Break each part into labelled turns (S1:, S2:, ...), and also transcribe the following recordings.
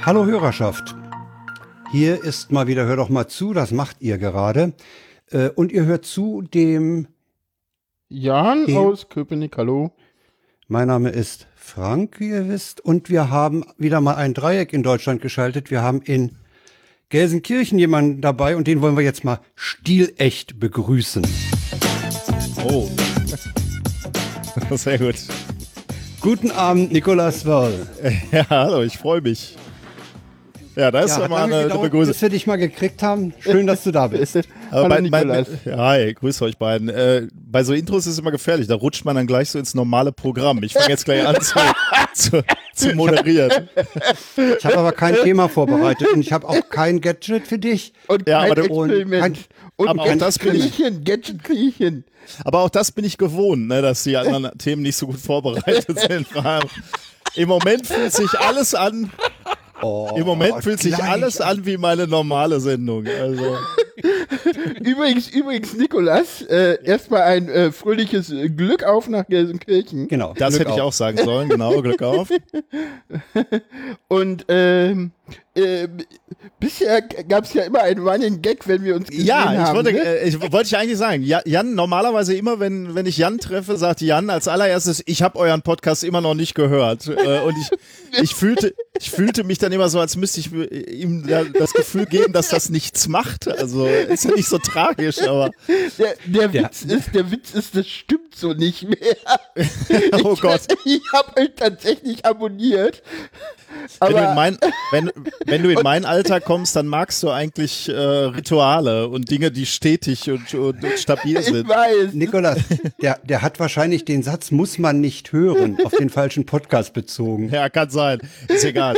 S1: Hallo Hörerschaft, hier ist mal wieder Hör doch mal zu, das macht ihr gerade. Und ihr hört zu dem
S2: Jan aus Köpenick, hallo.
S1: Mein Name ist Frank, wie ihr wisst, und wir haben wieder mal ein Dreieck in Deutschland geschaltet. Wir haben in Gelsenkirchen jemanden dabei und den wollen wir jetzt mal stilecht begrüßen.
S3: Oh, sehr gut.
S1: Guten Abend, Nikolaus Wörl.
S3: Ja, hallo, ich freue mich. Ja, das ist ja mal eine Begrüßung.
S1: Bis wir dich mal gekriegt haben. Schön, dass du da bist.
S3: Aber hi, grüß euch beiden. Bei so Intros ist es immer gefährlich, da rutscht man dann gleich so ins normale Programm. Ich fange jetzt gleich an zu moderieren.
S1: Ich habe aber kein Thema vorbereitet und ich habe auch kein Gadget für dich.
S2: Und
S3: ja,
S2: kein
S3: aber
S2: Experiment. Und
S3: auch das bin ich.
S2: Gadget kriege ich hin.
S3: Aber auch das bin ich gewohnt, ne, dass die anderen Themen nicht so gut vorbereitet sind. Im Moment fühlt sich alles an. Im Moment fühlt sich alles an wie meine normale Sendung. Also.
S2: Übrigens, Nikolas, erstmal ein fröhliches Glück auf nach Gelsenkirchen.
S1: Genau.
S3: Das
S1: Glück
S3: hätte ich auch sagen sollen, genau, Glück auf.
S2: Und bisher gab es ja immer einen Running Gag, wenn wir uns gesehen haben.
S3: Ich wollte dich eigentlich sagen, Jan, normalerweise immer, wenn ich Jan treffe, sagt Jan als allererstes, ich habe euren Podcast immer noch nicht gehört. Und ich fühlte mich dann immer so, als müsste ich ihm das Gefühl geben, dass das nichts macht. Also ist ja nicht so tragisch, aber
S2: Der Witz ist, das stimmt so nicht mehr.
S3: Oh Gott.
S2: Ich habe euch tatsächlich abonniert. Aber
S3: wenn du in mein Alter kommst, dann magst du eigentlich Rituale und Dinge, die stetig und stabil sind.
S2: Ich weiß.
S1: Nikolaus, der hat wahrscheinlich den Satz, muss man nicht hören, auf den falschen Podcast bezogen.
S3: Ja, kann sein. Ist egal.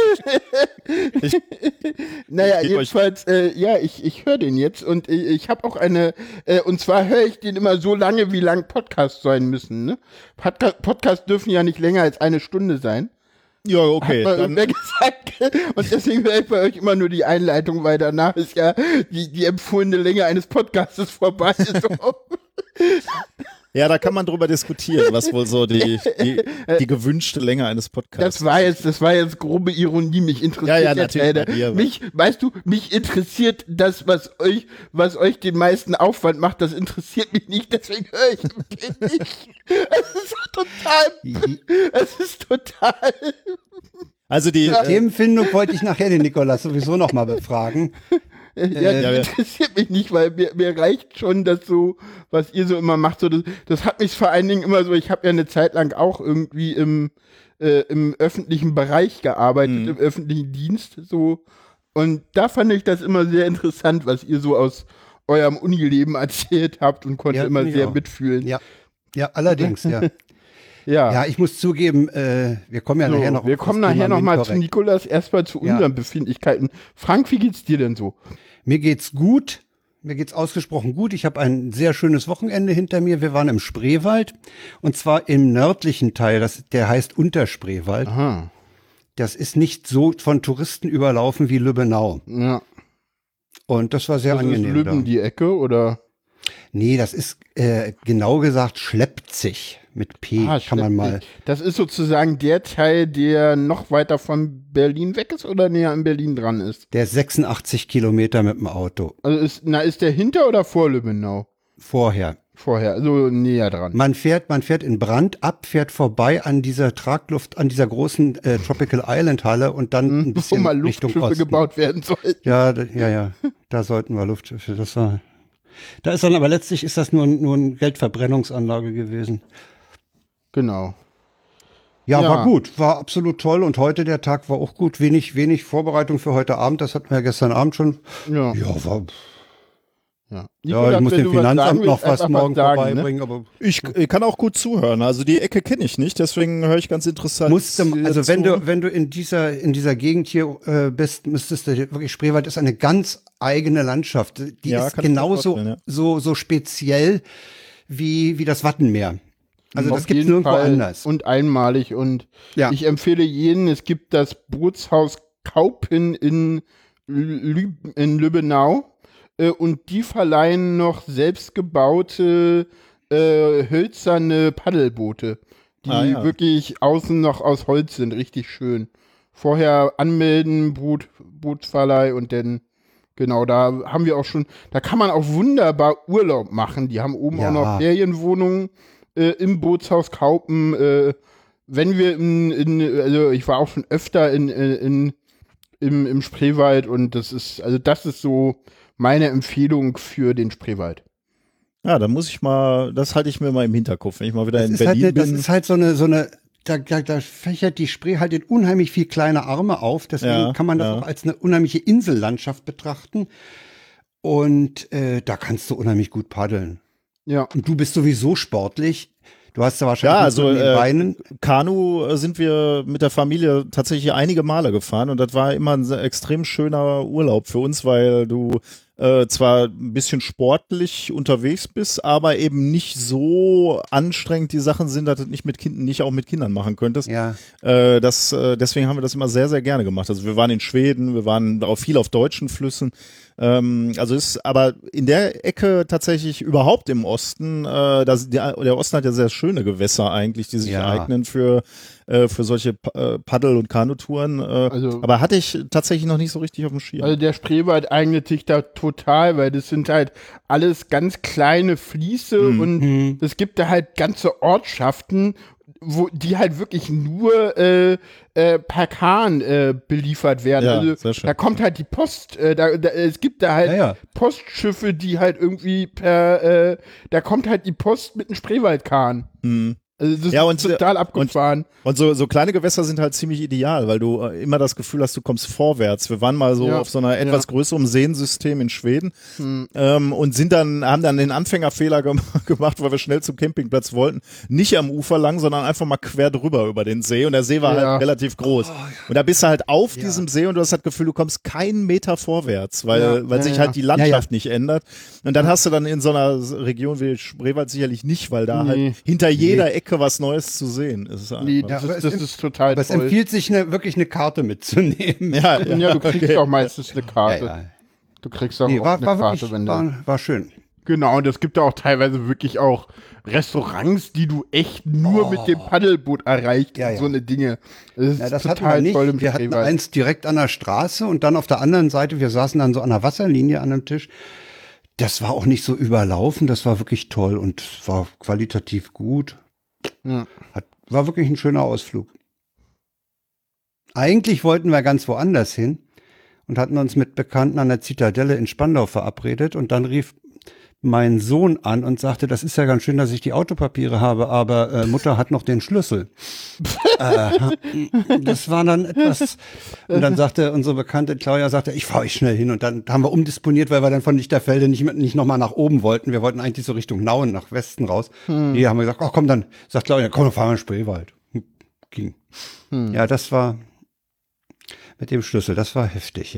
S2: Naja, jedenfalls, ich höre den jetzt und ich habe auch und zwar höre ich den immer so lange, wie lang Podcasts sein müssen. Ne? Podcasts dürfen ja nicht länger als eine Stunde sein.
S3: Ja, okay.
S2: Hat man gesagt. Und deswegen höre ich bei euch immer nur die Einleitung, weil danach ist ja die empfohlene Länge eines Podcasts vorbei.
S3: Ja, da kann man drüber diskutieren, was wohl so die gewünschte Länge eines Podcasts ist.
S2: Das war jetzt grobe Ironie, mich interessiert
S3: ja, natürlich.
S2: Mich interessiert das, was euch den meisten Aufwand macht, das interessiert mich nicht, deswegen höre ich nicht. Es ist total.
S3: Also die
S1: Themenfindung wollte ich nachher den Nikolaus sowieso nochmal befragen.
S2: Ja, interessiert mich nicht, weil mir reicht schon das so, was ihr so immer macht. So, das hat mich vor allen Dingen immer so, ich habe ja eine Zeit lang auch irgendwie im öffentlichen Bereich gearbeitet, im öffentlichen Dienst so. Und da fand ich das immer sehr interessant, was ihr so aus eurem Unileben erzählt habt und konnte immer sehr mitfühlen.
S1: Ja, allerdings, ja.
S2: Ja,
S1: ich muss zugeben, wir kommen ja nachher noch.
S2: Wir kommen nachher noch mal zu Nikolaus, erstmal zu unseren Befindlichkeiten. Frank, wie geht's dir denn so?
S1: Mir geht's gut. Mir geht's ausgesprochen gut. Ich habe ein sehr schönes Wochenende hinter mir. Wir waren im Spreewald und zwar im nördlichen Teil. Der heißt Unterspreewald.
S2: Aha.
S1: Das ist nicht so von Touristen überlaufen wie Lübbenau.
S2: Ja.
S1: Und das war sehr angenehm.
S2: Ist Lübben die Ecke oder?
S1: Nee, das ist genau gesagt Schleppzig mit P. Kann man mal.
S2: Das ist sozusagen der Teil, der noch weiter von Berlin weg ist oder näher an Berlin dran ist?
S1: Der 86 Kilometer mit dem Auto.
S2: Also ist der hinter oder vor Lübbenau?
S1: Vorher,
S2: also näher dran.
S1: Man fährt in Brand ab, fährt vorbei an dieser Tragluft, an dieser großen Tropical Island Halle und dann ein bisschen
S2: wo mal
S1: Richtung
S2: Luftschiffe
S1: Osten
S2: gebaut werden sollen.
S1: Ja, da sollten wir Luftschiffe, da ist dann aber letztlich ist das nur eine Geldverbrennungsanlage gewesen.
S2: Genau.
S1: Ja, war gut, war absolut toll und heute der Tag war auch gut, wenig Vorbereitung für heute Abend, das hatten wir ja gestern Abend schon. Ja, war.
S2: Ja,
S1: ich muss dem Finanzamt noch was morgen vorbeibringen,
S2: ne?
S1: aber
S3: ich kann auch gut zuhören. Also die Ecke kenne ich nicht, deswegen höre ich ganz interessant.
S1: Wenn du in dieser Gegend hier bist, müsstest du wirklich, Spreewald ist eine ganz eigene Landschaft. Die ist genauso so speziell wie das Wattenmeer. Also das gibt's nirgendwo anders.
S2: Und einmalig und ich empfehle jeden, es gibt das Bootshaus Kaupen in Lübbenau. Und die verleihen noch selbstgebaute hölzerne Paddelboote, die wirklich außen noch aus Holz sind, richtig schön. vorher anmelden, Bootsverleih und dann, genau, da haben wir auch schon, da kann man auch wunderbar Urlaub machen. Die haben oben auch noch Ferienwohnungen im Bootshaus Kaupen. Wenn wir also ich war auch schon öfter im Spreewald und das ist so meine Empfehlung für den Spreewald.
S3: Ja, da muss ich mal, das halte ich mir mal im Hinterkopf, wenn ich mal wieder in Berlin bin.
S1: Das ist halt so eine da fächert die Spree halt in unheimlich viel kleine Arme auf, deswegen kann man das auch als eine unheimliche Insellandschaft betrachten und da kannst du unheimlich gut paddeln. Ja. Und du bist sowieso sportlich. Du hast da wahrscheinlich
S3: in den Beinen. Kanu sind wir mit der Familie tatsächlich einige Male gefahren und das war immer ein extrem schöner Urlaub für uns, weil du zwar ein bisschen sportlich unterwegs bist, aber eben nicht so anstrengend die Sachen sind, dass du nicht auch mit Kindern machen könntest. Ja. Deswegen haben wir das immer sehr, sehr gerne gemacht. Also wir waren in Schweden, wir waren auch viel auf deutschen Flüssen. Also ist aber in der Ecke tatsächlich überhaupt im Osten, der Osten hat ja sehr schöne Gewässer eigentlich, die sich eignen für solche Paddel- und Kanutouren. Aber hatte ich tatsächlich noch nicht so richtig auf dem Schirm.
S2: Also der Spreewald eignet sich da total, weil das sind halt alles ganz kleine Fließe und es gibt da halt ganze Ortschaften, die halt wirklich nur per Kahn beliefert werden. Ja, also da kommt halt die Post, es gibt da halt Postschiffe, die halt irgendwie da kommt halt die Post mit einem Spreewaldkahn. Also das ist total abgefahren.
S3: Und so kleine Gewässer sind halt ziemlich ideal, weil du immer das Gefühl hast, du kommst vorwärts. Wir waren mal so auf so einer etwas größeren Seensystem in Schweden und haben dann den Anfängerfehler gemacht, weil wir schnell zum Campingplatz wollten. Nicht am Ufer lang, sondern einfach mal quer drüber über den See. Und der See war halt relativ groß. Und da bist du halt auf diesem See und du hast das Gefühl, du kommst keinen Meter vorwärts, weil sich halt die Landschaft nicht ändert. Und dann hast du dann in so einer Region wie Spreewald sicherlich nicht, weil da halt hinter jeder Ecke was Neues zu sehen ist.
S2: Das ist total toll.
S1: Es empfiehlt sich wirklich eine Karte mitzunehmen.
S2: Ja, du kriegst auch meistens eine Karte. Du kriegst auch eine Karte, wenn
S1: war schön.
S2: Genau, und es gibt da auch teilweise wirklich auch Restaurants, die du echt nur mit dem Paddelboot erreicht. So eine Dinge.
S1: Das total toll im Spreewald. Wir hatten eins direkt an der Straße und dann auf der anderen Seite, wir saßen dann so an der Wasserlinie an einem Tisch. Das war auch nicht so überlaufen, das war wirklich toll und war qualitativ gut. War wirklich ein schöner Ausflug. Eigentlich wollten wir ganz woanders hin und hatten uns mit Bekannten an der Zitadelle in Spandau verabredet und dann rief mein Sohn an und sagte, das ist ja ganz schön, dass ich die Autopapiere habe, aber Mutter hat noch den Schlüssel. Das war dann etwas, und dann sagte unsere Bekannte Claudia, ich fahre euch schnell hin und dann haben wir umdisponiert, weil wir dann von Lichterfelde nicht nochmal nach oben wollten. Wir wollten eigentlich so Richtung Nauen, nach Westen raus. Hier haben wir gesagt, komm, dann sagt Claudia, komm, dann fahren wir in Spreewald. Ging. Ja, das war mit dem Schlüssel, das war heftig,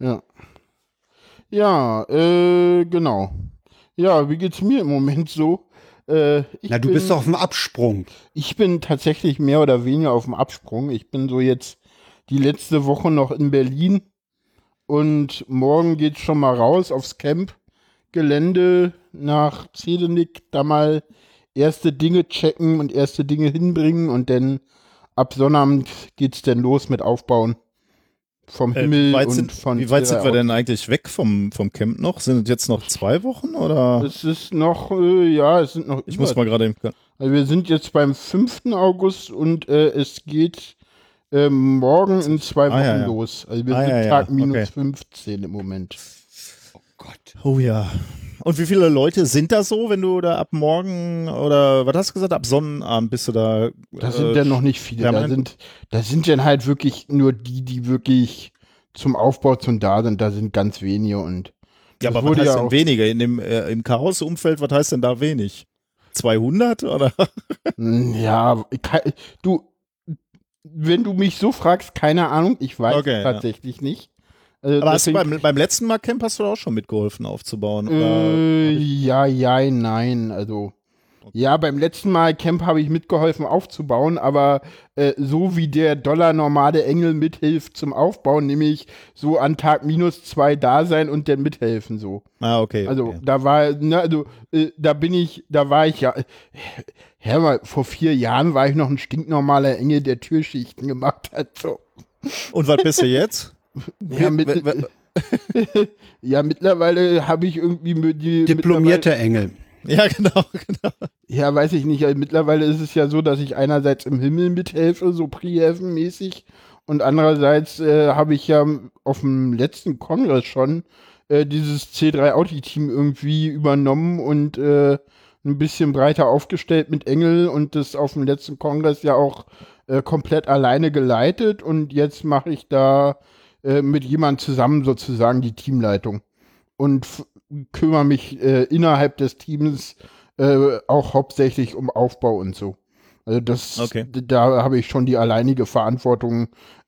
S2: Ja, genau. Ja, wie geht's mir im Moment so?
S1: Du bist doch auf dem Absprung.
S2: Ich bin tatsächlich mehr oder weniger auf dem Absprung. Ich bin so jetzt die letzte Woche noch in Berlin und morgen geht's schon mal raus aufs Camp-Gelände nach Zedenick, da mal erste Dinge checken und erste Dinge hinbringen und dann ab Sonnabend geht's dann los mit Aufbauen. Vom Himmel
S3: wie weit sind wir denn eigentlich weg vom Camp noch? Sind es jetzt noch 2 Wochen oder?
S2: Es ist noch, es sind noch.
S3: Ich muss mal gerade.
S2: Also wir sind jetzt beim 5. August und es geht morgen in 2 Wochen los. Also wir sind Tag minus 15 im Moment.
S1: Oh Gott.
S3: Oh ja. Und wie viele Leute sind da so, wenn du da ab morgen oder was hast du gesagt, ab Sonnenabend bist du da?
S2: Da sind ja noch nicht viele. Da sind dann halt wirklich nur die wirklich zum Aufbau da sind. Da sind ganz wenige und.
S3: Ja, aber was heißt denn wenige? Im Chaos-Umfeld, was heißt denn da wenig? 200 oder?
S2: Ja, wenn du mich so fragst, keine Ahnung, ich weiß tatsächlich nicht.
S3: Aber beim letzten Mal Camp hast du auch schon mitgeholfen aufzubauen?
S2: Nein. Also, beim letzten Mal Camp habe ich mitgeholfen aufzubauen, aber so wie der normale Engel mithilft zum Aufbauen, nämlich so an Tag -2 da sein und dann mithelfen so.
S3: Okay.
S2: Also, da war, vor 4 Jahren war ich noch ein stinknormaler Engel, der Türschichten gemacht hat, so.
S3: Und was bist du jetzt?
S2: Ja, mittlerweile habe ich irgendwie die
S1: diplomierter Engel.
S3: Ja, genau.
S2: Ja, weiß ich nicht. Mittlerweile ist es ja so, dass ich einerseits im Himmel mithelfe, so Prihelfen-mäßig, und andererseits habe ich ja auf dem letzten Kongress schon dieses C3-Audi-Team irgendwie übernommen und ein bisschen breiter aufgestellt mit Engel und das auf dem letzten Kongress ja auch komplett alleine geleitet, und jetzt mache ich da mit jemandem zusammen sozusagen die Teamleitung und kümmere mich innerhalb des Teams auch hauptsächlich um Aufbau und so. Also da habe ich schon die alleinige Verantwortung,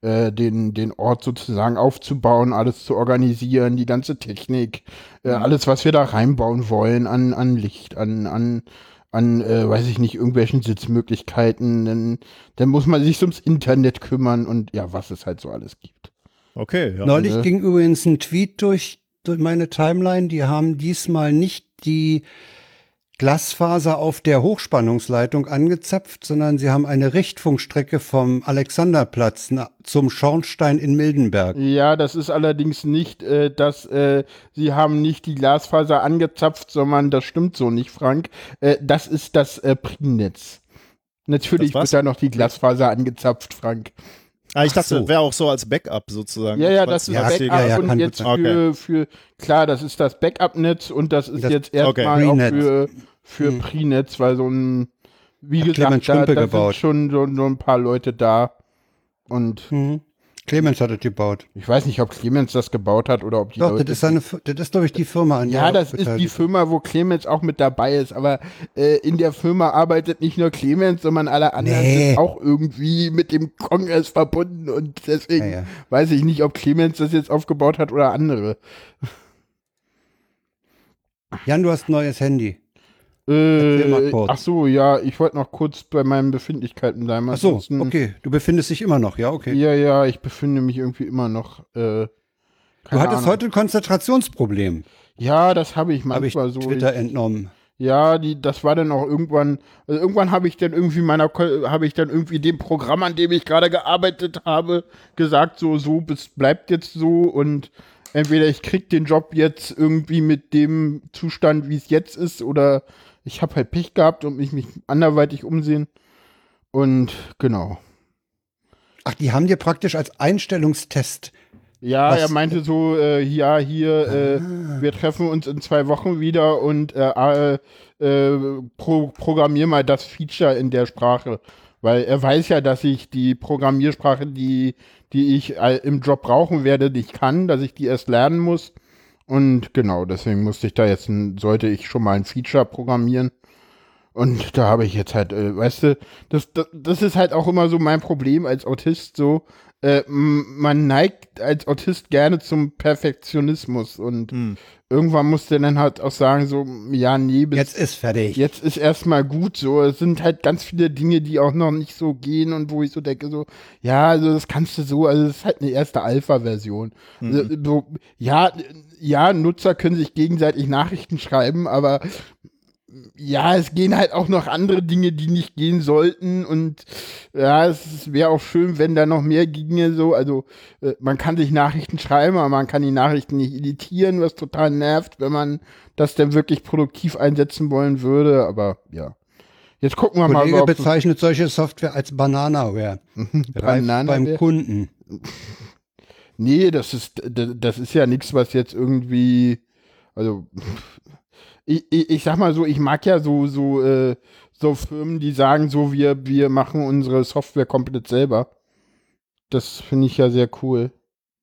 S2: den Ort sozusagen aufzubauen, alles zu organisieren, die ganze Technik, alles, was wir da reinbauen wollen an Licht, an weiß ich nicht, irgendwelchen Sitzmöglichkeiten. Dann muss man sich ums Internet kümmern und ja, was es halt so alles gibt.
S3: Okay. Ja.
S1: Neulich ging übrigens ein Tweet durch meine Timeline. Die haben diesmal nicht die Glasfaser auf der Hochspannungsleitung angezapft, sondern sie haben eine Richtfunkstrecke vom Alexanderplatz zum Schornstein in Mildenberg.
S2: Ja, das ist allerdings nicht, sie haben nicht die Glasfaser angezapft, sondern das stimmt so nicht, Frank. Das ist das Priennetz. Natürlich wird da noch die Glasfaser angezapft, Frank.
S3: Ich dachte, das wäre auch so als Backup sozusagen.
S2: Ja, das ist Backup und jetzt für klar, das ist das Backup-Netz und das ist jetzt erstmal auch für Priennetz, weil so ein, wie gesagt, da sind schon so ein paar Leute da und
S1: Clemens hat es gebaut.
S2: Ich weiß nicht, ob Clemens das gebaut hat oder ob die
S1: Leute... Doch, das ist, glaube ich, die Firma.
S2: Ja, das ist die Firma, wo Clemens auch mit dabei ist, aber in der Firma arbeitet nicht nur Clemens, sondern alle anderen sind auch irgendwie mit dem Kongress verbunden und deswegen weiß ich nicht, ob Clemens das jetzt aufgebaut hat oder andere.
S1: Jan, du hast ein neues Handy.
S2: Ach so, ja, ich wollte noch kurz bei meinen Befindlichkeiten bleiben.
S1: Ach so, okay, du befindest dich immer noch, ja, okay.
S2: Ja, ich befinde mich irgendwie immer noch.
S1: Du hattest heute ein Konzentrationsproblem.
S2: Ja, das habe ich manchmal
S1: so. Twitter entnommen.
S2: Ja, das war dann auch irgendwann, also irgendwann habe ich dann irgendwie dem Programm, an dem ich gerade gearbeitet habe, gesagt, so, bleibt jetzt so, und entweder ich krieg den Job jetzt irgendwie mit dem Zustand, wie es jetzt ist, oder ich habe halt Pech gehabt und mich anderweitig umsehen. Und genau.
S1: Ach, die haben dir praktisch als Einstellungstest.
S2: Ja, er meinte so, wir treffen uns in 2 Wochen wieder und programmier mal das Feature in der Sprache. Weil er weiß ja, dass ich die Programmiersprache, die ich im Job brauchen werde, nicht kann, dass ich die erst lernen muss. Und genau, deswegen sollte ich schon mal ein Feature programmieren. Und da habe ich jetzt halt, weißt du, das ist halt auch immer so mein Problem als Autist, so, man neigt als Autist gerne zum Perfektionismus und irgendwann muss der dann halt auch sagen, so, ja, nee,
S1: jetzt ist fertig.
S2: Jetzt ist erstmal gut, so. Es sind halt ganz viele Dinge, die auch noch nicht so gehen und wo ich so denke, so, ja, also das kannst du so, also das ist halt eine erste Alpha-Version. So, ja, Nutzer können sich gegenseitig Nachrichten schreiben, aber ja, es gehen halt auch noch andere Dinge, die nicht gehen sollten, und ja, es wäre auch schön, wenn da noch mehr ginge, so, also man kann sich Nachrichten schreiben, aber man kann die Nachrichten nicht editieren, was total nervt, wenn man das dann wirklich produktiv einsetzen wollen würde, aber ja. Jetzt gucken wir mal.
S1: Kollege bezeichnet solche Software als Bananaware. Beim Kunden.
S2: Nee, das ist ja nichts, was jetzt irgendwie, also ich sag mal so, ich mag ja so Firmen, die sagen so, wir machen unsere Software komplett selber. Das finde ich ja sehr cool.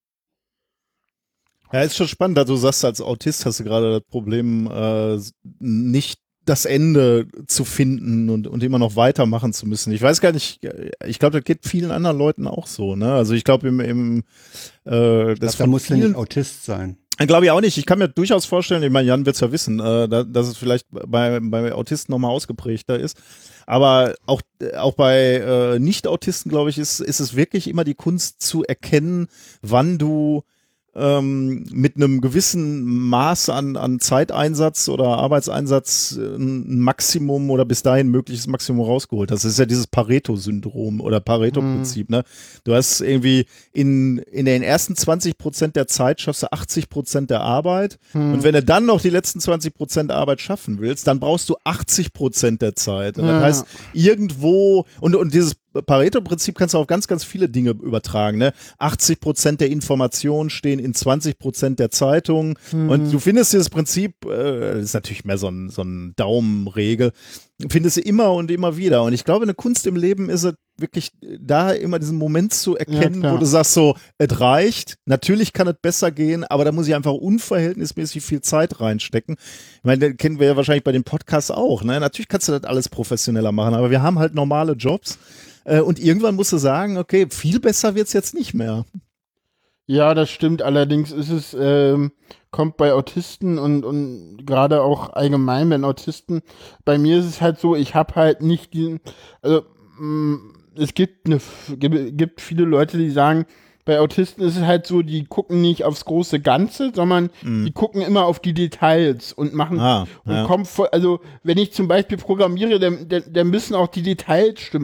S3: Ja, ist schon spannend, da du sagst, als Autist hast du gerade das Problem, nicht das Ende zu finden und immer noch weitermachen zu müssen. Ich weiß gar nicht, ich glaube, das geht vielen anderen Leuten auch so, ne? Also ich glaube
S1: da muss nicht Autist sein.
S3: Glaube ich auch nicht. Ich kann mir durchaus vorstellen, ich meine, Jan wird es ja wissen, dass es vielleicht bei Autisten nochmal ausgeprägter ist. Aber auch bei Nicht-Autisten, glaube ich, ist es wirklich immer die Kunst zu erkennen, wann du mit einem gewissen Maß an Zeiteinsatz oder Arbeitseinsatz ein Maximum oder bis dahin mögliches Maximum rausgeholt hast. Das ist ja dieses Pareto-Syndrom oder Pareto-Prinzip, ne? Du hast irgendwie in den ersten 20% der Zeit schaffst du 80% der Arbeit und wenn du dann noch die letzten 20% der Arbeit schaffen willst, dann brauchst du 80% der Zeit. Und das heißt, irgendwo und dieses Pareto-Prinzip kannst du auf ganz, ganz viele Dinge übertragen. Ne? 80% der Informationen stehen in 20% der Zeitungen. Und du findest dieses Prinzip, das ist natürlich mehr so ein Daumenregel, findest du immer und immer wieder. Und ich glaube, eine Kunst im Leben ist es wirklich da immer diesen Moment zu erkennen, wo du sagst so, es reicht, natürlich kann es besser gehen, aber da muss ich einfach unverhältnismäßig viel Zeit reinstecken. Ich meine, das kennen wir ja wahrscheinlich bei den Podcasts auch. Ne? Natürlich kannst du das alles professioneller machen, aber wir haben halt normale Jobs. Und irgendwann musst du sagen, okay, viel besser wird's jetzt nicht mehr.
S2: Ja, das stimmt. Allerdings ist es, kommt bei Autisten und gerade auch allgemein bei Autisten, bei mir ist es halt so, ich habe halt nicht diesen, also es gibt viele Leute, die sagen, bei Autisten ist es halt so, die gucken nicht aufs große Ganze, sondern die gucken immer auf die Details und machen und kommen voll, also wenn ich zum Beispiel programmiere, dann müssen auch die Details stimmen.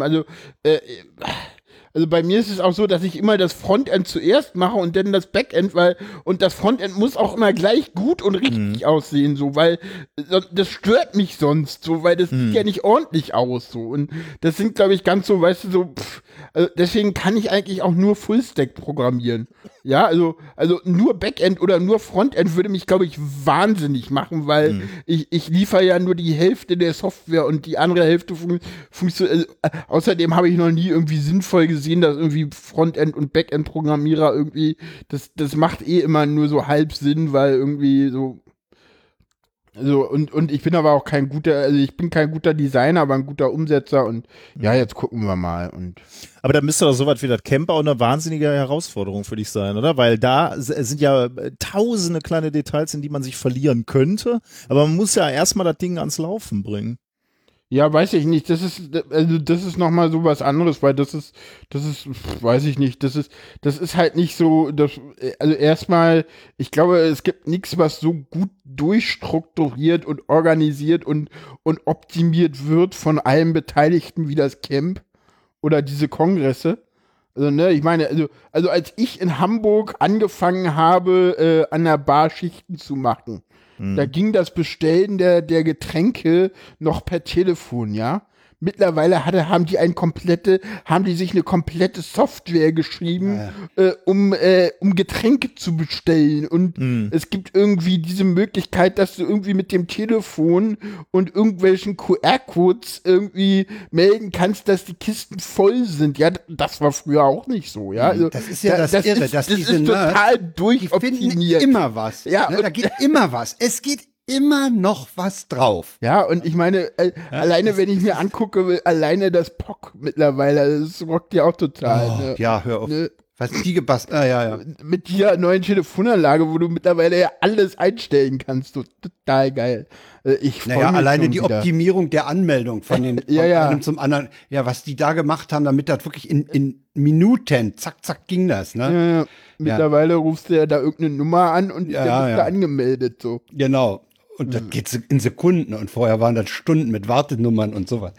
S2: Also bei mir ist es auch so, dass ich immer das Frontend zuerst mache und dann das Backend, und das Frontend muss auch immer gleich gut und richtig aussehen, so, weil das stört mich sonst, so, weil das sieht ja nicht ordentlich aus, so. Und das sind, glaube ich, ganz so, weißt du, so, also deswegen kann ich eigentlich auch nur Fullstack programmieren. Ja, also nur Backend oder nur Frontend würde mich, glaube ich, wahnsinnig machen, weil ich liefere ja nur die Hälfte der Software und die andere Hälfte funktioniert. Außerdem habe ich noch nie irgendwie sinnvoll gesehen, dass irgendwie Frontend- und Backend-Programmierer irgendwie, das macht immer nur so halb Sinn, weil irgendwie so. Also, und ich bin aber auch ich bin kein guter Designer, aber ein guter Umsetzer und ja, jetzt gucken wir mal.
S3: Aber da müsste doch sowas wie das Camp auch eine wahnsinnige Herausforderung für dich sein, oder? Weil da sind ja tausende kleine Details, in die man sich verlieren könnte, aber man muss ja erstmal das Ding ans Laufen bringen.
S2: Ja, weiß ich nicht. Das ist nochmal so was anderes, weil das ist, weiß ich nicht. Das ist halt nicht so, also erstmal, ich glaube, es gibt nichts, was so gut durchstrukturiert und organisiert und optimiert wird von allen Beteiligten wie das Camp oder diese Kongresse. Also, ne, ich meine, also als ich in Hamburg angefangen habe, an der Bar Schichten zu machen, da ging das Bestellen der Getränke noch per Telefon, ja. Mittlerweile haben die sich eine komplette Software geschrieben, um Getränke zu bestellen. Und es gibt irgendwie diese Möglichkeit, dass du irgendwie mit dem Telefon und irgendwelchen QR-Codes irgendwie melden kannst, dass die Kisten voll sind. Ja, das war früher auch nicht so, ja. Also,
S1: das ist ja das Irre, dass
S2: das ist total durchoptimiert.
S1: Immer was. Ja, ne? Da geht immer was. Es geht immer noch was drauf.
S2: Ja, und ich meine, alleine wenn ich mir angucke, alleine das POC mittlerweile, das rockt ja auch total. Ne?
S1: Ja, hör auf. Ne? Was die gebastelt, ja.
S2: Mit dieser neuen Telefonanlage, wo du mittlerweile ja alles einstellen kannst, so total geil. Ich freue mich
S1: alleine die wieder. Optimierung der Anmeldung von einem zum anderen, ja, was die da gemacht haben, damit das wirklich in Minuten, zack, ging das, ne?
S2: Ja. Mittlerweile rufst du ja da irgendeine Nummer an und dann bist du angemeldet, so.
S1: Genau. Und das geht in Sekunden und vorher waren das Stunden mit Wartenummern und sowas.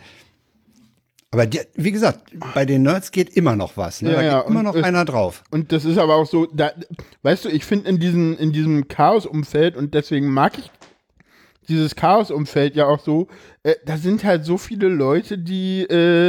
S1: Aber wie gesagt, bei den Nerds geht immer noch was. Ne? Da geht immer noch einer drauf.
S2: Und das ist aber auch so, weißt du, ich finde in diesem Chaos-Umfeld, und deswegen mag ich dieses Chaos-Umfeld ja auch so, da sind halt so viele Leute, die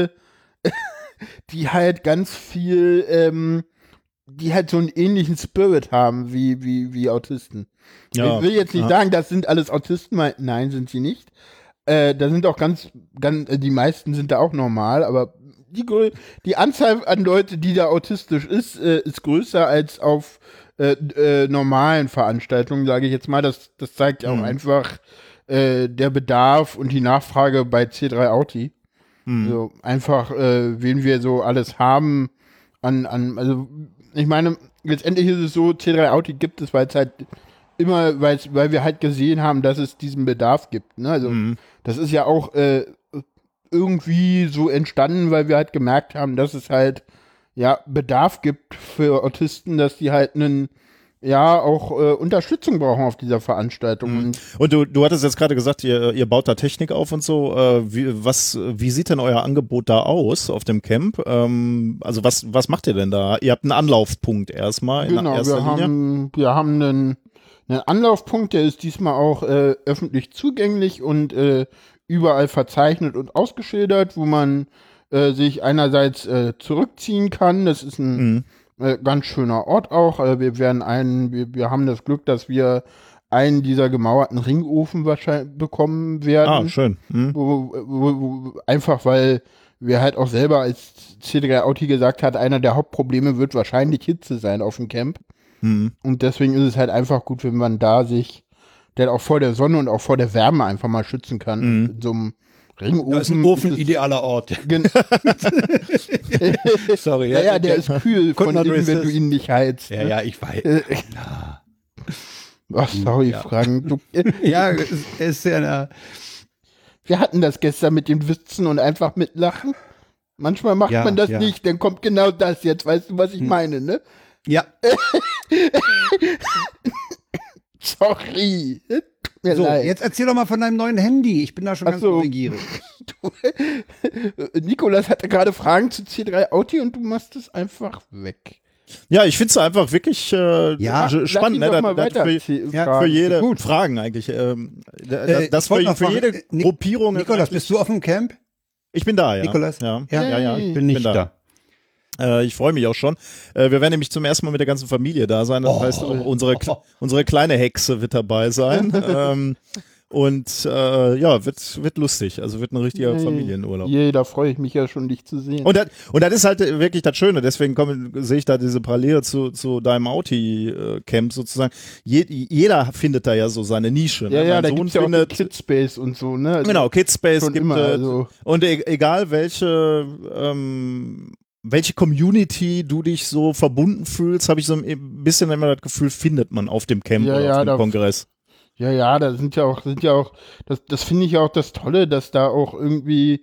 S2: halt ganz viel, die halt so einen ähnlichen Spirit haben wie Autisten. Ja. Ich will jetzt nicht sagen, das sind alles Autisten, nein, sind sie nicht. Da sind auch ganz, die meisten sind da auch normal, aber die Anzahl an Leute, die da autistisch ist größer als auf normalen Veranstaltungen, sage ich jetzt mal. Das zeigt auch einfach der Bedarf und die Nachfrage bei C3 Auti. Also einfach, wen wir so alles haben also ich meine, letztendlich ist es so, C3 Auti gibt es, weil es halt immer, weil wir halt gesehen haben, dass es diesen Bedarf gibt. Ne? Also das ist ja auch irgendwie so entstanden, weil wir halt gemerkt haben, dass es halt Bedarf gibt für Autisten, dass die halt einen auch Unterstützung brauchen auf dieser Veranstaltung.
S3: Und du hattest jetzt gerade gesagt, ihr baut da Technik auf und so. Wie sieht denn euer Angebot da aus auf dem Camp? Also was macht ihr denn da? Ihr habt einen Anlaufpunkt erstmal in erster Linie?
S2: Wir haben einen Anlaufpunkt, der ist diesmal auch öffentlich zugänglich und überall verzeichnet und ausgeschildert, wo man sich einerseits zurückziehen kann. Das ist ein ganz schöner Ort auch. Wir haben das Glück, dass wir einen dieser gemauerten Ringofen wahrscheinlich bekommen werden.
S3: Ah, schön.
S2: Einfach weil wir halt auch selber als C3 Auti gesagt hat, einer der Hauptprobleme wird wahrscheinlich Hitze sein auf dem Camp. Und deswegen ist es halt einfach gut, wenn man da sich dann auch vor der Sonne und auch vor der Wärme einfach mal schützen kann. In so einem Ringofen.
S1: Da ist ein Ofen idealer Ort.
S2: Sorry. Ja, der ist kühl von innen, wenn du ihn nicht heizt.
S1: Ja, ich weiß.
S2: Ach, sorry, Frank.
S1: Ja, ist ja.
S2: Wir hatten das gestern mit den Witzen und einfach mitlachen. Manchmal macht man das nicht, dann kommt genau das jetzt. Weißt du, was ich meine, ne?
S1: Ja.
S2: Sorry.
S1: So, jetzt erzähl doch mal von deinem neuen Handy. Ich bin da schon ganz neugierig.
S2: Nikolas hatte gerade Fragen zu C3 Auti und du machst es einfach weg.
S3: Ja, ich finde es einfach wirklich spannend. Für jede Fragen eigentlich. Das für jede Gruppierung.
S1: Nikolas, bist du auf dem Camp?
S3: Ich bin da, ja.
S1: Nikolas?
S3: Ja,
S1: ich bin nicht da.
S3: Ich freue mich auch schon. Wir werden nämlich zum ersten Mal mit der ganzen Familie da sein. Das heißt, unsere kleine Hexe wird dabei sein. Wird lustig. Also wird ein richtiger Familienurlaub.
S2: Da freue ich mich ja schon, dich zu sehen.
S3: Und das ist halt wirklich das Schöne. Deswegen sehe ich da diese Parallele zu deinem Auti-Camp sozusagen. Jeder findet da ja so seine Nische.
S2: Ne? Ja, da gibt es ja auch Kidspace und so. Ne? Also
S3: genau, Kidspace gibt
S2: immer, also.
S3: Und egal welche Community du dich so verbunden fühlst, habe ich so ein bisschen immer das Gefühl, findet man auf dem Camp oder auf dem Kongress.
S2: Ja, da sind ja auch, das finde ich auch das Tolle, dass da auch irgendwie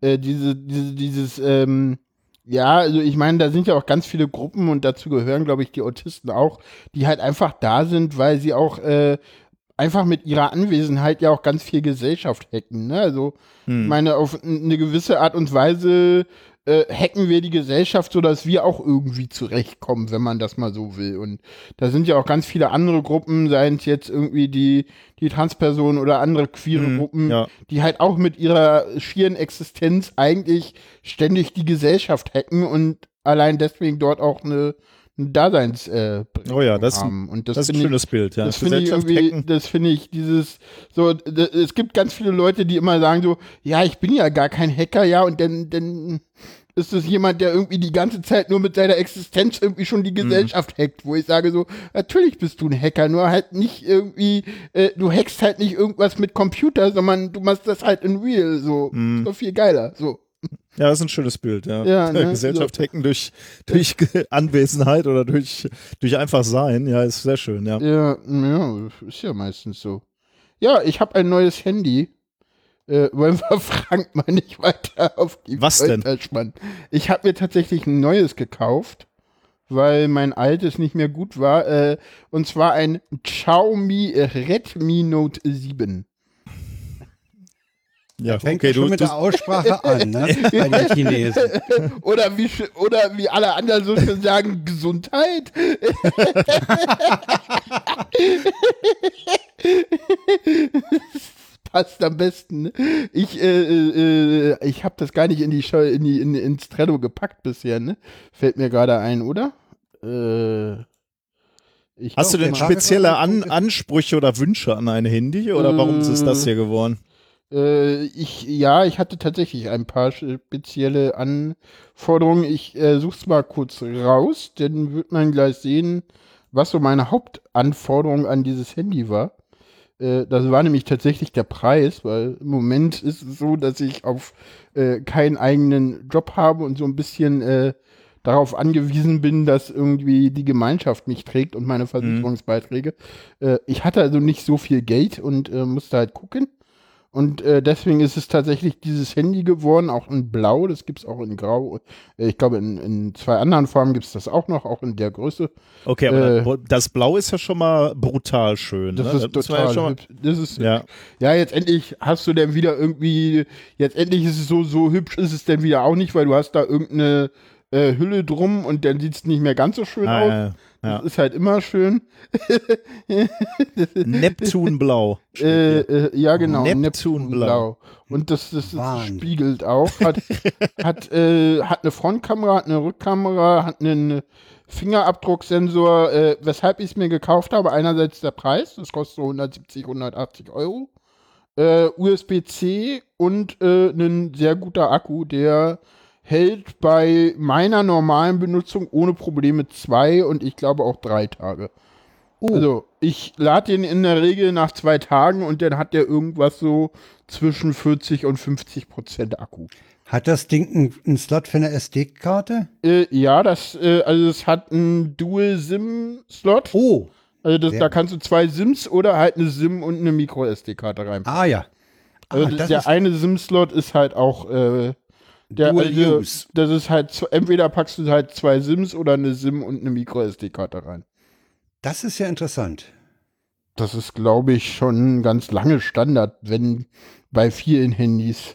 S2: also ich meine, da sind ja auch ganz viele Gruppen und dazu gehören, glaube ich, die Autisten auch, die halt einfach da sind, weil sie auch einfach mit ihrer Anwesenheit ja auch ganz viel Gesellschaft hacken, ne? Also, ich meine, auf eine gewisse Art und Weise hacken wir die Gesellschaft, sodass wir auch irgendwie zurechtkommen, wenn man das mal so will. Und da sind ja auch ganz viele andere Gruppen, seien es jetzt irgendwie die Transpersonen oder andere queere Gruppen, die halt auch mit ihrer schieren Existenz eigentlich ständig die Gesellschaft hacken und allein deswegen dort auch eine
S3: Daseinsberechtigung
S2: haben.
S3: Das ist ein schönes Bild, ja.
S2: Das finde ich es gibt ganz viele Leute, die immer sagen so, ja, ich bin ja gar kein Hacker, ja, und dann ist es jemand, der irgendwie die ganze Zeit nur mit seiner Existenz irgendwie schon die Gesellschaft hackt, wo ich sage so, natürlich bist du ein Hacker, nur halt nicht irgendwie, du hackst halt nicht irgendwas mit Computer, sondern du machst das halt in real, so, ist doch viel geiler, so.
S3: Ja, das ist ein schönes Bild, ja. Ne? Gesellschaft hacken durch Anwesenheit oder durch einfach Sein, ja, ist sehr schön, ja.
S2: Ja, ist ja meistens so. Ja, ich habe ein neues Handy. Wollen wir Frank mal nicht weiter auf die
S3: Was denn?
S2: Spannen. Ich habe mir tatsächlich ein neues gekauft, weil mein altes nicht mehr gut war. Und zwar ein Xiaomi Redmi Note 7.
S1: Ja, fängt schon mit der Aussprache an, ne? Bei den Chinesen.
S2: Oder wie alle anderen so schön sagen, Gesundheit. Passt am besten. Ich habe das gar nicht ins Trello gepackt bisher, ne? Fällt mir gerade ein, oder?
S3: Hast du denn spezielle Ansprüche oder Wünsche an ein Handy oder warum ist es das hier geworden?
S2: Ich hatte tatsächlich ein paar spezielle Anforderungen. Ich suche es mal kurz raus, dann wird man gleich sehen, was so meine Hauptanforderung an dieses Handy war. Das war nämlich tatsächlich der Preis, weil im Moment ist es so, dass ich auf keinen eigenen Job habe und so ein bisschen darauf angewiesen bin, dass irgendwie die Gemeinschaft mich trägt und meine Versicherungsbeiträge. Ich hatte also nicht so viel Geld und musste halt gucken. Und deswegen ist es tatsächlich dieses Handy geworden, auch in Blau, das gibt es auch in Grau. Ich glaube, in 2 anderen Farben gibt es das auch noch, auch in der Größe.
S3: Okay, aber das Blau ist ja schon mal brutal schön.
S2: Das
S3: ne?
S2: ist total hübsch. Das ist ja, jetzt endlich hast du dann wieder irgendwie, jetzt endlich ist es so hübsch ist es dann wieder auch nicht, weil du hast da irgendeine Hülle drum und dann sieht es nicht mehr ganz so schön aus. Ja. Das ist halt immer schön.
S3: Neptunblau.
S2: Ja, genau.
S3: Neptunblau.
S2: Und das spiegelt auch. Hat eine Frontkamera, hat eine Rückkamera, hat einen Fingerabdrucksensor, weshalb ich es mir gekauft habe. Einerseits der Preis, das kostet so 170, 180 Euro. USB-C und ein sehr guter Akku, der hält bei meiner normalen Benutzung ohne Probleme 2 und ich glaube auch 3 Tage. Also ich lade den in der Regel nach 2 Tagen und dann hat der irgendwas so zwischen 40 und 50% Akku.
S1: Hat das Ding einen Slot für eine SD-Karte?
S2: Ja, es hat einen Dual-SIM-Slot.
S1: Oh.
S2: Also da kannst du 2 SIMs oder halt eine SIM und eine Micro-SD-Karte rein.
S1: Ah ja.
S2: Also der eine SIM-Slot ist halt auch das ist halt, entweder packst du halt 2 SIMs oder eine SIM und eine Micro-SD-Karte rein.
S1: Das ist ja interessant.
S2: Das ist, glaube ich, schon ganz lange Standard, wenn bei vielen Handys.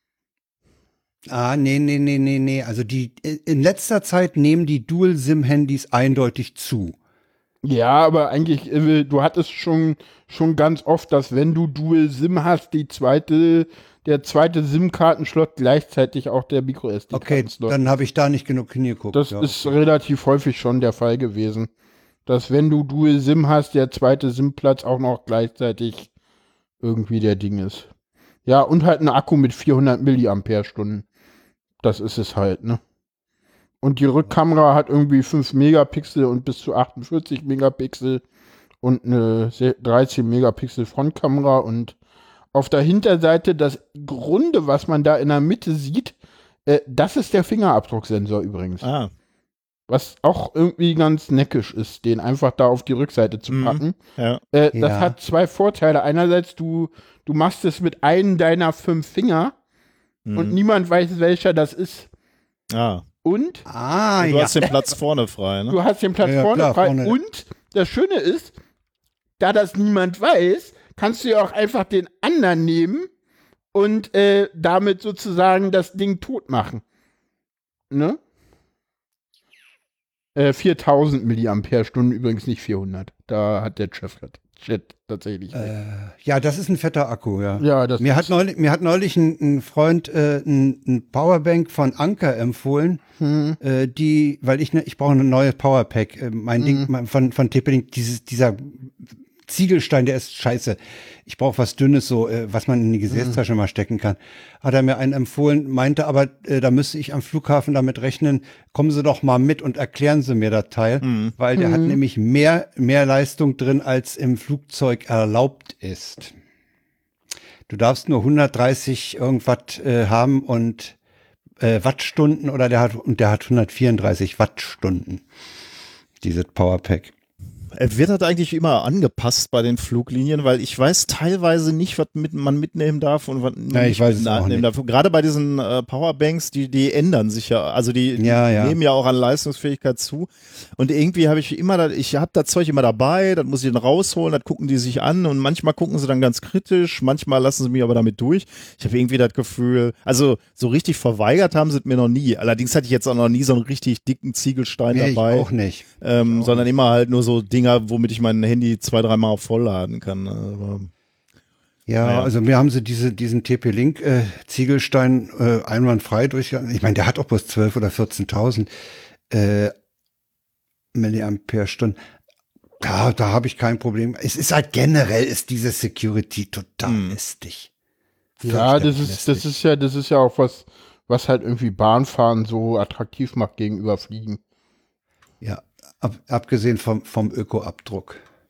S1: Nee. Also in letzter Zeit nehmen die Dual-SIM-Handys eindeutig zu.
S2: Ja, aber eigentlich, du hattest schon ganz oft, dass wenn du Dual-SIM hast, der zweite SIM-Kartenslot gleichzeitig auch der Micro-SD-Kartenslot.
S1: Okay, dann habe ich da nicht genug hingeguckt.
S2: Das ist relativ häufig schon der Fall gewesen. Dass wenn du Dual-SIM hast, der zweite SIM-Platz auch noch gleichzeitig irgendwie der Ding ist. Ja, und halt ein Akku mit 400 mAh. Das ist es halt, ne? Und die Rückkamera hat irgendwie 5 Megapixel und bis zu 48 Megapixel und eine 13 Megapixel Frontkamera und auf der Hinterseite das Grunde, was man da in der Mitte sieht, das ist der Fingerabdrucksensor übrigens.
S3: Ah.
S2: Was auch irgendwie ganz neckisch ist, den einfach da auf die Rückseite zu packen.
S3: Ja.
S2: Das hat 2 Vorteile. Einerseits, du machst es mit einem deiner 5 Finger und niemand weiß, welcher das ist.
S3: Ah.
S2: Und
S3: du hast den Platz vorne frei, ne?
S2: Du hast den Platz vorne frei. Vorne. Und das Schöne ist, da das niemand weiß, kannst du ja auch einfach den anderen nehmen und damit sozusagen das Ding tot machen. Ne? 4000 mAh, übrigens nicht 400. Da hat der Chat tatsächlich.
S1: Ja, das ist ein fetter Akku, ja.
S2: Mir
S1: hat neulich ein Freund ein Powerbank von Anker empfohlen, weil ich brauche eine neue Powerpack. Mein Ding von TP-Link, dieser Ziegelstein, der ist scheiße. Ich brauche was Dünnes, so was man in die Gesäßtasche mal stecken kann. Hat er mir einen empfohlen, meinte aber, da müsste ich am Flughafen damit rechnen, kommen Sie doch mal mit und erklären Sie mir das Teil, weil der hat nämlich mehr Leistung drin, als im Flugzeug erlaubt ist. Du darfst nur 130 irgendwas haben und Wattstunden oder der hat 134 Wattstunden, dieses Powerpack.
S3: Wird das eigentlich immer angepasst bei den Fluglinien? Weil ich weiß teilweise nicht, was man mitnehmen darf und was man
S1: nicht mitnehmen darf.
S3: Gerade bei diesen Powerbanks, die ändern sich ja. Also die nehmen ja auch an Leistungsfähigkeit zu. Und irgendwie habe ich habe das Zeug immer dabei, das muss ich dann rausholen, das gucken die sich an und manchmal gucken sie dann ganz kritisch, manchmal lassen sie mich aber damit durch. Ich habe irgendwie das Gefühl, also so richtig verweigert haben sie es mir noch nie. Allerdings hatte ich jetzt auch noch nie so einen richtig dicken Ziegelstein dabei.
S1: Ich auch nicht.
S3: Sondern immer halt nur so Dinger, womit ich mein Handy 2-3 Mal vollladen kann. Aber,
S1: also mir haben sie diesen TP-Link Ziegelstein einwandfrei durchgegangen. Ich meine, der hat auch bloß 12.000 oder 14.000 Milliampere-Stunden. Da habe ich kein Problem. Es ist halt generell diese Security total lästig.
S2: Ja, das ist ja auch was halt irgendwie Bahnfahren so attraktiv macht gegenüber Fliegen.
S1: Ja, abgesehen vom Ökoabdruck.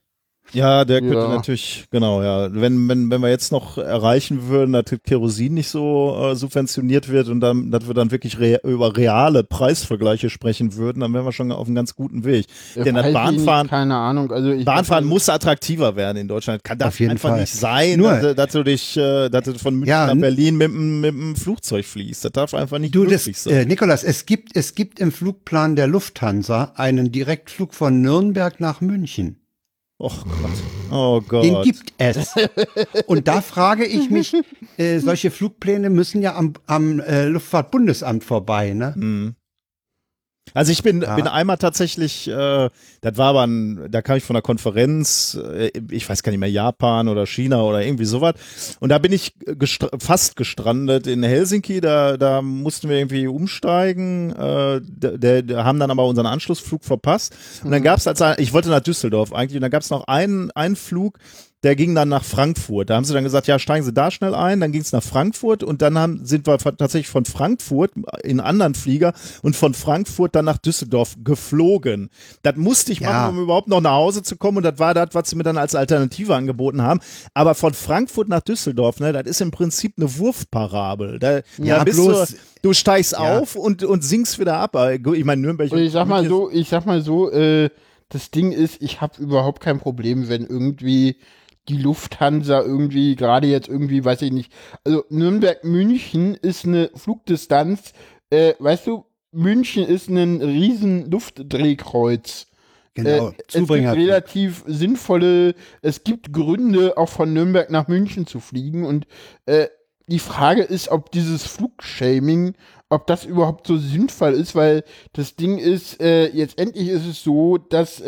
S3: Ja, der könnte natürlich, genau, ja. Wenn wir jetzt noch erreichen würden, dass Kerosin nicht so subventioniert wird und dann, dass wir dann wirklich über reale Preisvergleiche sprechen würden, dann wären wir schon auf einem ganz guten Weg. Denn das Bahnfahren,
S2: keine Ahnung, also
S3: Bahnfahren muss attraktiver werden in Deutschland. Kann das einfach nicht sein, dass du von München nach Berlin mit dem Flugzeug fliegst. Das darf einfach nicht möglich sein.
S1: Nikolas, es gibt im Flugplan der Lufthansa einen Direktflug von Nürnberg nach München.
S3: Oh Gott.
S1: Den gibt es. Und da frage ich mich, solche Flugpläne müssen ja am Luftfahrtbundesamt vorbei, ne?
S3: Mhm. Also ich bin einmal tatsächlich, das war aber da kam ich von einer Konferenz, ich weiß gar nicht mehr, Japan oder China oder irgendwie sowas. Und da bin ich fast gestrandet in Helsinki, da mussten wir irgendwie umsteigen, da haben dann aber unseren Anschlussflug verpasst. Und dann gab es, ich wollte nach Düsseldorf eigentlich, und dann gab es noch einen Flug, der ging dann nach Frankfurt. Da haben sie dann gesagt, ja, steigen Sie da schnell ein. Dann ging es nach Frankfurt und dann sind wir tatsächlich von Frankfurt in einen anderen Flieger und von Frankfurt dann nach Düsseldorf geflogen. Das musste ich machen, um überhaupt noch nach Hause zu kommen, und das war das, was sie mir dann als Alternative angeboten haben. Aber von Frankfurt nach Düsseldorf, ne, das ist im Prinzip eine Wurfparabel. Da bist du steigst auf und sinkst wieder ab. Ich meine, Nürnberg.
S2: Ich sag mal so, das Ding ist, ich habe überhaupt kein Problem, wenn irgendwie die Lufthansa irgendwie, gerade jetzt irgendwie, weiß ich nicht, also Nürnberg-München ist eine Flugdistanz, weißt du, München ist ein riesen Luftdrehkreuz.
S1: Genau,
S2: es gibt relativ sinnvolle, es gibt Gründe, auch von Nürnberg nach München zu fliegen, und die Frage ist, ob dieses Flugshaming, ob das überhaupt so sinnvoll ist, weil das Ding ist, jetzt endlich ist es so, dass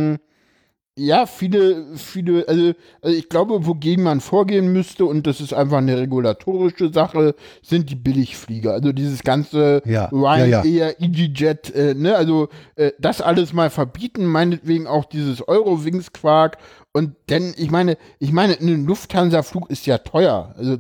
S2: viele, also ich glaube, wogegen man vorgehen müsste, und das ist einfach eine regulatorische Sache, sind die Billigflieger. Also dieses ganze Ryanair, EasyJet, ne, also das alles mal verbieten, meinetwegen auch dieses Eurowings-Quark. Und denn, ich meine, ein Lufthansa-Flug ist ja teuer. Also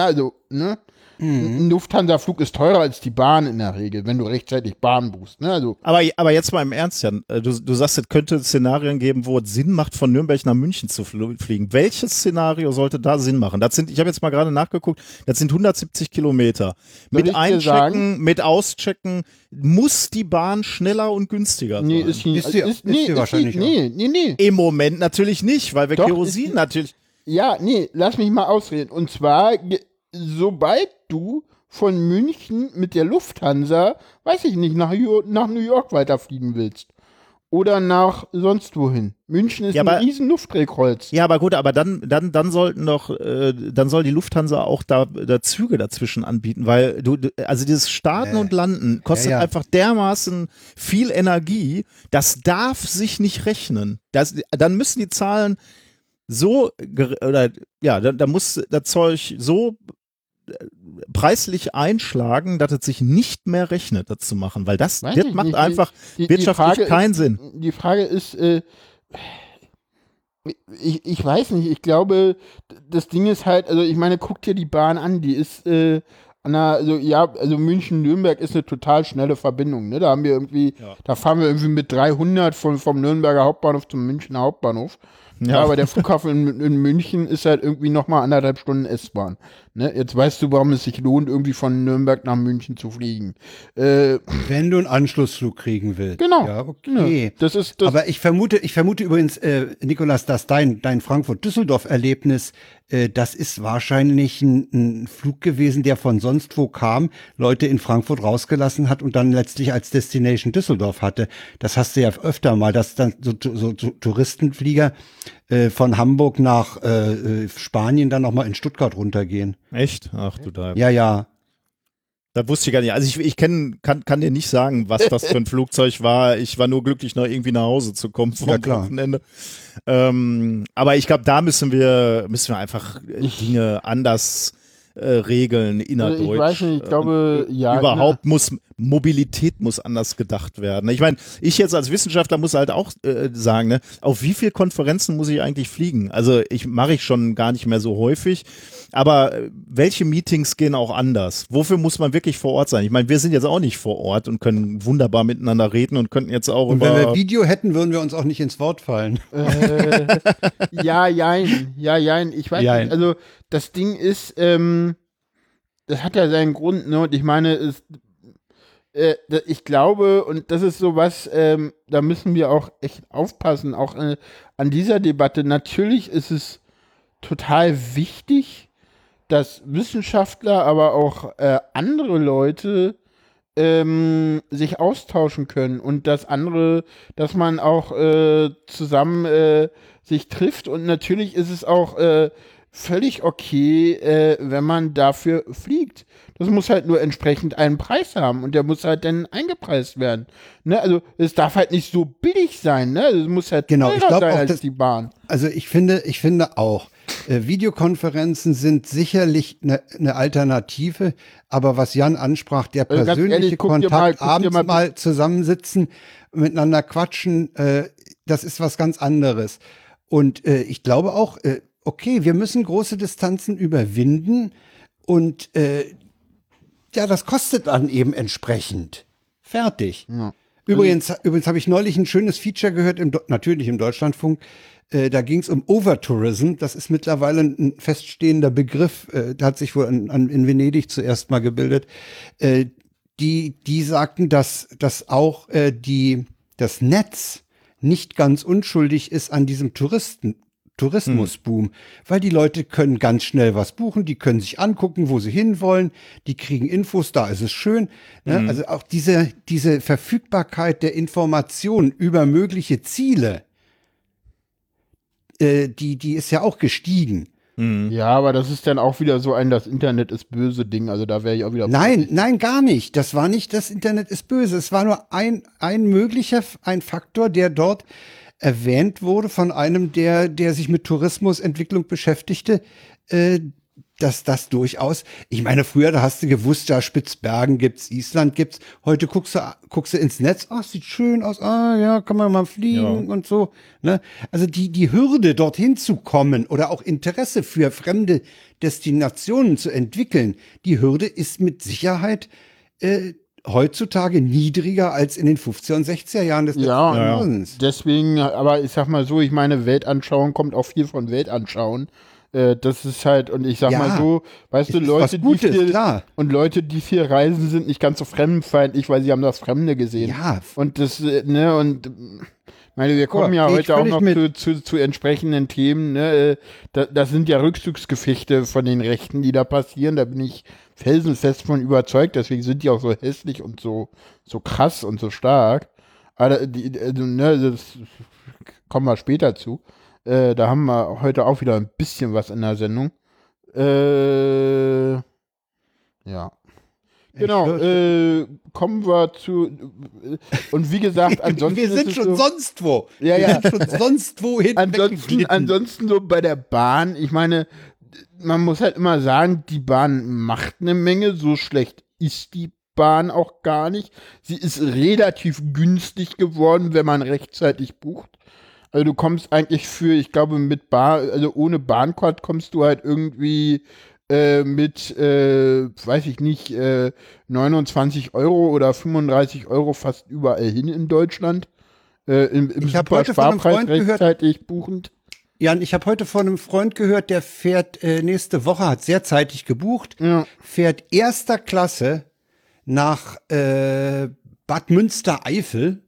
S2: ein Lufthansa-Flug ist teurer als die Bahn in der Regel, wenn du rechtzeitig Bahn buchst. Ne? Also,
S3: aber jetzt mal im Ernst, Jan, du sagst, es könnte Szenarien geben, wo es Sinn macht, von Nürnberg nach München zu fliegen. Welches Szenario sollte da Sinn machen? Ich habe jetzt mal gerade nachgeguckt, das sind 170 Kilometer. Mit Einchecken, mit Auschecken, muss die Bahn schneller und günstiger sein?
S2: Nee, ist sie wahrscheinlich nicht. Nee.
S3: Im Moment natürlich nicht, weil wir Kerosin natürlich...
S2: Ja, nee, lass mich mal ausreden. Und zwar, sobald du von München mit der Lufthansa, weiß ich nicht, nach New York weiterfliegen willst. Oder nach sonst wohin. München ist ein riesen Luftdrehkreuz.
S3: Ja, aber gut, aber dann soll die Lufthansa auch da Züge dazwischen anbieten, weil also dieses Starten und Landen kostet einfach dermaßen viel Energie, das darf sich nicht rechnen. Dann müssen die Zahlen da muss das Zeug so preislich einschlagen, dass es sich nicht mehr rechnet, das zu machen, weil das macht einfach wirtschaftlich keinen Sinn.
S2: Die Frage ist, ich weiß nicht, ich glaube, das Ding ist halt, also ich meine, guck dir die Bahn an, die ist also München-Nürnberg ist eine total schnelle Verbindung, ne? Da fahren wir irgendwie mit 300 vom Nürnberger Hauptbahnhof zum Münchner Hauptbahnhof. Ja, aber der Flughafen in München ist halt irgendwie nochmal 1,5 Stunden S-Bahn. Ne? Jetzt weißt du, warum es sich lohnt, irgendwie von Nürnberg nach München zu fliegen.
S1: Wenn du einen Anschlussflug kriegen willst.
S2: Genau.
S1: Ja, okay.
S2: Ja,
S1: aber ich vermute übrigens, Nikolas, dass dein Frankfurt-Düsseldorf-Erlebnis, das ist wahrscheinlich ein Flug gewesen, der von sonst wo kam, Leute in Frankfurt rausgelassen hat und dann letztlich als Destination Düsseldorf hatte. Das hast du ja öfter mal, dass dann so Touristenflieger von Hamburg nach Spanien dann nochmal in Stuttgart runtergehen.
S3: Echt? Ach du da.
S1: Ja.
S3: Das wusste ich gar nicht. Also ich kann dir nicht sagen, was das für ein Flugzeug war. Ich war nur glücklich, noch irgendwie nach Hause zu kommen vom Wochenende. Aber ich glaube, da müssen wir einfach Dinge anders regeln innerdeutsch.
S2: Ich weiß nicht, ich glaube,
S3: überhaupt muss Mobilität muss anders gedacht werden. Ich meine, ich jetzt als Wissenschaftler muss halt auch sagen, ne, auf wie viele Konferenzen muss ich eigentlich fliegen? Also mache ich schon gar nicht mehr so häufig, aber welche Meetings gehen auch anders? Wofür muss man wirklich vor Ort sein? Ich meine, wir sind jetzt auch nicht vor Ort und können wunderbar miteinander reden und könnten jetzt auch
S1: und wenn wir Video hätten, würden wir uns auch nicht ins Wort fallen.
S2: Jein. Ich weiß nicht, also das Ding ist, das hat ja seinen Grund, ne? Und ich meine, ich glaube, und das ist sowas, da müssen wir auch echt aufpassen, auch an dieser Debatte. Natürlich ist es total wichtig, dass Wissenschaftler, aber auch andere Leute sich austauschen können und dass man auch zusammen sich trifft. Und natürlich ist es auch völlig okay, wenn man dafür fliegt. Das muss halt nur entsprechend einen Preis haben und der muss halt dann eingepreist werden. Ne? Also es darf halt nicht so billig sein, ne? Es muss halt teurer sein als die Bahn.
S1: Also ich finde auch, Videokonferenzen sind sicherlich eine Alternative, aber was Jan ansprach, der persönliche ehrlich, Kontakt, abends mal zusammensitzen, miteinander quatschen, das ist was ganz anderes. Und ich glaube auch, okay, wir müssen große Distanzen überwinden und das kostet dann eben entsprechend. Fertig. Ja. Übrigens habe ich neulich ein schönes Feature gehört, natürlich im Deutschlandfunk. Da ging es um Overtourism. Das ist mittlerweile ein feststehender Begriff. Der hat sich wohl in Venedig zuerst mal gebildet. Die sagten, dass auch das Netz nicht ganz unschuldig ist an diesem Tourismusboom, weil die Leute können ganz schnell was buchen, die können sich angucken, wo sie hinwollen, die kriegen Infos, da ist es schön. Ne? Also auch diese Verfügbarkeit der Informationen über mögliche Ziele, die ist ja auch gestiegen.
S2: Ja, aber das ist dann auch wieder so das Internet ist böse Ding, also da wäre ich auch wieder...
S1: Nein, gar nicht. Das war nicht das Internet ist böse. Es war nur ein Faktor, der dort erwähnt wurde von einem, der sich mit Tourismusentwicklung beschäftigte, dass das durchaus, ich meine, früher, da hast du gewusst, da Spitzbergen gibt's, Island gibt's, heute guckst du ins Netz, sieht schön aus, ja, kann man mal fliegen und so, ne? Also die Hürde, dorthin zu kommen oder auch Interesse für fremde Destinationen zu entwickeln, die Hürde ist mit Sicherheit, heutzutage niedriger als in den 50er und 60er Jahren des letzten Jahrhunderts.
S2: Deswegen, aber ich sag mal so, ich meine, Weltanschauung kommt auch viel von Weltanschauen. Das ist halt, und ich sag mal so, weißt du, Leute, die viel reisen, sind nicht ganz so fremdenfeindlich, weil sie haben das Fremde gesehen.
S1: Ja.
S2: Und das, ne, und meine, wir kommen heute auch noch zu entsprechenden Themen, ne? Das sind ja Rückzugsgefechte von den Rechten, die da passieren, da bin ich felsenfest von überzeugt, deswegen sind die auch so hässlich und so krass und so stark. Aber das kommen wir später zu. Da haben wir heute auch wieder ein bisschen was in der Sendung. Ja. Genau, kommen wir zu, und wie gesagt, ansonsten.
S1: Wir sind schon sonst wo.
S2: Ja.
S1: Wir sind schon sonst wo hin.
S2: Ansonsten so bei der Bahn, ich meine, man muss halt immer sagen, die Bahn macht eine Menge, so schlecht ist die Bahn auch gar nicht. Sie ist relativ günstig geworden, wenn man rechtzeitig bucht. Also du kommst eigentlich ich glaube also ohne Bahncard kommst du halt irgendwie mit, weiß ich nicht, 29 Euro oder 35 Euro fast überall hin in Deutschland. Im
S1: ich habe heute von einem Freund
S2: rechtzeitig buchend.
S1: Jan, ich habe heute von einem Freund gehört, der fährt nächste Woche, hat sehr zeitig gebucht, fährt erster Klasse nach Bad Münstereifel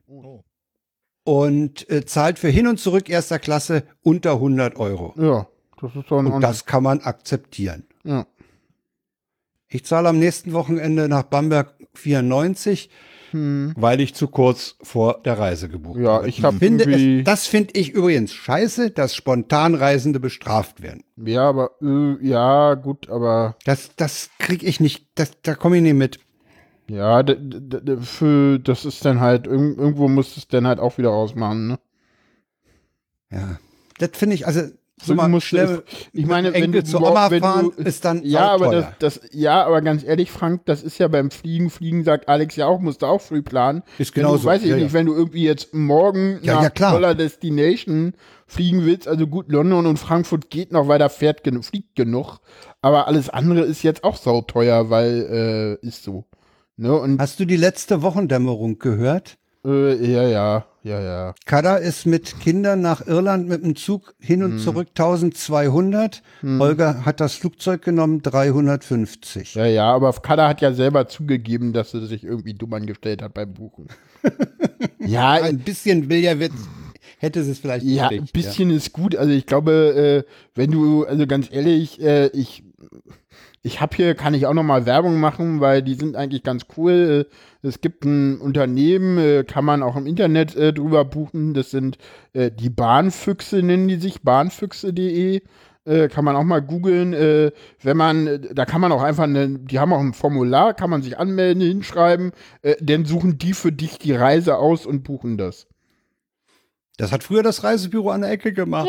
S1: und zahlt für hin und zurück erster Klasse unter 100 Euro.
S2: Ja, das ist doch
S1: und das kann man akzeptieren.
S2: Ja.
S1: Ich zahle am nächsten Wochenende nach Bamberg 94, weil ich zu kurz vor der Reise gebucht habe. Das finde ich übrigens scheiße, dass Spontanreisende bestraft werden.
S2: Ja, aber ja, gut, aber
S1: das kriege ich nicht, da komme ich nicht mit.
S2: Ja, das ist dann halt, irgendwo muss es dann halt auch wieder rausmachen, ne?
S1: Ja, das finde ich, also So mal schnell,
S2: ich meine, wenn du
S1: zur Oma fahren, ist dann
S2: ja, aber
S1: teuer.
S2: Aber ganz ehrlich, Frank, das ist ja beim Fliegen sagt Alex ja auch, musst du auch früh planen.
S1: Ist genauso.
S2: Weiß ich nicht, wenn du irgendwie jetzt morgen nach toller Destination fliegen willst, also gut, London und Frankfurt geht noch, weil da fliegt genug, aber alles andere ist jetzt auch sauteuer, weil ist so. Ne? Und
S1: hast du die letzte Wochendämmerung gehört?
S2: Ja.
S1: Kada ist mit Kindern nach Irland mit dem Zug hin und zurück 1200. Holger hat das Flugzeug genommen, 350.
S2: Ja, aber Kada hat ja selber zugegeben, dass er sich irgendwie dumm angestellt hat beim Buchen. Ja,
S1: ein bisschen hätte es vielleicht
S2: ja, gekriegt, ein bisschen ist gut. Also ich glaube, wenn du, also ganz ehrlich, ich habe hier, kann ich auch noch mal Werbung machen, weil die sind eigentlich ganz cool. Es gibt ein Unternehmen, kann man auch im Internet drüber buchen. Das sind die Bahnfüchse, nennen die sich, bahnfüchse.de. Kann man auch mal googeln. Da kann man auch einfach, die haben auch ein Formular, kann man sich anmelden, hinschreiben. Dann suchen die für dich die Reise aus und buchen das.
S1: Das hat früher das Reisebüro an der Ecke gemacht.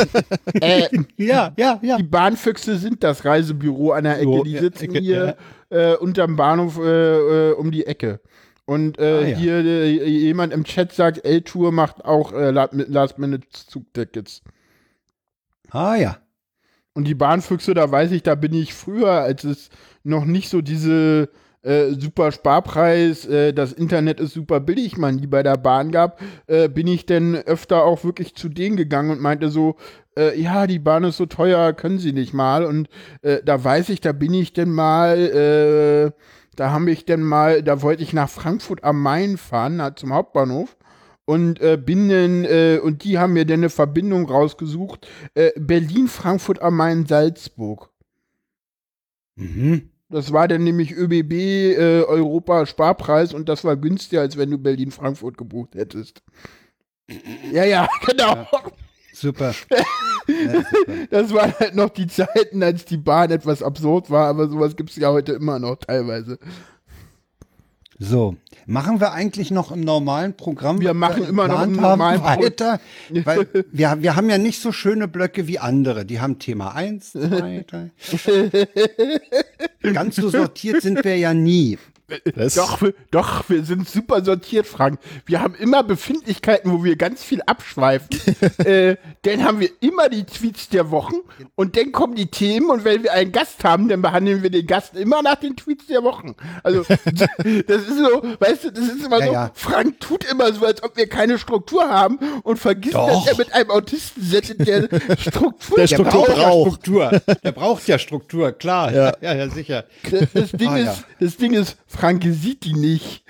S2: Ja, Die Bahnfüchse sind das Reisebüro an der Ecke. Die sitzen hier unterm Bahnhof um die Ecke. Und hier jemand im Chat sagt, L-Tour macht auch Last-Minute-Zugtickets.
S1: Ah ja.
S2: Und die Bahnfüchse, da weiß ich, da bin ich früher, als es noch nicht so diese super Sparpreis, das Internet ist super billig, man, die bei der Bahn gab, bin ich denn öfter auch wirklich zu denen gegangen und meinte so, ja, die Bahn ist so teuer, können Sie nicht mal. Und da weiß ich, da bin ich denn mal, da wollte ich nach Frankfurt am Main fahren, halt zum Hauptbahnhof. Und und die haben mir dann eine Verbindung rausgesucht, Berlin, Frankfurt am Main, Salzburg.
S1: Mhm.
S2: Das war dann nämlich ÖBB Europa-Sparpreis und das war günstiger, als wenn du Berlin-Frankfurt gebucht hättest. Ja, genau. Ja,
S1: super.
S2: Das waren halt noch die Zeiten, als die Bahn etwas absurd war, aber sowas gibt es ja heute immer noch teilweise.
S1: So, machen wir eigentlich noch im normalen Programm?
S2: Wir machen immer noch im normalen
S1: weiter, weil wir haben ja nicht so schöne Blöcke wie andere. Die haben Thema 1, 2, 3. Ganz so sortiert sind wir ja nie.
S2: Doch, wir sind super sortiert, Frank. Wir haben immer Befindlichkeiten, wo wir ganz viel abschweifen. Dann haben wir immer die Tweets der Wochen und dann kommen die Themen und wenn wir einen Gast haben, dann behandeln wir den Gast immer nach den Tweets der Wochen. Also, das ist so, weißt du, das ist immer so, Frank tut immer so, als ob wir keine Struktur haben und vergisst, dass er mit einem Autisten setzt, der Struktur
S1: braucht. Der braucht ja Struktur, klar. Ja, sicher.
S2: Das Ding ist, Frank sieht die nicht.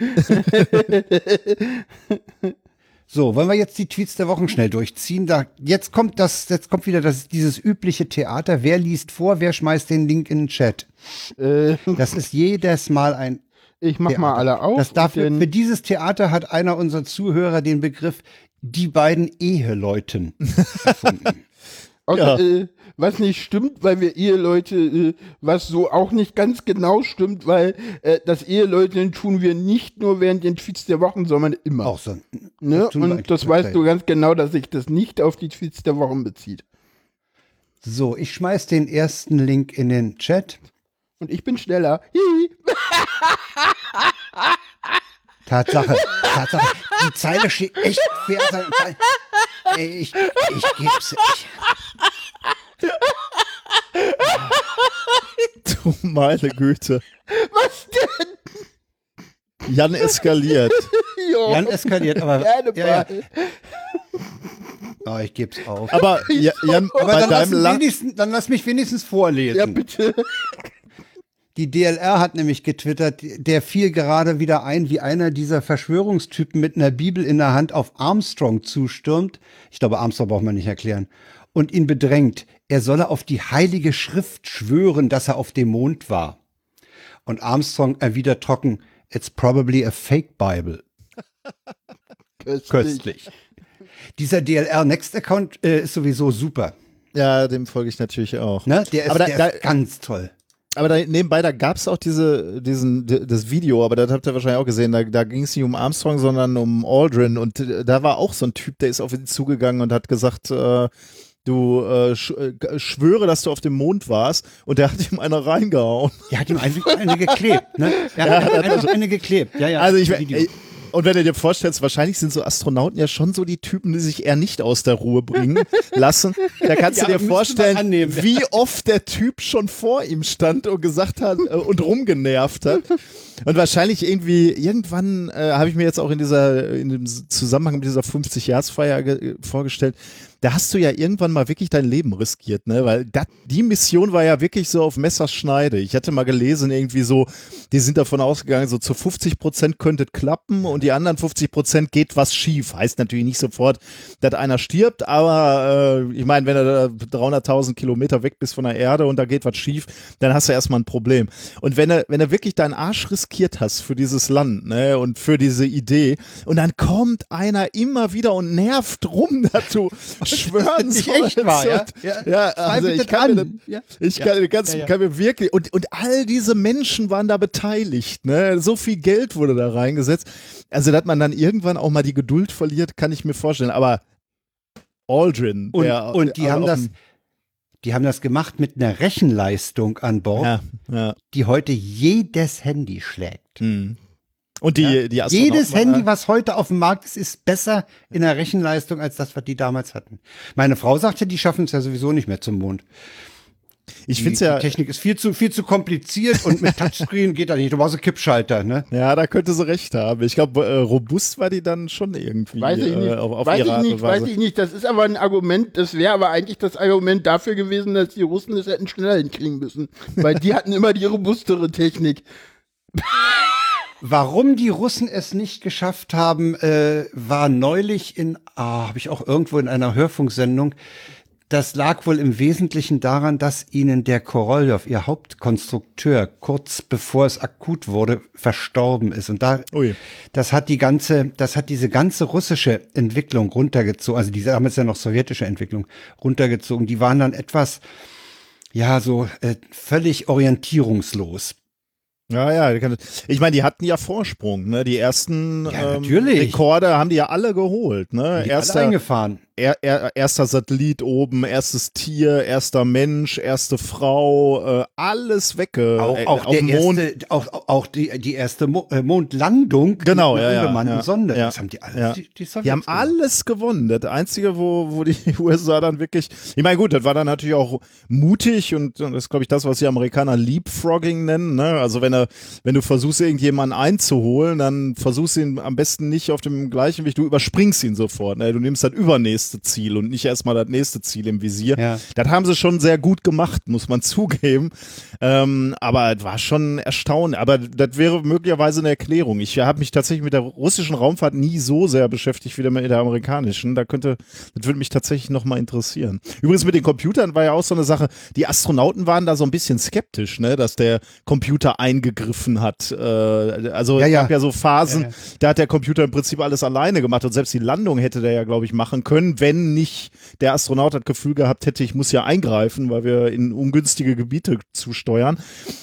S1: So, wollen wir jetzt die Tweets der Wochen schnell durchziehen? Jetzt kommt wieder dieses übliche Theater. Wer liest vor, wer schmeißt den Link in den Chat? Das ist jedes Mal ein
S2: Ich mach
S1: Theater.
S2: Mal alle auf.
S1: Für dieses Theater hat einer unserer Zuhörer den Begriff die beiden Eheleuten erfunden.
S2: Was nicht stimmt, weil wir Eheleute, was so auch nicht ganz genau stimmt, weil das Eheleuten tun wir nicht nur während den Tweets der Wochen, sondern immer.
S1: Auch so.
S2: Ne? Und das weißt du ganz genau, dass sich das nicht auf die Tweets der Wochen bezieht.
S1: So, ich schmeiß den ersten Link in den Chat.
S2: Und ich bin schneller. Hihi.
S1: Tatsache. Die Zeile steht echt fair. Ich geb's.
S3: Du meine Güte.
S2: Was denn?
S3: Jan eskaliert.
S1: Jan eskaliert, aber
S2: ja.
S1: Oh, ich geb's auf.
S3: Aber Jan,
S1: aber dann lass mich wenigstens vorlesen.
S2: Ja, bitte.
S1: Die DLR hat nämlich getwittert, der fiel gerade wieder ein, wie einer dieser Verschwörungstypen mit einer Bibel in der Hand auf Armstrong zustürmt. Ich glaube, Armstrong braucht man nicht erklären. Und ihn bedrängt, er solle auf die Heilige Schrift schwören, dass er auf dem Mond war. Und Armstrong erwidert trocken, it's probably a fake Bible. Köstlich. Dieser DLR Next Account ist sowieso super.
S3: Ja, dem folge ich natürlich auch.
S1: Ne? Der ist ganz toll.
S3: Aber nebenbei, da gab es auch das Video, aber das habt ihr wahrscheinlich auch gesehen, da ging es nicht um Armstrong, sondern um Aldrin und da war auch so ein Typ, der ist auf ihn zugegangen und hat gesagt, schwöre, dass du auf dem Mond warst und der hat ihm eine reingehauen.
S1: Der hat ihm eine geklebt, ne? Er hat einfach eine geklebt, ja.
S3: Also und wenn du dir vorstellst, wahrscheinlich sind so Astronauten ja schon so die Typen, die sich eher nicht aus der Ruhe bringen lassen. Da kannst du dir vorstellen, wie oft der Typ schon vor ihm stand und gesagt hat und rumgenervt hat. Und wahrscheinlich irgendwann habe ich mir jetzt auch in dem Zusammenhang mit dieser 50-Jahresfeier vorgestellt, da hast du ja irgendwann mal wirklich dein Leben riskiert, ne? Weil die Mission war ja wirklich so auf Messerschneide. Ich hatte mal gelesen, irgendwie so, die sind davon ausgegangen, so zu 50% könnte es klappen und die anderen 50% geht was schief. Heißt natürlich nicht sofort, dass einer stirbt, aber ich meine, wenn du da 300.000 Kilometer weg bist von der Erde und da geht was schief, dann hast du erstmal ein Problem. Und wenn du wirklich deinen Arsch riskiert hast für dieses Land, ne, und für diese Idee und dann kommt einer immer wieder und nervt rum, dass du schwören
S1: nicht echt war,
S3: ja, also ich kann mir wirklich und all diese Menschen waren da beteiligt, ne? So viel Geld wurde da reingesetzt. Also, dass man dann irgendwann auch mal die Geduld verliert, kann ich mir vorstellen. Aber Aldrin,
S1: und die haben das gemacht mit einer Rechenleistung an Bord, die heute jedes Handy schlägt.
S3: Mhm. Und die Astronauten,
S1: jedes Handy, was heute auf dem Markt ist besser in der Rechenleistung als das, was die damals hatten. Meine Frau sagte, die schaffen es ja sowieso nicht mehr zum Mond.
S3: Ich finde ja.
S1: Die Technik ist viel zu kompliziert und mit Touchscreen geht da nicht. Du brauchst einen Kippschalter, ne?
S3: Ja, da könnte sie recht haben. Ich glaube, robust war die dann schon irgendwie.
S2: Weiß ich nicht. Das ist aber ein Argument. Das wäre aber eigentlich das Argument dafür gewesen, dass die Russen es hätten schneller hinkriegen müssen. Weil die hatten immer die robustere Technik.
S1: Warum die Russen es nicht geschafft haben, war neulich habe ich auch irgendwo in einer Hörfunksendung. Das lag wohl im Wesentlichen daran, dass ihnen der Korolev, ihr Hauptkonstrukteur, kurz bevor es akut wurde, verstorben ist. Und das hat diese ganze russische Entwicklung runtergezogen, also diese damals ja noch sowjetische Entwicklung runtergezogen. Die waren dann etwas, völlig orientierungslos.
S3: Ja, ich meine, die hatten ja Vorsprung, ne? Die ersten
S1: natürlich.
S3: Rekorde haben die ja alle geholt, ne?
S1: Die alle eingefahren.
S3: Erster Satellit oben, erstes Tier, erster Mensch, erste Frau, alles
S1: auf dem Mond. Auch die erste Mondlandung.
S3: Genau,
S1: mit einer unbemannten Sonde.
S3: Ja.
S1: Das haben die alle.
S3: Die haben alles gewonnen. Das Einzige, wo die USA dann wirklich, ich meine, gut, das war dann natürlich auch mutig und das ist, glaube ich, das, was die Amerikaner Leapfrogging nennen, ne? Also wenn du versuchst, irgendjemanden einzuholen, dann versuchst du ihn am besten nicht auf dem gleichen Weg, du überspringst ihn sofort, ne? Du nimmst das übernächste Ziel und nicht erstmal das nächste Ziel im Visier. Ja. Das haben sie schon sehr gut gemacht, muss man zugeben. Aber es war schon erstaunlich. Aber das wäre möglicherweise eine Erklärung. Ich habe mich tatsächlich mit der russischen Raumfahrt nie so sehr beschäftigt wie mit der amerikanischen. Das würde mich tatsächlich nochmal interessieren. Übrigens mit den Computern war ja auch so eine Sache, die Astronauten waren da so ein bisschen skeptisch, ne, dass der Computer eingegriffen hat. Es gab ja so Phasen, da hat der Computer im Prinzip alles alleine gemacht und selbst die Landung hätte der ja, glaube ich, machen können, wenn nicht der Astronaut das Gefühl gehabt hätte, ich muss ja eingreifen, weil wir in ungünstige Gebiete zusteuern.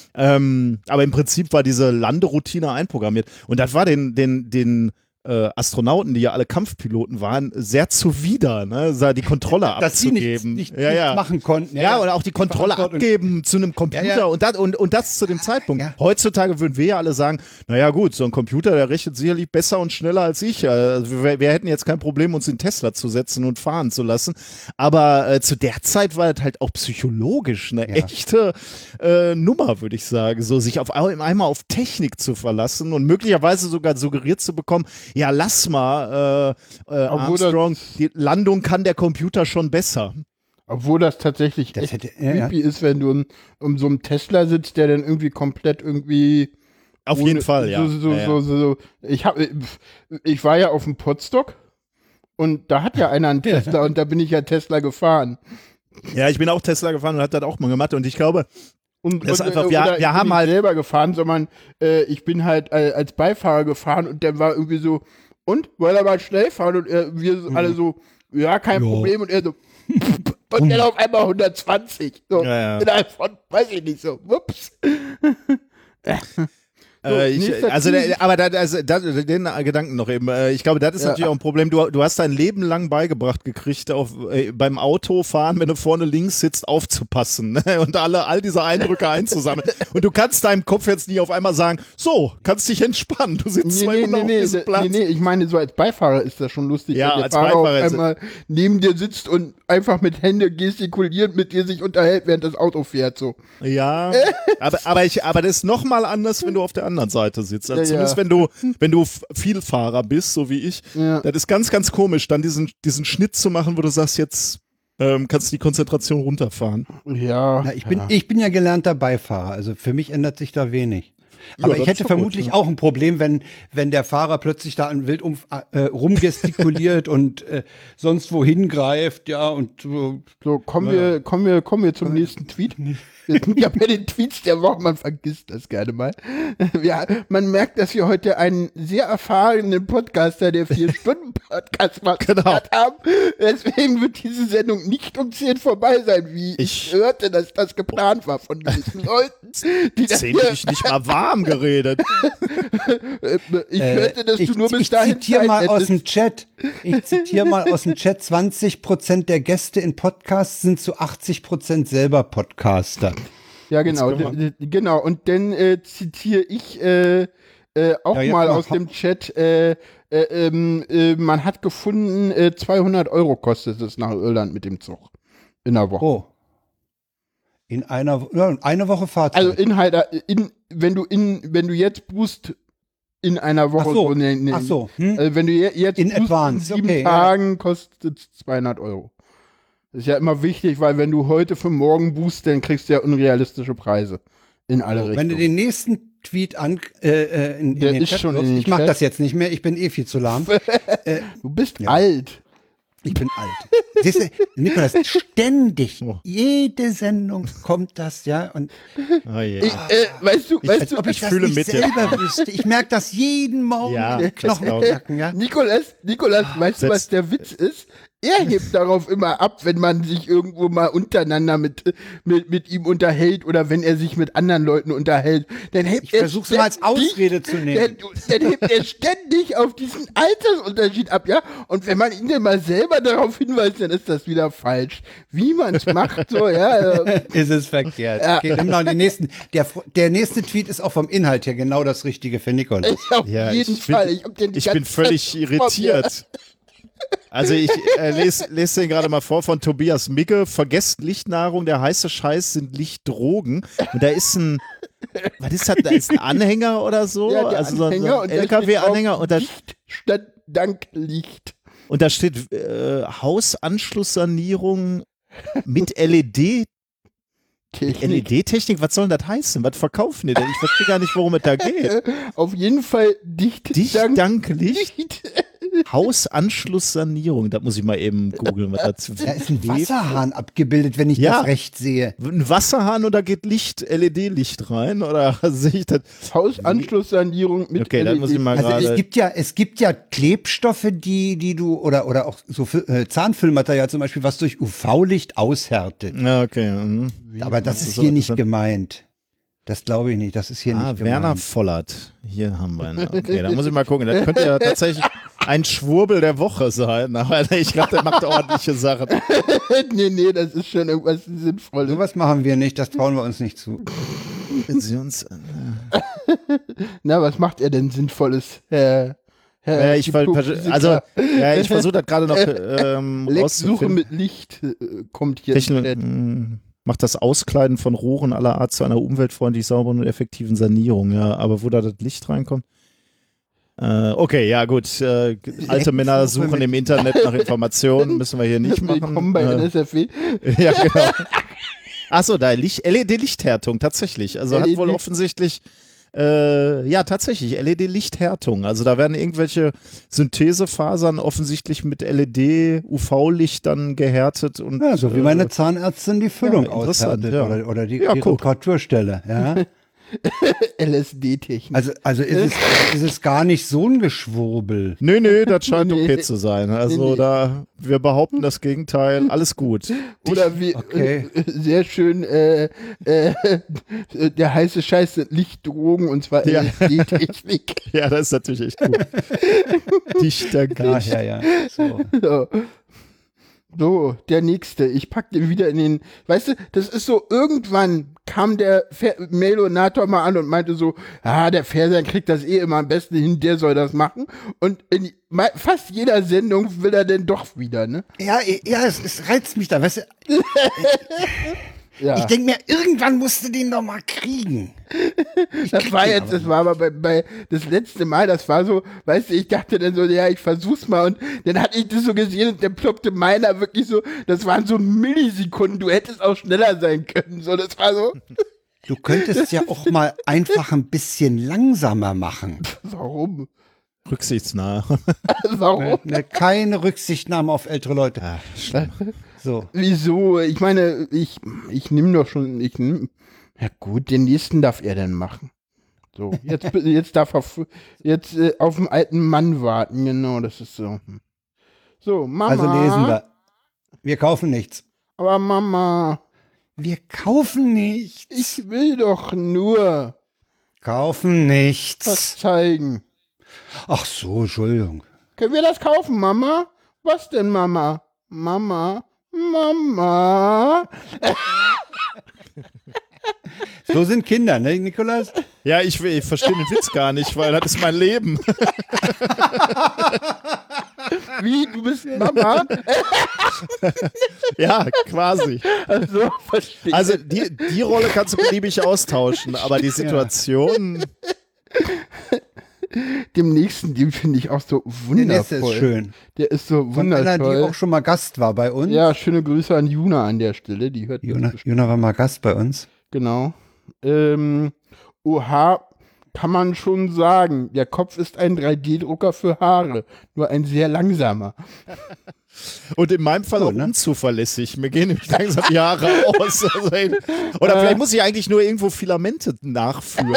S3: Aber im Prinzip war diese Landeroutine einprogrammiert. Und das war den Astronauten, die ja alle Kampfpiloten waren, sehr zuwider, ne, die Kontrolle abzugeben.
S1: Dass sie nicht machen konnten.
S3: Ja, und auch die Kontrolle abgeben zu einem Computer und das zu dem Zeitpunkt. Ja. Heutzutage würden wir ja alle sagen, naja gut, so ein Computer, der rechnet sicherlich besser und schneller als ich. Also wir hätten jetzt kein Problem, uns in Tesla zu setzen und fahren zu lassen. Aber zu der Zeit war das halt auch psychologisch eine echte Nummer, würde ich sagen. So sich einmal auf Technik zu verlassen und möglicherweise sogar suggeriert zu bekommen, ja, lass mal, Armstrong, die Landung kann der Computer schon besser.
S2: Obwohl das tatsächlich creepy ist, wenn du um so einem Tesla sitzt, der dann irgendwie komplett irgendwie
S3: auf jeden Fall, ja.
S2: Ich war ja auf dem Potsdok und da hat ja einer einen Tesla und da bin ich ja Tesla gefahren.
S3: Ja, ich bin auch Tesla gefahren und hab das auch mal gemacht und ich glaube,
S2: wir haben halt selber gefahren, sondern ich bin halt als Beifahrer gefahren und der war irgendwie so, und? Wollt ihr mal schnell fahren? Und wir alle so, ja, kein Problem. Und er so, und dann auf einmal 120. So, innerhalb von, weiß ich nicht, so, whoops.
S3: Den Gedanken noch eben. Ich glaube, das ist natürlich auch ein Problem. Du hast dein Leben lang beigebracht gekriegt, beim Autofahren, wenn du vorne links sitzt, aufzupassen, ne? Und all diese Eindrücke einzusammeln. Und du kannst deinem Kopf jetzt nicht auf einmal sagen, so, kannst dich entspannen. Du sitzt auf diesem Platz.
S2: Nee, ich meine, so als Beifahrer ist das schon lustig,
S3: ja,
S2: wenn
S3: als
S2: der Fahrer
S3: Beifahrer
S2: auf einmal neben dir sitzt und einfach mit Händen gestikuliert mit dir sich unterhält, während das Auto fährt. So.
S3: Ja, aber das ist noch mal anders, wenn du auf der anderen Seite sitzt. Also zumindest wenn du Vielfahrer bist, so wie ich. Ja. Das ist ganz, ganz komisch, dann diesen Schnitt zu machen, wo du sagst, jetzt kannst du die Konzentration runterfahren.
S1: Ja. Ich bin ja gelernter Beifahrer, also für mich ändert sich da wenig. Aber ich hätte vermutlich auch ein Problem, wenn der Fahrer plötzlich da an wild rumgestikuliert und sonst wohin greift, ja, und so.
S2: Kommen wir zum nächsten Tweet. Ich habe ja den Tweets der Woche, man vergisst das gerne mal. Ja, man merkt, dass wir heute einen sehr erfahrenen Podcaster, der 4-Stunden-Podcast macht, haben. Deswegen wird diese Sendung nicht um 10 vorbei sein, wie ich hörte, dass das geplant war von gewissen Leuten. Die
S3: 10 bin ich nicht mal warm geredet.
S2: Ich hörte, dass du nur bis dahin
S1: Ich zitiere mal aus dem Chat. 20% der Gäste in Podcasts sind zu 80% selber Podcaster.
S2: Ja, genau. Genau. Und dann zitiere ich auch mal aus dem Chat, man hat gefunden, 200 € kostet es nach Irland mit dem Zug. In einer Woche. Oh.
S1: In eine Woche Fahrzeit.
S2: Also wenn du jetzt buchst, in einer Woche.
S1: Ach so.
S2: Also wenn du jetzt
S1: in Advance,
S2: 7 Tagen kostet es 200 €. Das ist ja immer wichtig, weil wenn du heute für morgen buchst, dann kriegst du ja unrealistische Preise in alle Richtungen.
S1: Wenn du den nächsten Tweet in den Chat
S2: schon
S1: wirst, ich mache das jetzt nicht mehr, ich bin viel zu lahm.
S2: Du bist alt.
S1: Ich bin alt. Siehst du, Nikolas, ständig, jede Sendung kommt das, ja. Und
S2: weißt du,
S1: ob ich das nicht selber wüsste. Ich merke das jeden Morgen in den Knochenmerken, ja.
S2: Nikolas, weißt du, was der Witz ist? Er hebt darauf immer ab, wenn man sich irgendwo mal untereinander mit ihm unterhält oder wenn er sich mit anderen Leuten unterhält. Dann hebt er
S1: versuch's mal als Ausrede zu nehmen.
S2: Dann hebt er ständig auf diesen Altersunterschied ab, ja. Und wenn man ihn dann mal selber darauf hinweist, dann ist das wieder falsch. Wie man es macht, so, ja.
S1: Ist es verkehrt. Ja. Okay, nimm noch den nächsten. Der nächste Tweet ist auch vom Inhalt her genau das Richtige für Nikolas.
S2: Auf jeden Fall.
S3: Ich bin völlig irritiert. Also ich lese den gerade mal vor von Tobias Micke. Vergesst Lichtnahrung, der heiße Scheiß sind Lichtdrogen. Und da ist was ist das? Da ist ein Anhänger oder so?
S2: Ja,
S3: also so ein LKW-Anhänger. Und da
S2: statt dank Licht.
S3: Und da steht Hausanschlusssanierung mit LED. LED-Technik, was soll denn das heißen? Was verkaufen die denn? Ich verstehe gar nicht, worum es da geht.
S2: Auf jeden Fall dicht
S3: dank Licht. Hausanschlusssanierung, da muss ich mal eben googeln.
S1: Da ist ein Wasserhahn abgebildet, wenn ich das recht sehe.
S3: Ein Wasserhahn und da geht LED-Licht rein? Oder sehe ich das?
S2: Hausanschlusssanierung mit
S3: LED. Dann muss ich mal
S1: also es gibt ja Klebstoffe, die du, oder auch so Zahnfüllmaterial zum Beispiel, was durch UV-Licht aushärtet.
S3: Ja, okay. Mhm.
S1: Aber das ist hier nicht gemeint. Das glaube ich nicht, das ist hier nicht gemeint.
S3: Werner Vollert, hier haben wir ihn. Okay, da muss ich mal gucken. Das könnte ja tatsächlich ein Schwurbel der Woche sein, aber ich glaube, der macht ordentliche Sachen.
S2: Nee, das ist schon irgendwas Sinnvolles.
S1: Sowas machen wir nicht, das trauen wir uns nicht zu.
S2: Na, was macht er denn Sinnvolles,
S3: ich versuche das gerade noch rauszufinden.
S2: Suche mit Licht kommt hier.
S3: Macht das Auskleiden von Rohren aller Art zu einer umweltfreundlich sauberen und effektiven Sanierung, ja. Aber wo da das Licht reinkommt? Okay, ja gut. Alte Männer suchen im Internet nach Informationen, müssen wir hier nicht machen.
S2: Willkommen bei NSFW.
S3: Ja, genau. Achso, da LED-Lichthärtung, tatsächlich. Also hat wohl offensichtlich tatsächlich, LED-Lichthärtung. Also da werden irgendwelche Synthesefasern offensichtlich mit LED-UV-Lichtern gehärtet. Und,
S1: so wie meine Zahnärztin die Füllung aushärtet oder die Reparaturstelle. Ja.
S2: LSD-Technik.
S1: Also ist es gar nicht so ein Geschwurbel.
S3: Nö, das scheint okay zu sein. Also wir behaupten das Gegenteil. Alles gut.
S2: Oder wie, sehr schön, der heiße Scheiß sind Lichtdrogen und zwar LSD-Technik.
S3: Ja, das ist natürlich echt gut. Dichter Gicht.
S1: Ja.
S2: So, der nächste. Ich pack den wieder in den, weißt du, das ist so, irgendwann kam der Mailonator mal an und meinte so, der Fernseher kriegt das immer am besten hin, der soll das machen. Und in fast jeder Sendung will er denn doch wieder, ne?
S1: Ja, es reizt mich da, weißt du.
S2: Ja.
S1: Ich denke mir, irgendwann musst du den doch mal kriegen.
S2: Das war aber bei das letzte Mal, das war so, weißt du, ich dachte dann so, ja, ich versuch's mal und dann hatte ich das so gesehen und dann ploppte meiner wirklich so, das waren so Millisekunden, du hättest auch schneller sein können, so, das war so.
S1: Du könntest ja auch mal einfach ein bisschen langsamer machen.
S2: Warum?
S3: Rücksichtsnah.
S2: Warum?
S1: Keine Rücksichtnahme auf ältere Leute. So.
S2: Wieso? Ich meine, ich nehme doch schon, ja gut, den nächsten darf er dann machen. So, jetzt darf er auf den alten Mann warten, genau, das ist so. So, Mama.
S1: Also lesen wir. Wir kaufen nichts.
S2: Aber Mama.
S1: Wir kaufen nichts.
S2: Ich will doch nur.
S1: Kaufen nichts.
S2: Was zeigen.
S1: Ach so, Entschuldigung.
S2: Können wir das kaufen, Mama? Was denn, Mama? Mama?
S1: So sind Kinder, ne, Nikolas?
S3: Ja, ich verstehe den Witz gar nicht, weil das ist mein Leben.
S2: Wie? Du bist Mama?
S3: Ja, quasi.
S2: Also, verstehe.
S3: Also die Rolle kannst du beliebig austauschen, aber die Situation...
S2: Dem nächsten, den finde ich auch so wundervoll. Der nächste
S1: ist schön.
S2: Der ist so wundervoll.
S1: Von einer, die auch schon mal Gast war bei uns.
S2: Ja, schöne Grüße an Juna an der Stelle. Die hört
S1: Juna war mal Gast bei uns.
S2: Genau. Oha, kann man schon sagen. Der Kopf ist ein 3D-Drucker für Haare. Nur ein sehr langsamer.
S3: Und in meinem Fall auch unzuverlässig. Mir gehen nämlich langsam die Haare aus. Also, oder vielleicht muss ich eigentlich nur irgendwo Filamente nachführen.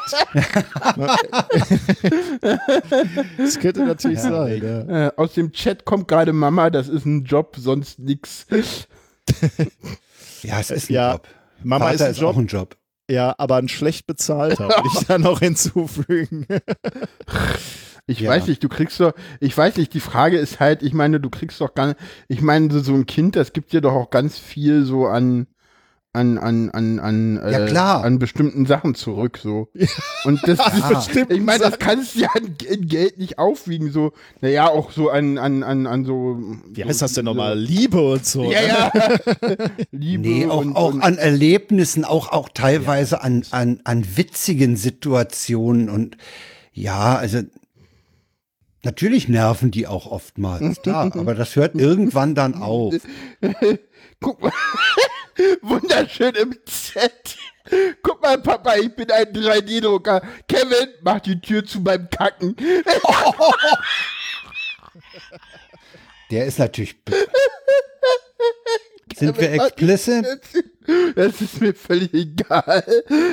S3: Das könnte natürlich sein. Ja.
S2: Aus dem Chat kommt gerade Mama, das ist ein Job, sonst nix.
S1: Ja, es ist ein Job.
S3: Mama
S1: Vater
S3: ist auch ein Job. Ja, aber ein schlecht bezahlter, würde ich da noch hinzufügen.
S2: Ich weiß nicht, die Frage ist halt, ich meine, du kriegst doch gar nicht, ich meine, so ein Kind, das gibt dir doch auch ganz viel so an bestimmten Sachen zurück, so. Und das ich meine, das kannst du ja in Geld nicht aufwiegen, so, naja, auch so an so.
S3: Wie heißt das denn nochmal? Liebe und so.
S2: Ja. Liebe.
S1: Nee, auch an Erlebnissen, auch teilweise an witzigen Situationen und ja, also natürlich nerven die auch oftmals, klar, aber das hört irgendwann dann auf.
S2: Guck mal, wunderschön im Chat. Guck mal, Papa, ich bin ein 3D-Drucker. Kevin, mach die Tür zu beim Kacken.
S1: Der ist natürlich... Sind wir explicit?
S2: Das ist mir völlig egal.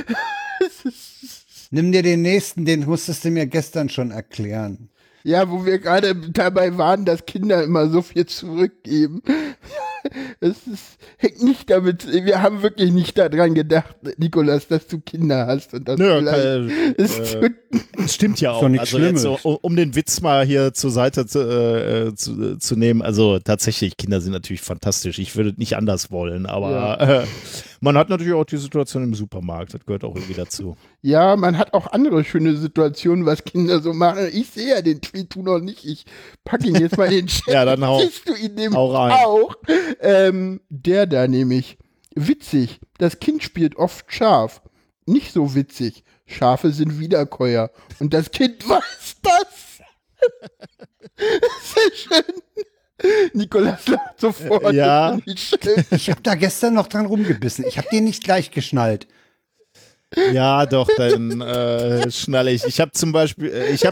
S1: Nimm dir den nächsten, den musstest du mir gestern schon erklären.
S2: Ja, wo wir gerade dabei waren, dass Kinder immer so viel zurückgeben. Hängt nicht damit, wir haben wirklich nicht daran gedacht, Nikolas, dass du Kinder hast. Und das
S3: stimmt ja auch. Also jetzt so, um den Witz mal hier zur Seite zu nehmen, also tatsächlich, Kinder sind natürlich fantastisch. Ich würde nicht anders wollen, aber man hat natürlich auch die Situation im Supermarkt, das gehört auch irgendwie dazu.
S2: Ja, man hat auch andere schöne Situationen, was Kinder so machen. Ich sehe ja den Tweet noch nicht, ich packe ihn jetzt mal in den Chat.
S3: Ja, dann
S2: siehst du ihn nämlich auch. Der da nämlich. Witzig, das Kind spielt oft Schaf. Nicht so witzig, Schafe sind Wiederkäuer. Und das Kind weiß das. Sehr schön. Nikolas lacht sofort.
S3: Ja.
S1: Ich habe da gestern noch dran rumgebissen. Ich habe den nicht gleich geschnallt.
S3: Ja, doch, dann schnalle ich. Ich habe zum Beispiel,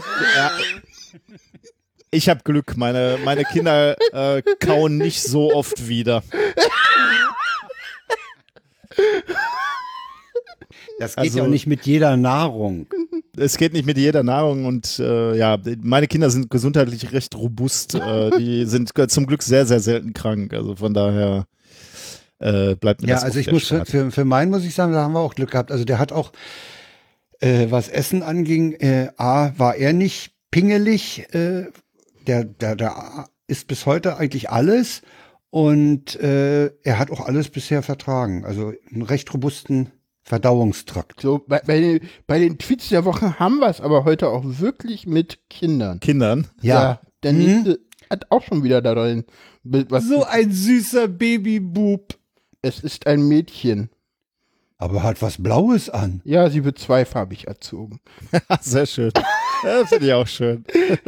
S3: ich habe Glück. Meine Kinder kauen nicht so oft wieder.
S1: Das geht ja auch nicht mit jeder Nahrung.
S3: Es geht nicht mit jeder Nahrung und meine Kinder sind gesundheitlich recht robust. Die sind zum Glück sehr, sehr selten krank. Also von daher bleibt mir das.
S1: Ja, also ich muss für meinen muss ich sagen, da haben wir auch Glück gehabt. Also der hat auch, was Essen anging, war er nicht pingelig. Der isst bis heute eigentlich alles und er hat auch alles bisher vertragen. Also einen recht robusten Verdauungstrakt.
S2: So, bei den Tweets der Woche haben wir es aber heute auch wirklich mit Kindern.
S1: Ja.
S2: Der nächste hat auch schon wieder da drin.
S1: So ein süßer Babybub.
S2: Es ist ein Mädchen.
S1: Aber hat was Blaues an.
S2: Ja, sie wird zweifarbig erzogen.
S3: Sehr schön. Das finde ich auch schön.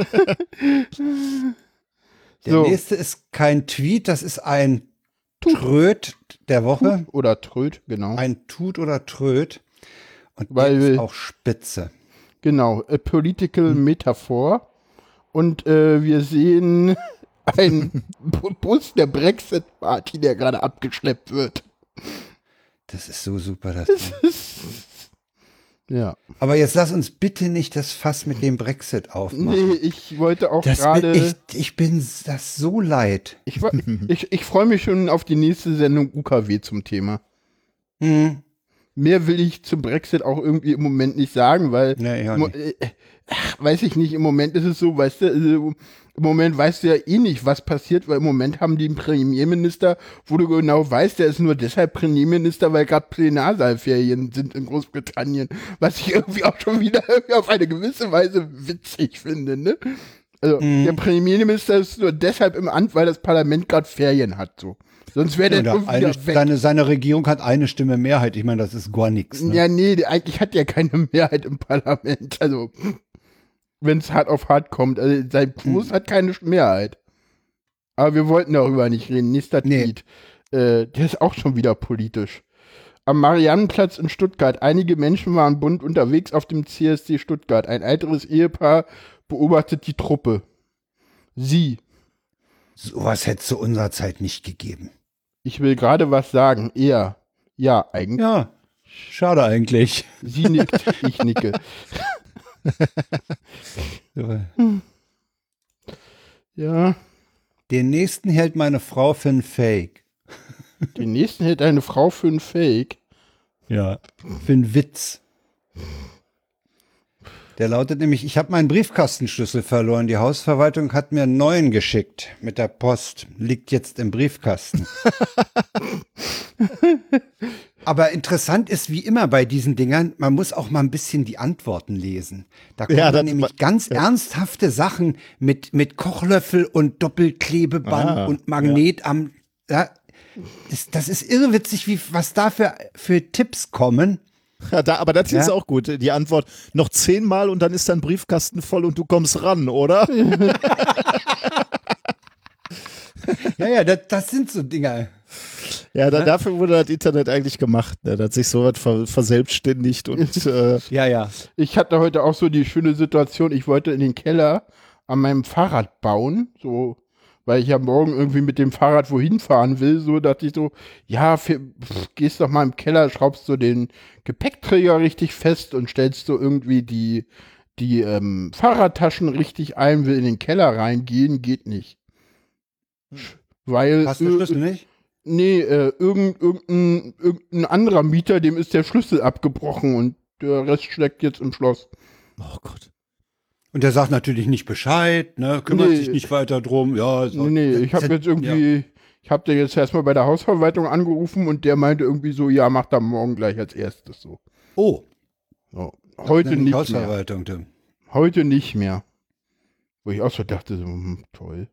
S1: Der nächste ist kein Tweet, das ist ein Tröd der Woche.
S2: Tut oder Tröd, genau.
S1: Ein Tut oder Tröd. Und
S2: der
S1: ist auch spitze.
S2: Genau, a political metaphor. Und wir sehen einen Bus der Brexit-Party, der gerade abgeschleppt wird.
S1: Das ist so super. Das
S2: ja.
S1: Aber jetzt lass uns bitte nicht das Fass mit dem Brexit aufmachen.
S2: Nee, ich wollte auch gerade.
S1: Ich bin das so leid.
S2: Ich freue mich schon auf die nächste Sendung UKW zum Thema.
S1: Hm.
S2: Mehr will ich zum Brexit auch irgendwie im Moment nicht sagen, weil weiß ich nicht, im Moment ist es so, weißt du, im Moment weißt du ja eh nicht, was passiert, weil im Moment haben die einen Premierminister, wo du genau weißt, der ist nur deshalb Premierminister, weil gerade Plenarsaalferien sind in Großbritannien, was ich irgendwie auch schon wieder irgendwie auf eine gewisse Weise witzig finde, ne? Also der Premierminister ist nur deshalb im Amt, weil das Parlament gerade Ferien hat, so. Sonst wäre der irgendwie weg.
S1: Seine Regierung hat eine Stimme Mehrheit. Ich meine, das ist gar nichts. Ne?
S2: Ja, nee, eigentlich hat er keine Mehrheit im Parlament. Also, wenn es hart auf hart kommt. Also, sein Kurs hat keine Mehrheit. Aber wir wollten darüber nicht reden. Nächster Tweet. Der ist auch schon wieder politisch. Am Mariannenplatz in Stuttgart. Einige Menschen waren bunt unterwegs auf dem CSD Stuttgart. Ein älteres Ehepaar beobachtet die Truppe. Sie.
S1: Sowas hätte es zu unserer Zeit nicht gegeben.
S2: Ich will gerade was sagen. Er. Ja, eigentlich.
S1: Ja, schade eigentlich.
S2: Sie nickt, ich nicke. Ja.
S1: Den nächsten hält meine Frau für ein Fake.
S2: Den nächsten hält eine Frau für ein Fake?
S1: Ja, für einen Witz. Der lautet nämlich, ich habe meinen Briefkastenschlüssel verloren. Die Hausverwaltung hat mir einen neuen geschickt mit der Post. Liegt jetzt im Briefkasten. Aber interessant ist, wie immer bei diesen Dingern, man muss auch mal ein bisschen die Antworten lesen. Da kommen dann nämlich ganz ernsthafte Sachen mit Kochlöffel und Doppelklebeband und Magnet am... Ja, das ist irrwitzig, was da für Tipps kommen.
S3: Ja, aber das ist auch gut. Die Antwort, noch 10-mal und dann ist dein Briefkasten voll und du kommst ran, oder?
S2: Ja,
S1: das sind so Dinger.
S3: Ja, dafür wurde das Internet eigentlich gemacht. Ne? Da hat sich sowas verselbstständigt und
S1: ja.
S2: Ich hatte heute auch so die schöne Situation, ich wollte in den Keller an meinem Fahrrad bauen, so, weil ich ja morgen irgendwie mit dem Fahrrad wohin fahren will, so dachte ich so, ja, gehst doch mal im Keller, schraubst du den Gepäckträger richtig fest und stellst du irgendwie die Fahrradtaschen richtig ein, will in den Keller reingehen, geht nicht. Weil
S1: hast du den Schlüssel nicht?
S2: Nee, irgendein anderer Mieter, dem ist der Schlüssel abgebrochen und der Rest steckt jetzt im Schloss.
S3: Oh Gott.
S1: Und der sagt natürlich nicht Bescheid, ne? Kümmert sich nicht weiter drum. Ja, so.
S2: Nee, ich habe jetzt irgendwie, ich habe da jetzt erstmal bei der Hausverwaltung angerufen und der meinte irgendwie so, ja, mach da morgen gleich als erstes so.
S1: Oh.
S2: So. Heute nicht
S1: Hausverwaltung,
S2: mehr. Heute nicht mehr. Wo ich auch so dachte, so, toll.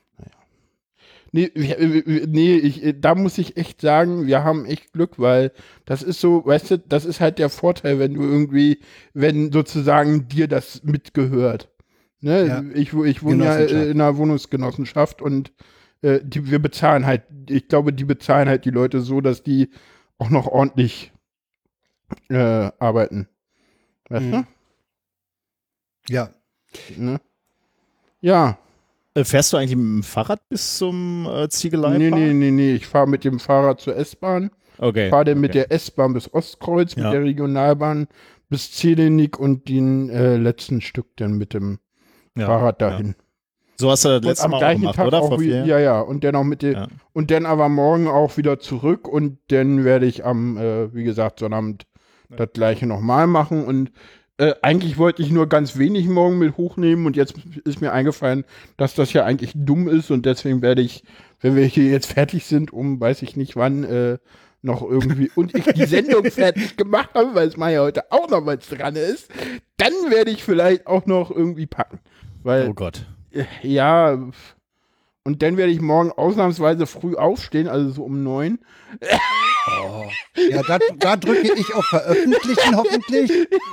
S2: Nee, da muss ich echt sagen, wir haben echt Glück, weil das ist so, weißt du, das ist halt der Vorteil, wenn sozusagen dir das mitgehört. Ne? Ja. Ich wohne ja in einer Wohnungsgenossenschaft und wir bezahlen halt, ich glaube, die bezahlen halt die Leute so, dass die auch noch ordentlich arbeiten. Weißt du?
S1: Ja.
S2: Ne? Ja.
S3: Fährst du eigentlich mit dem Fahrrad bis zum Ziegeleipark?
S2: Nee. Ich fahre mit dem Fahrrad zur S-Bahn.
S3: Okay.
S2: Fahre dann mit der S-Bahn bis Ostkreuz, mit der Regionalbahn bis Zelenik und den letzten Stück dann mit dem Fahrrad dahin.
S3: Ja. So hast du das letzte Mal auch gemacht,
S2: Tag
S3: oder?
S2: Auch ja. Und dann auch und dann aber morgen auch wieder zurück und dann werde ich am, wie gesagt, Sonnabend das gleiche nochmal machen und eigentlich wollte ich nur ganz wenig morgen mit hochnehmen und jetzt ist mir eingefallen, dass das ja eigentlich dumm ist und deswegen werde ich, wenn wir hier jetzt fertig sind, weiß ich nicht wann, noch irgendwie und ich die Sendung fertig gemacht habe, weil es mal ja heute auch noch was dran ist, dann werde ich vielleicht auch noch irgendwie packen. Weil,
S3: oh Gott.
S2: Ja, und dann werde ich morgen ausnahmsweise früh aufstehen, also so um 9.
S1: Oh. Ja, da drücke ich auf Veröffentlichen hoffentlich.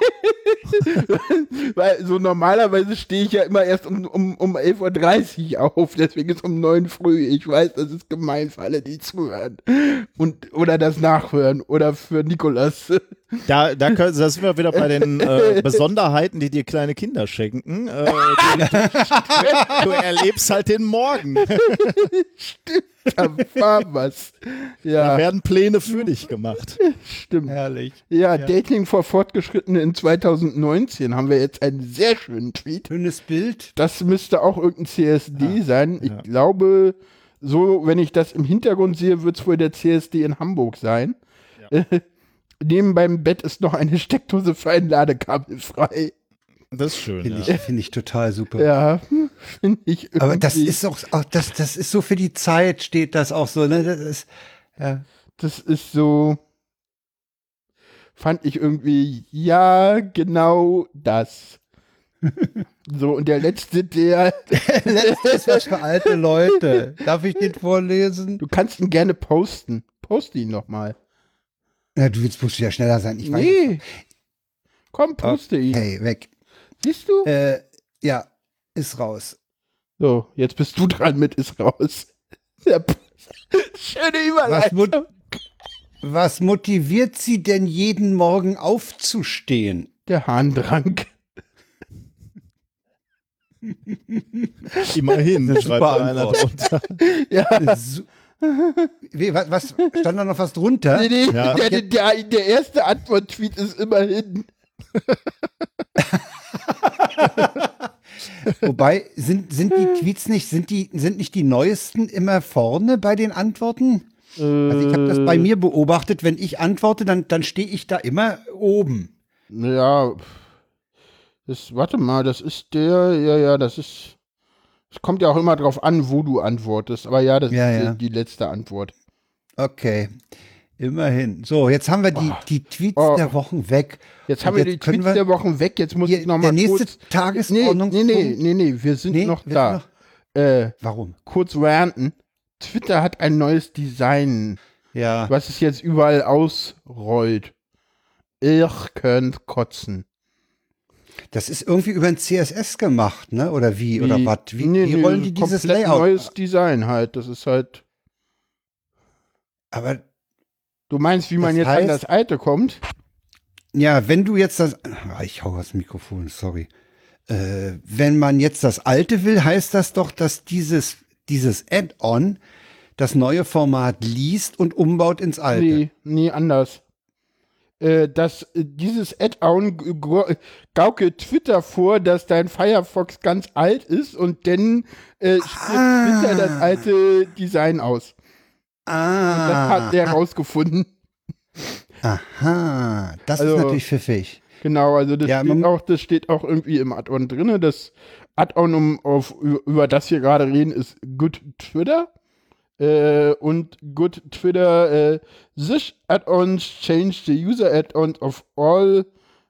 S2: Weil so normalerweise stehe ich ja immer erst um 11:30 Uhr auf, deswegen ist um 9 früh. Ich weiß, das ist gemein für alle, die zuhören. Oder das nachhören oder für Nikolas. Da
S3: sind wir wieder bei den Besonderheiten, die dir kleine Kinder schenken. Du erlebst halt den Morgen.
S2: Stimmt, da war was. Ja.
S3: Da werden Pläne für dich gemacht.
S2: Stimmt.
S1: Herrlich.
S2: Ja, Dating vor Fortgeschrittenen in 2019 haben wir jetzt einen sehr schönen Tweet.
S1: Schönes Bild.
S2: Das müsste auch irgendein CSD sein. Ich glaube, so, wenn ich das im Hintergrund sehe, wird es wohl der CSD in Hamburg sein. Ja. Neben beim Bett ist noch eine Steckdose für ein Ladekabel frei.
S3: Das ist schön.
S1: Finde ich total super.
S2: Ja, finde ich irgendwie.
S1: Aber das ist auch das ist so für die Zeit, steht das auch so, ne?
S2: Das ist so, fand ich irgendwie, ja, genau das. So, und der letzte
S1: ist was für alte Leute. Darf ich den vorlesen?
S2: Du kannst ihn gerne posten. Poste ihn noch mal.
S1: Ja, du musst ja schneller sein. Ich weiß.
S2: Nee. Komm, poste ihn.
S1: Hey, weg.
S2: Siehst du?
S1: Ja, ist raus.
S2: So, jetzt bist du dran mit ist raus. Ja, schöne Überleitung.
S1: Was motiviert Sie denn jeden Morgen aufzustehen?
S2: Der Harndrang.
S3: Immerhin, schreibt da einer drunter.
S2: Ja.
S1: Was stand da noch was drunter?
S2: Nee, ja. Der erste Antwort-Tweet ist immerhin.
S1: Wobei, sind die Tweets sind nicht die neuesten immer vorne bei den Antworten? Also ich habe das bei mir beobachtet, wenn ich antworte, dann stehe ich da immer oben.
S2: Ja, warte mal, das ist es kommt ja auch immer drauf an, wo du antwortest, aber ja, das ist die letzte Antwort.
S1: Okay, immerhin. So, jetzt haben wir die Tweets der Wochen weg.
S2: Jetzt haben wir die Tweets der Wochen weg, jetzt muss ich noch mal kurz.
S1: Der nächste Tagesordnungspunkt.
S2: Nee, wir sind noch da.
S1: Warum?
S2: Kurz ranten. Twitter hat ein neues Design, was es jetzt überall ausrollt. Ihr könnt kotzen.
S1: Das ist irgendwie über ein CSS gemacht, ne? Oder wie? Oder was? Wie rollen die dieses Layout?
S2: Neues Design halt. Das ist halt.
S1: Aber.
S2: Du meinst, wie man jetzt an das alte kommt?
S1: Ja, wenn du jetzt das. Ich hau das Mikrofon, sorry. Wenn man jetzt das alte will, heißt das doch, dass dieses Add-on das neue Format liest und umbaut ins alte.
S2: Nee, anders. Dieses Add-on gaukelt Twitter vor, dass dein Firefox ganz alt ist und dann spricht Twitter das alte Design aus. Und das hat der rausgefunden.
S1: Aha, das ist natürlich pfiffig.
S2: Genau, also das steht auch irgendwie im Add-on drin. Das Add-on, über das wir gerade reden, ist Good Twitter. Und Good Twitter, this add-ons change the user add-ons of all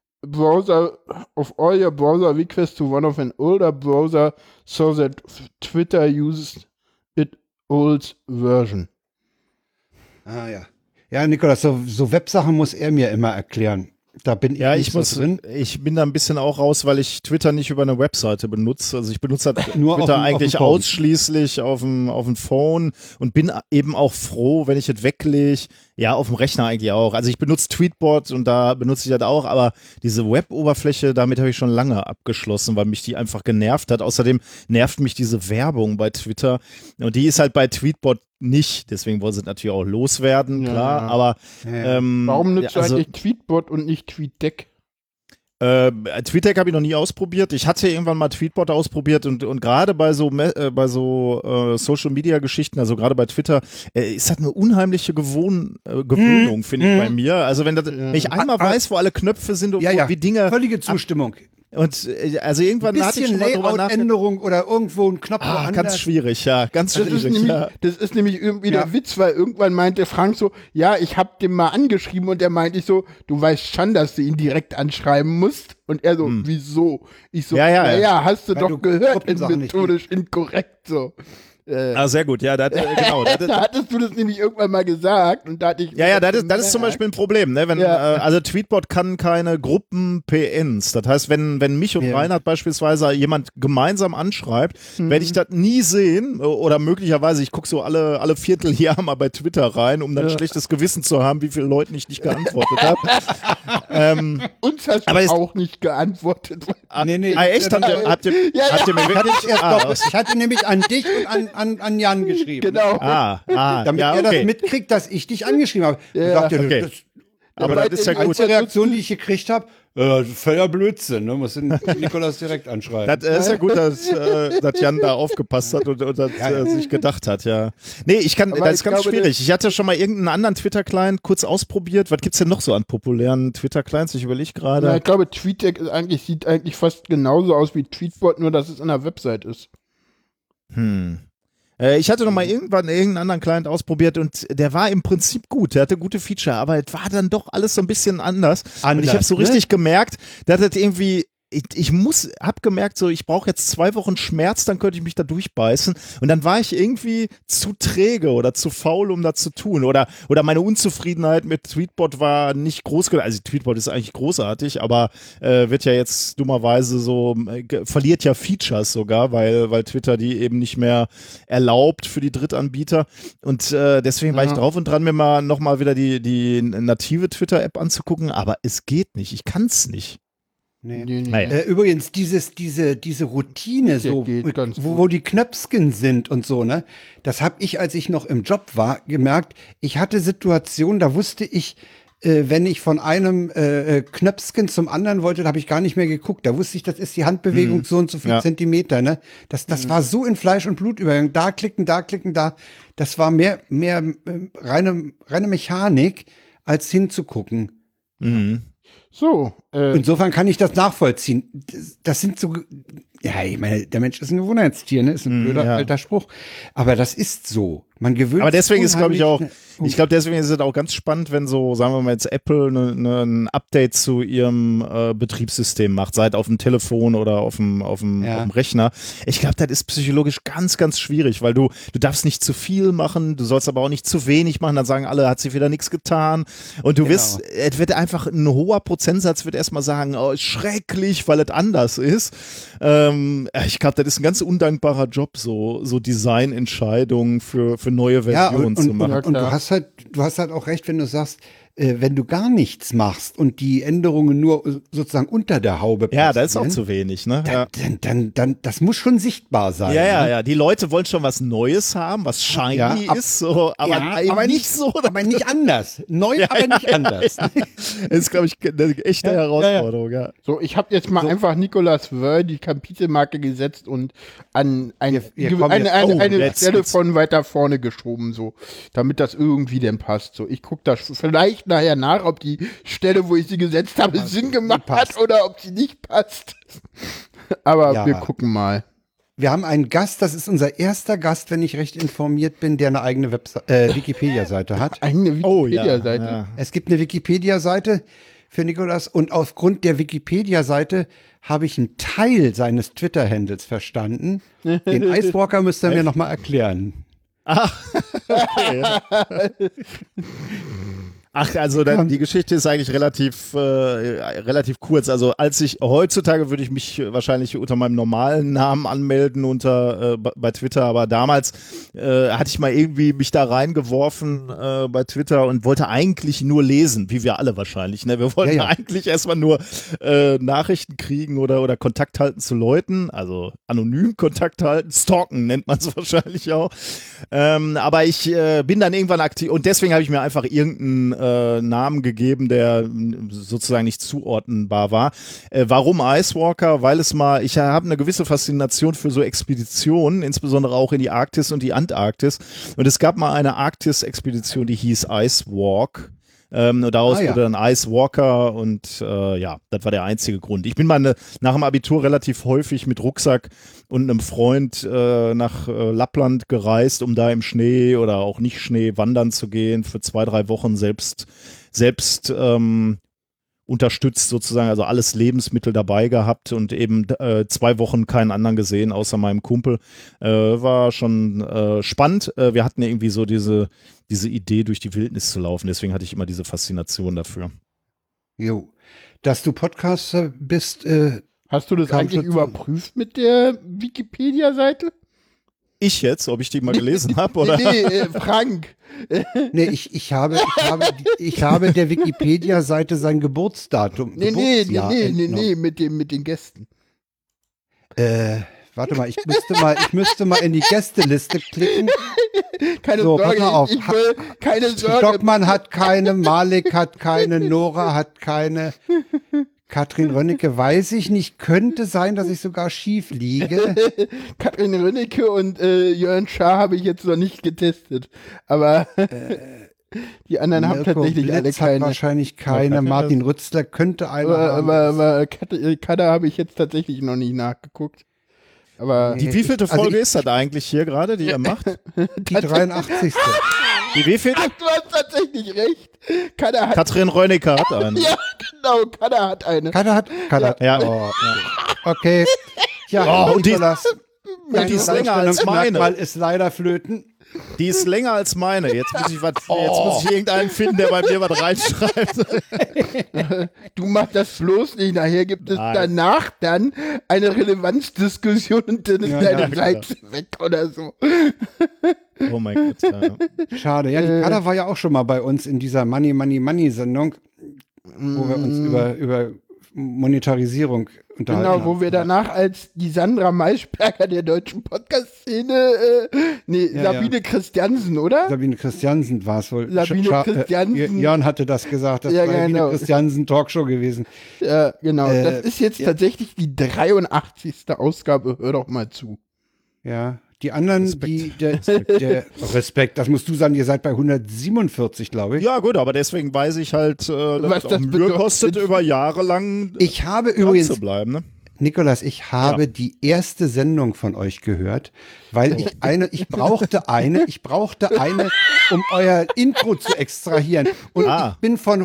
S2: your browser requests to one of an older browser so that Twitter uses its old version.
S1: Ah ja. Ja, Nikolas, so Websachen muss er mir immer erklären. Da bin ich nicht so drin.
S3: Ich bin da ein bisschen auch raus, weil ich Twitter nicht über eine Webseite benutze. Also ich benutze
S1: nur
S3: Twitter
S1: auf
S3: eigentlich ausschließlich auf dem Phone und bin eben auch froh, wenn ich es weglege. Ja, auf dem Rechner eigentlich auch. Also ich benutze Tweetbot und da benutze ich das auch, aber diese Web-Oberfläche, damit habe ich schon lange abgeschlossen, weil mich die einfach genervt hat. Außerdem nervt mich diese Werbung bei Twitter und die ist halt bei Tweetbot nicht, deswegen wollen sie es natürlich auch loswerden, klar, aber
S2: warum nutzt du eigentlich Tweetbot und nicht TweetDeck?
S3: TweetDeck habe ich noch nie ausprobiert. Ich hatte irgendwann mal Tweetbot ausprobiert und gerade bei so Social-Media-Geschichten, also gerade bei Twitter, ist das eine unheimliche Gewöhnung, finde ich bei mir. Also wenn ich einmal weiß, wo alle Knöpfe sind und wie Dinge...
S1: Völlige Zustimmung.
S3: Und also irgendwann hatte ich schon mal drüber nachgedacht.
S1: Layout-Änderung oder irgendwo ein Knopf woanders.
S3: Ganz schwierig, ja. Das
S2: ist nämlich irgendwie der Witz, weil irgendwann meinte Frank so, ja, ich hab den mal angeschrieben und der meinte ich so, du weißt schon, dass du ihn direkt anschreiben musst. Und er so, wieso? Ich so, naja, hast du doch gehört, methodisch inkorrekt so.
S3: Sehr gut, ja, genau.
S2: Da hattest du das nämlich irgendwann mal gesagt und da hatte ich.
S3: Ja, das ist zum Beispiel ein Problem, ne? Wenn, also Tweetbot kann keine Gruppen-PNs. Das heißt, wenn mich und Reinhard beispielsweise jemand gemeinsam anschreibt, werde ich das nie sehen oder möglicherweise, ich gucke so alle Vierteljahr mal bei Twitter rein, um dann schlechtes Gewissen zu haben, wie viele Leuten ich nicht geantwortet habe.
S2: Uns hast du auch nicht geantwortet.
S3: Nee. Echt? Habt ihr mir wirklich?
S1: Ich hatte nämlich an dich und an Jan geschrieben.
S2: Genau.
S1: Damit er das mitkriegt, dass ich dich angeschrieben habe.
S3: Aber das ist ja gut.
S1: Die Reaktion, die ich gekriegt habe, völliger Blödsinn, ne? Muss den Nikolas direkt anschreiben.
S3: Das ist ja gut, dass Jan da aufgepasst hat und sich gedacht hat, ja. Nee, das ist ganz schwierig. Ich hatte schon mal irgendeinen anderen Twitter-Client kurz ausprobiert. Was gibt's denn noch so an populären Twitter-Clients? Ich überlege gerade.
S2: Ich glaube, TweetDeck sieht eigentlich fast genauso aus wie Tweetbot, nur dass es an der Website ist.
S3: Ich hatte noch mal irgendwann irgendeinen anderen Client ausprobiert und der war im Prinzip gut, der hatte gute Feature, aber es war dann doch alles so ein bisschen anders. Und ich habe so richtig gemerkt, dass das irgendwie, hab gemerkt, so ich brauche jetzt 2 Wochen Schmerz, dann könnte ich mich da durchbeißen und dann war ich irgendwie zu träge oder zu faul, um das zu tun oder meine Unzufriedenheit mit Tweetbot war nicht groß genug. Also Tweetbot ist eigentlich großartig, aber wird ja jetzt dummerweise verliert ja Features sogar, weil Twitter die eben nicht mehr erlaubt für die Drittanbieter und deswegen war ich drauf und dran, mir noch mal wieder die native Twitter-App anzugucken, aber es geht nicht, ich kann es nicht.
S1: Nee. Übrigens, diese Routine, so, wo die Knöpfchen sind und so, ne, das habe ich, als ich noch im Job war, gemerkt. Ich hatte Situationen, da wusste ich, wenn ich von einem Knöpfchen zum anderen wollte, da habe ich gar nicht mehr geguckt. Da wusste ich, das ist die Handbewegung so und so viel Zentimeter, ne. Das war so in Fleisch und Blut übergegangen. Da klicken, da. Das war mehr reine Mechanik, als hinzugucken.
S2: So.
S1: Insofern kann ich das nachvollziehen. Das sind so, ja, ich meine, der Mensch ist ein Gewohnheitstier, ne? Ist ein blöder alter Spruch. Aber das ist so. Man gewöhnt sich.
S3: Aber deswegen ist, glaube ich, auch, deswegen ist es auch ganz spannend, wenn so, sagen wir mal jetzt Apple ein Update zu ihrem Betriebssystem macht, sei es auf dem Telefon oder auf dem Rechner. Ich glaube, das ist psychologisch ganz, ganz schwierig, weil du darfst nicht zu viel machen, du sollst aber auch nicht zu wenig machen, dann sagen alle, hat sie wieder nichts getan. Und du wirst, es wird einfach ein hoher Prozentsatz wird erstmal sagen, oh, ist schrecklich, weil es anders ist. Ich glaube, das ist ein ganz undankbarer Job, so Designentscheidungen für neue Versionen zu machen.
S1: Und du hast halt auch recht, wenn du sagst, wenn du gar nichts machst und die Änderungen nur sozusagen unter der Haube passieren.
S3: Ja, das ist auch zu wenig, ne?
S1: Dann das muss schon sichtbar sein.
S3: Ja. Die Leute wollen schon was Neues haben, was shiny ist, so, aber nicht so.
S1: Aber nicht anders. Neu, aber nicht anders.
S3: Das ist, glaube ich, eine echte Herausforderung, ja.
S2: So, ich habe jetzt mal einfach Nicolas Wörl die Kapitelmarke gesetzt und an eine Stelle von weiter vorne geschoben, so, damit das irgendwie denn passt. So, ich gucke da vielleicht nachher nach, ob die Stelle, wo ich sie gesetzt habe, Sinn gemacht hat oder ob sie nicht passt. Aber wir gucken mal.
S1: Wir haben einen Gast, das ist unser erster Gast, wenn ich recht informiert bin, der eine eigene Wikipedia-Seite hat.
S2: Eine Wikipedia-Seite?
S1: Ja. Es gibt eine Wikipedia-Seite für Nikolas und aufgrund der Wikipedia-Seite habe ich einen Teil seines Twitter-Handles verstanden. Den Icewalker müsst ihr mir nochmal erklären.
S3: Ach, okay. Ach, also die Geschichte ist eigentlich relativ kurz. Also heutzutage würde ich mich wahrscheinlich unter meinem normalen Namen anmelden bei Twitter, aber damals hatte ich mal irgendwie mich da reingeworfen bei Twitter und wollte eigentlich nur lesen, wie wir alle wahrscheinlich. Ne? Wir wollten eigentlich erstmal nur Nachrichten kriegen oder Kontakt halten zu Leuten, also anonym Kontakt halten, stalken nennt man es wahrscheinlich auch. Aber ich bin dann irgendwann aktiv und deswegen habe ich mir einfach irgendeinen Namen gegeben, der sozusagen nicht zuordnenbar war. Warum Icewalker? Weil ich habe eine gewisse Faszination für so Expeditionen, insbesondere auch in die Arktis und die Antarktis. Und es gab mal eine Arktis-Expedition, die hieß Icewalk. Und daraus wurde dann Icewalker und das war der einzige Grund. Ich bin mal nach dem Abitur relativ häufig mit Rucksack und einem Freund nach Lappland gereist, um da im Schnee oder auch nicht Schnee wandern zu gehen, für 2-3 Wochen selbst unterstützt sozusagen, also alles Lebensmittel dabei gehabt und eben 2 Wochen keinen anderen gesehen, außer meinem Kumpel. War schon spannend. Wir hatten irgendwie so diese Idee, durch die Wildnis zu laufen. Deswegen hatte ich immer diese Faszination dafür.
S1: Jo. Dass du Podcaster bist,
S2: hast du das eigentlich überprüft mit der Wikipedia-Seite?
S3: Ich jetzt, ob ich die mal gelesen habe, oder?
S2: Nee, Frank.
S1: Nee, ich habe der Wikipedia-Seite sein Geburtsdatum.
S2: Nee, mit den Gästen.
S1: Warte mal, ich müsste mal in die Gästeliste klicken.
S2: Keine Sorge,
S1: pass mal auf.
S2: ich will keine Sorge.
S1: Stockmann hat keine, Malik hat keine, Nora hat keine, Katrin Rönnecke weiß ich nicht, könnte sein, dass ich sogar schief liege.
S2: Katrin Rönnecke und Jörn Schaar habe ich jetzt noch nicht getestet, aber die anderen haben tatsächlich
S1: Blitz
S2: alle keine.
S1: Hat wahrscheinlich keine. Martin Rützler könnte eine haben.
S2: Aber Kader habe ich jetzt tatsächlich noch nicht nachgeguckt. Aber
S3: die wievielte Folge ist das eigentlich hier gerade, die ihr macht?
S1: Die 83.
S3: Die wievielte?
S2: Ach, du hast tatsächlich recht.
S3: Katrin Rönnecke hat eine.
S2: Ja, genau, Kader hat eine.
S1: Kader hat.
S3: Ja.
S1: Oh, ja. Okay. Ja,
S3: und die
S1: ist länger als meine. Weil ist leider flöten.
S3: Die ist länger als meine. Jetzt muss ich irgendeinen finden, der bei mir was reinschreibt.
S2: Du machst das bloß nicht. Nachher gibt es danach dann eine Relevanzdiskussion und dann ist deine Seite weg oder so.
S3: Oh mein Gott. Ja.
S1: Schade. Ja, die Kader war ja auch schon mal bei uns in dieser Money-Sendung, wo wir uns über Monetarisierung unterhalten haben.
S2: Genau, wo wir danach als die Sandra Maischberger der deutschen Podcast-Szene, Sabine Christiansen, oder?
S1: Sabine Christiansen war es wohl.
S2: Sabine Christiansen.
S1: Jörn hatte das gesagt, das war Sabine Christiansen Talkshow gewesen.
S2: Ja, genau. Das ist jetzt tatsächlich die 83. Ausgabe, hör doch mal zu.
S1: Ja. Die anderen, der Respekt, das musst du sagen, ihr seid bei 147, glaube ich.
S3: Ja, gut, aber deswegen weiß ich halt, dass es auch Mühe kostet, über Jahre lang
S1: ich habe übrigens
S3: zu bleiben, ne?
S1: Nikolas, ich habe die erste Sendung von euch gehört, weil ich brauchte eine, um euer Intro zu extrahieren. Und ich bin von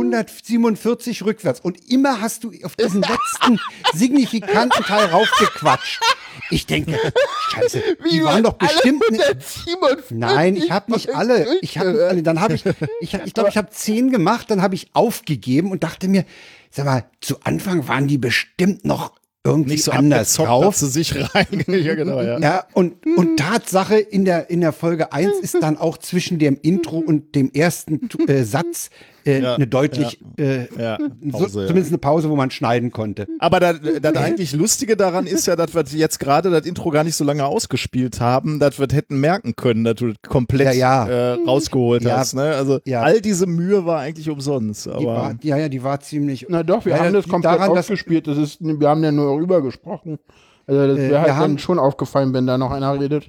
S1: 147 rückwärts. Und immer hast du auf diesen letzten signifikanten Teil raufgequatscht. Ich denke, scheiße, die waren doch bestimmt. Nein, ich habe nicht alle. Dann habe ich glaube, ich habe 10 gemacht, dann habe ich aufgegeben und dachte mir, sag mal, zu Anfang waren die bestimmt noch irgendwie
S3: nicht so
S1: anders drauf.
S3: Zu sich rein. Ja, genau, ja.
S1: Ja, und Tatsache, in der Folge 1 ist dann auch zwischen dem Intro und dem ersten Satz eine deutlich, Pause, zumindest eine Pause, wo man schneiden konnte.
S3: Aber das eigentlich Lustige daran ist ja, dass wir jetzt gerade das Intro gar nicht so lange ausgespielt haben, dass wir hätten merken können, dass du komplett rausgeholt hast. Ne? Also all diese Mühe war eigentlich umsonst. Aber
S1: die war ziemlich.
S2: Na doch, wir haben das komplett ausgespielt. Wir haben ja nur rüber gesprochen. Also das wäre halt dann schon aufgefallen, wenn da noch einer redet.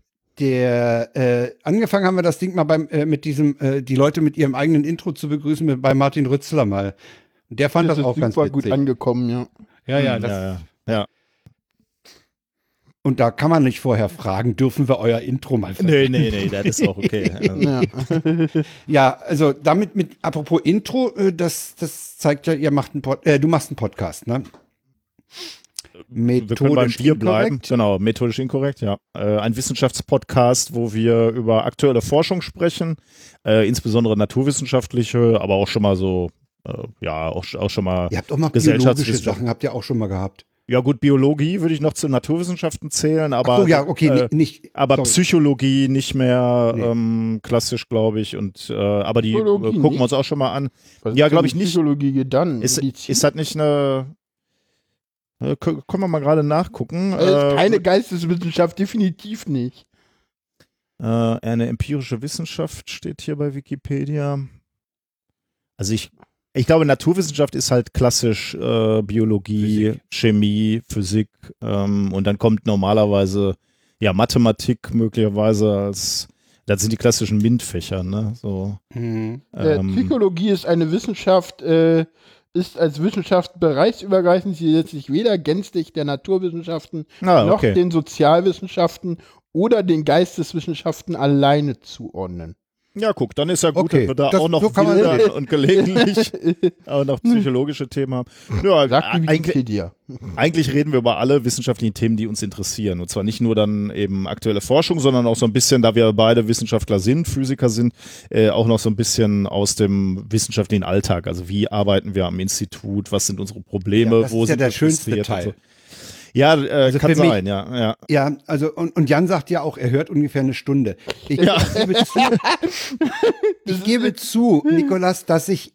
S1: Angefangen haben wir das Ding mal mit diesem, die Leute mit ihrem eigenen Intro zu begrüßen, bei Martin Rützler mal. Und der fand das auch ganz witzig.
S2: Gut angekommen, ja.
S3: Ja.
S1: Und da kann man nicht vorher fragen, dürfen wir euer Intro mal verwenden?
S3: Nee, das ist auch okay.
S1: Ja, also damit apropos Intro, das zeigt ja, du machst einen Podcast, ne? Methodisch
S3: wir bleiben. Genau, methodisch inkorrekt, ja. Ein Wissenschaftspodcast, wo wir über aktuelle Forschung sprechen, insbesondere naturwissenschaftliche, aber auch schon mal so, auch schon mal
S1: Ihr habt auch mal biologische Sachen, habt ihr auch schon mal gehabt.
S3: Ja gut, Biologie würde ich noch zu Naturwissenschaften zählen, aber
S1: ach so, ja, okay, nicht.
S3: Aber sorry. Psychologie nicht mehr klassisch, glaube ich. Und aber die gucken wir uns auch schon mal an.
S2: Was
S3: ja, glaube ich nicht.
S2: Psychologie dann?
S3: Ist das nicht eine? Können wir mal gerade nachgucken.
S2: Keine Geisteswissenschaft, definitiv nicht.
S3: Eine empirische Wissenschaft steht hier bei Wikipedia. Also ich glaube, Naturwissenschaft ist halt klassisch Biologie, Physik. Chemie, Physik und dann kommt normalerweise Mathematik möglicherweise das sind die klassischen MINT-Fächer, ne? So,
S2: Psychologie ist eine Wissenschaft, ist als Wissenschaft bereichsübergreifend, sie setzt sich weder gänzlich der Naturwissenschaften noch den Sozialwissenschaften oder den Geisteswissenschaften alleine zuordnen.
S3: Ja, guck, dann ist ja gut, dass wir da auch noch wilder und gelegentlich auch noch psychologische Themen haben. Ja, eigentlich reden wir über alle wissenschaftlichen Themen, die uns interessieren. Und zwar nicht nur dann eben aktuelle Forschung, sondern auch so ein bisschen, da wir beide Wissenschaftler sind, Physiker sind, auch noch so ein bisschen aus dem wissenschaftlichen Alltag. Also wie arbeiten wir am Institut, was sind unsere Probleme,
S1: das ist ja der schönste Teil.
S3: So. Ja, also kann sein, ja.
S1: Ja, also und Jan sagt ja auch, er hört ungefähr eine Stunde. Ich gebe zu, Nikolas, dass ich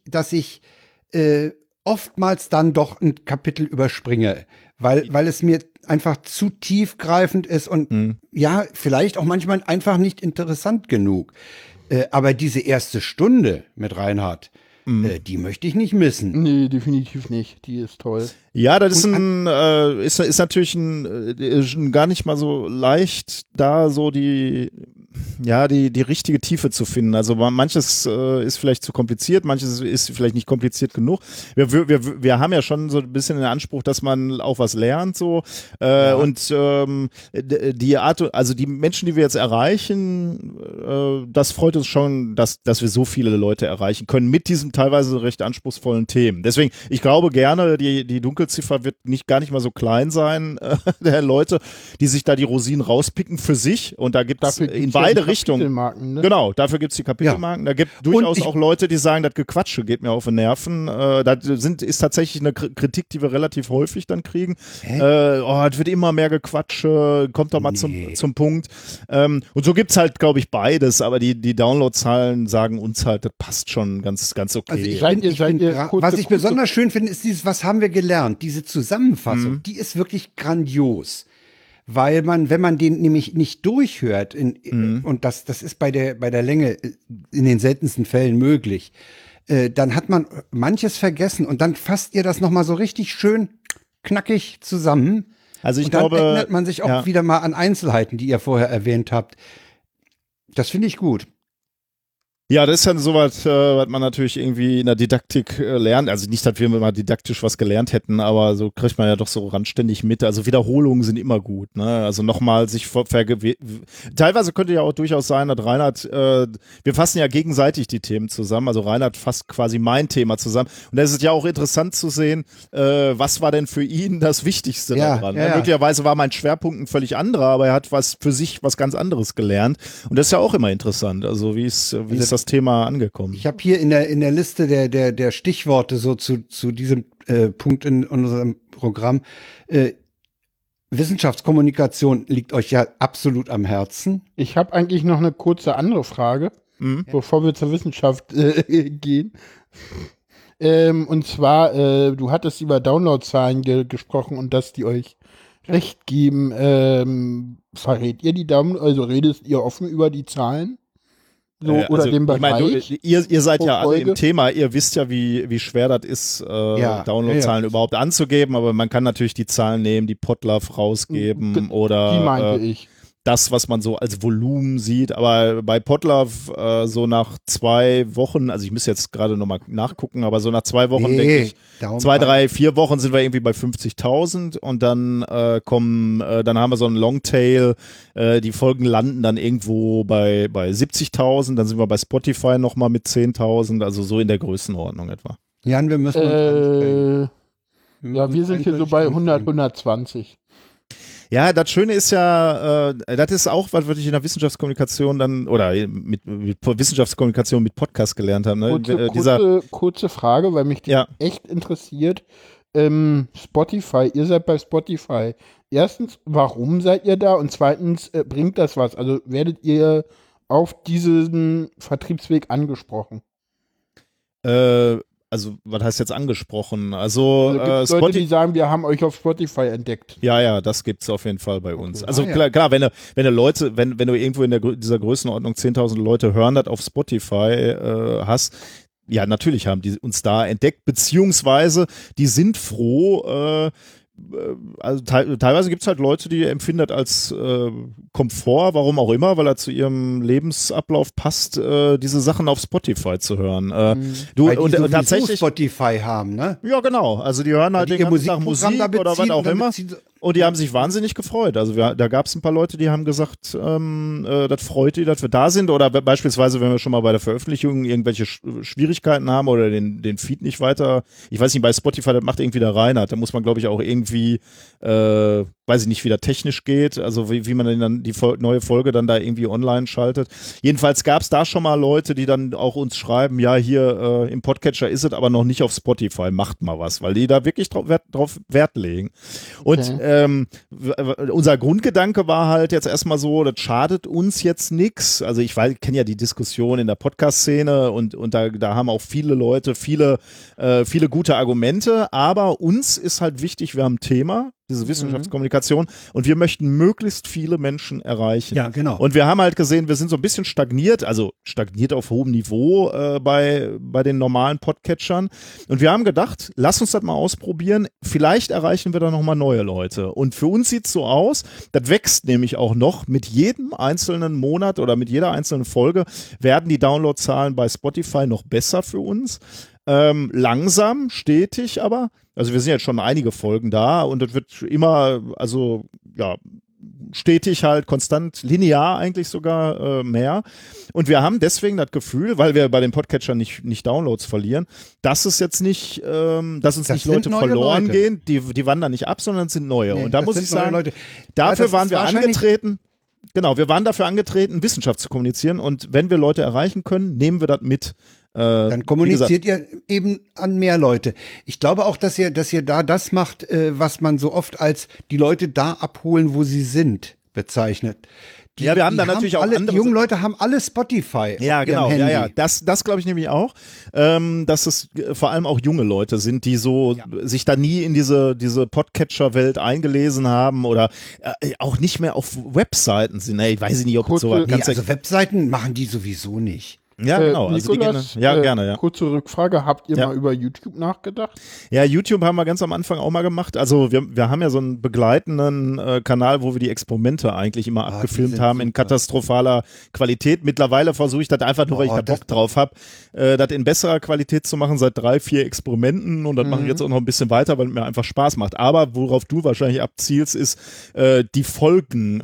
S1: oftmals dann doch ein Kapitel überspringe, weil es mir einfach zu tiefgreifend ist und vielleicht auch manchmal einfach nicht interessant genug. Aber diese erste Stunde mit Reinhard, die möchte ich nicht missen.
S2: Nee, definitiv nicht. Die ist toll.
S3: Ja, das ist ist natürlich gar nicht mal so leicht, da so die richtige Tiefe zu finden. Also manches ist vielleicht zu kompliziert, manches ist vielleicht nicht kompliziert genug. Wir haben ja schon so ein bisschen den Anspruch, dass man auch was lernt, so. Und die Art, also die Menschen, die wir jetzt erreichen, das freut uns schon, dass wir so viele Leute erreichen können mit diesen teilweise recht anspruchsvollen Themen. Deswegen, ich glaube gerne, die Dunkelziffer wird gar nicht mal so klein sein, der Leute, die sich da die Rosinen rauspicken für sich. Und da gibt es in beide Richtungen.
S2: Ne?
S3: Genau, dafür gibt es die Kapitelmarken. Ja. Da gibt durchaus auch Leute, die sagen, das Gequatsche geht mir auf den Nerven. Ist tatsächlich eine Kritik, die wir relativ häufig dann kriegen. Es wird immer mehr Gequatsche, kommt doch mal zum Punkt. Und so gibt es halt, glaube ich, beides. Aber die Downloadzahlen sagen uns halt, das passt schon ganz okay.
S1: Also was ich besonders schön finde, ist dieses, was haben wir gelernt? Diese Zusammenfassung, die ist wirklich grandios. Weil man, wenn man den nämlich nicht durchhört, und das ist bei der Länge in den seltensten Fällen möglich, dann hat man manches vergessen und dann fasst ihr das nochmal so richtig schön knackig zusammen.
S3: Also ich
S1: und dann
S3: glaube,
S1: erinnert man sich auch wieder mal an Einzelheiten, die ihr vorher erwähnt habt. Das finde ich gut.
S3: Ja, das ist ja sowas, was man natürlich irgendwie in der Didaktik lernt. Also nicht, dass wir mal didaktisch was gelernt hätten, aber so kriegt man ja doch so randständig mit. Also Wiederholungen sind immer gut, ne? Also nochmal sich teilweise könnte ja auch durchaus sein, dass Reinhard, wir fassen ja gegenseitig die Themen zusammen. Also Reinhard fasst quasi mein Thema zusammen. Und da ist es ja auch interessant zu sehen, was war denn für ihn das Wichtigste daran. Ja. Möglicherweise war mein Schwerpunkt ein völlig anderer, aber er hat für sich was ganz anderes gelernt. Und das ist ja auch immer interessant. Also wie ist das Thema angekommen?
S1: Ich habe hier in der Liste der Stichworte so zu diesem Punkt in unserem Programm. Wissenschaftskommunikation liegt euch ja absolut am Herzen.
S2: Ich habe eigentlich noch eine kurze andere Frage, bevor wir zur Wissenschaft gehen. Und zwar, du hattest über Downloadzahlen gesprochen und dass die euch recht geben. Verrät ihr die also redet ihr offen über die Zahlen? Oder den Bereich.
S3: Ich meine, ihr seid ja alle im Thema, ihr wisst ja, wie schwer das ist, Downloadzahlen überhaupt anzugeben, aber man kann natürlich die Zahlen nehmen, die Podlove rausgeben oder
S2: die meinte ich.
S3: Das, was man so als Volumen sieht, aber bei Podlove so nach 2 Wochen, also ich muss jetzt gerade nochmal nachgucken, aber so nach 2 Wochen denke ich, 2, 3, 4 Wochen sind wir irgendwie bei 50.000 und dann dann haben wir so einen Longtail, die Folgen landen dann irgendwo bei 70.000, dann sind wir bei Spotify nochmal mit 10.000, also so in der Größenordnung etwa.
S1: Jan, wir müssen uns
S2: Ja, wir sind hier so bei 100, 120.
S3: Ja, das Schöne ist ja, das ist auch, was ich in der Wissenschaftskommunikation dann, oder mit Wissenschaftskommunikation mit Podcast gelernt habe. Ne?
S2: Kurze Frage, weil mich die echt interessiert. Spotify, ihr seid bei Spotify. Erstens, warum seid ihr da? Und zweitens, bringt das was? Also werdet ihr auf diesen Vertriebsweg angesprochen?
S3: Also, was heißt jetzt angesprochen? Also
S2: Leute, die sagen, wir haben euch auf Spotify entdeckt.
S3: Ja, das gibt's auf jeden Fall bei uns. Also klar, wenn du Leute, wenn du irgendwo in dieser Größenordnung 10.000 Leute hören, das auf Spotify hast, ja, natürlich haben die uns da entdeckt, beziehungsweise die sind froh, also teilweise gibt es halt Leute, die empfinden das als Komfort, warum auch immer, weil er zu ihrem Lebensablauf passt, diese Sachen auf Spotify zu hören.
S1: Und tatsächlich Spotify haben, ne?
S3: Ja, genau. Also die hören halt den ganzen Tag Musik oder was auch immer. Und die haben sich wahnsinnig gefreut. Also da gab es ein paar Leute, die haben gesagt, das freut die, dass wir da sind. Oder beispielsweise, wenn wir schon mal bei der Veröffentlichung irgendwelche Schwierigkeiten haben oder den Feed nicht weiter, ich weiß nicht, bei Spotify, das macht irgendwie der Reinhard. Da muss man, glaube ich, auch irgendwie, weiß ich nicht, wie das technisch geht, also wie man dann die neue Folge dann da irgendwie online schaltet. Jedenfalls gab es da schon mal Leute, die dann auch uns schreiben, ja, hier im Podcatcher ist es aber noch nicht auf Spotify, macht mal was, weil die da wirklich drauf Wert legen. Und unser Grundgedanke war halt jetzt erstmal so, das schadet uns jetzt nichts. Also ich kenne ja die Diskussion in der Podcast-Szene und da haben auch viele Leute viele gute Argumente, aber uns ist halt wichtig, wir haben ein Thema, diese Wissenschaftskommunikation, und wir möchten möglichst viele Menschen erreichen.
S1: Ja, genau.
S3: Und wir haben halt gesehen, wir sind so ein bisschen stagniert auf hohem Niveau bei den normalen Podcatchern. Und wir haben gedacht, lass uns das mal ausprobieren. Vielleicht erreichen wir da nochmal neue Leute. Und für uns sieht es so aus, das wächst nämlich auch noch mit jedem einzelnen Monat oder mit jeder einzelnen Folge werden die Downloadzahlen bei Spotify noch besser für uns. Langsam, stetig aber. Also wir sind jetzt schon einige Folgen da und das wird immer, also ja, stetig halt, konstant, linear eigentlich sogar mehr. Und wir haben deswegen das Gefühl, weil wir bei den Podcatchern nicht Downloads verlieren, dass es jetzt nicht, dass uns nicht Leute verloren gehen, die wandern nicht ab, sondern es sind neue. Nee, und da muss ich sagen, dafür waren wir angetreten. Genau, wir waren dafür angetreten, Wissenschaft zu kommunizieren, und wenn wir Leute erreichen können, nehmen wir das mit.
S1: Dann kommuniziert ihr eben an mehr Leute. Ich glaube auch, dass ihr da das macht, was man so oft als die Leute da abholen, wo sie sind, bezeichnet.
S3: Wir haben da natürlich auch andere.
S1: Die jungen Leute haben alle Spotify.
S3: Ja, genau.
S1: Handy.
S3: Ja. Das glaube ich nämlich auch, dass es vor allem auch junge Leute sind, die so sich da nie in diese Podcatcher-Welt eingelesen haben oder auch nicht mehr auf Webseiten sind. Ich weiß nicht, ob es sowas
S1: ganz. Also Webseiten machen die sowieso nicht.
S3: Ja, genau.
S2: Nikolas, gerne, ja. Kurze Rückfrage, habt ihr mal über YouTube nachgedacht?
S3: Ja, YouTube haben wir ganz am Anfang auch mal gemacht. Also wir haben ja so einen begleitenden Kanal, wo wir die Experimente eigentlich immer abgefilmt haben in katastrophaler Qualität. Mittlerweile versuche ich das einfach nur, weil ich da Bock drauf habe, das in besserer Qualität zu machen, seit 3-4 Experimenten, und das mache ich jetzt auch noch ein bisschen weiter, weil es mir einfach Spaß macht. Aber worauf du wahrscheinlich abzielst, ist die Folgen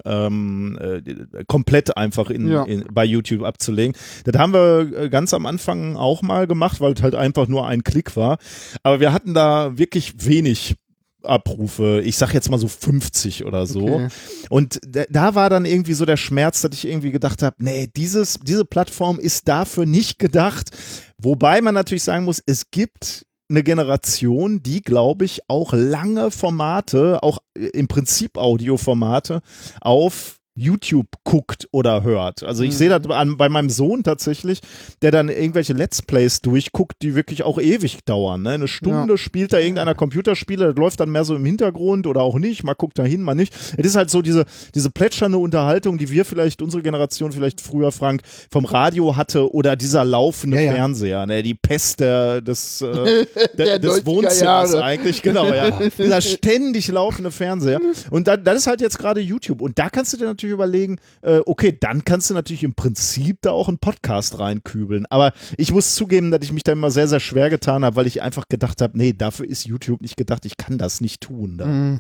S3: komplett einfach bei YouTube abzulegen. Das haben wir ganz am Anfang auch mal gemacht, weil es halt einfach nur ein Klick war. Aber wir hatten da wirklich wenig Abrufe. Ich sag jetzt mal so 50 oder so. Okay. Und da war dann irgendwie so der Schmerz, dass ich irgendwie gedacht habe, nee, diese Plattform ist dafür nicht gedacht. Wobei man natürlich sagen muss, es gibt eine Generation, die, glaube ich, auch lange Formate, auch im Prinzip Audioformate auf YouTube guckt oder hört. Also ich sehe das bei meinem Sohn tatsächlich, der dann irgendwelche Let's Plays durchguckt, die wirklich auch ewig dauern. Ne? Eine Stunde spielt da irgendeiner Computerspiele, das läuft dann mehr so im Hintergrund oder auch nicht, mal guckt da hin, mal nicht. Es ist halt so diese plätschernde Unterhaltung, die wir vielleicht, unsere Generation vielleicht früher, Frank, vom Radio hatte, oder dieser laufende Fernseher, ne? Die Pest des Wohnzimmers eigentlich, genau, ja. Dieser ständig laufende Fernseher. Und das ist halt jetzt gerade YouTube. Und da kannst du dir natürlich überlegen, okay, dann kannst du natürlich im Prinzip da auch einen Podcast reinkübeln. Aber ich muss zugeben, dass ich mich da immer sehr, sehr schwer getan habe, weil ich einfach gedacht habe, nee, dafür ist YouTube nicht gedacht, ich kann das nicht tun.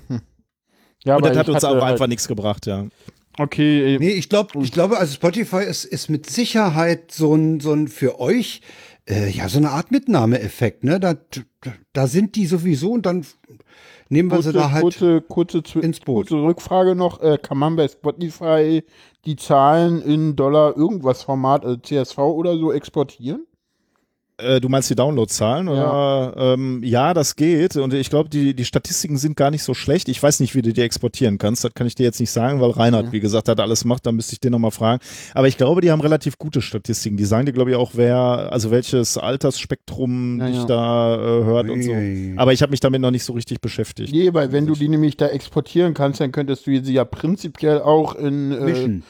S3: Ja, und das hat uns auch einfach nichts gebracht, ja.
S2: Okay.
S1: Nee, ich glaube, also Spotify ist mit Sicherheit so ein für euch so eine Art Mitnahmeeffekt, ne? Da sind die sowieso und dann nehmen wir sie da halt ins Boot.
S2: Kurze Rückfrage noch, kann man bei Spotify die Zahlen in Dollar irgendwas Format, also CSV oder so exportieren?
S3: Du meinst die Downloadzahlen? Oder? Ja, das geht. Und ich glaube, die Statistiken sind gar nicht so schlecht. Ich weiß nicht, wie du die exportieren kannst. Das kann ich dir jetzt nicht sagen, weil Reinhard, wie gesagt, hat alles gemacht. Da müsste ich den nochmal fragen. Aber ich glaube, die haben relativ gute Statistiken. Die sagen dir, glaube ich, auch, welches Altersspektrum dich da hört und so. Aber ich habe mich damit noch nicht so richtig beschäftigt.
S2: Nee, weil wenn du die nämlich da exportieren kannst, dann könntest du sie ja prinzipiell auch in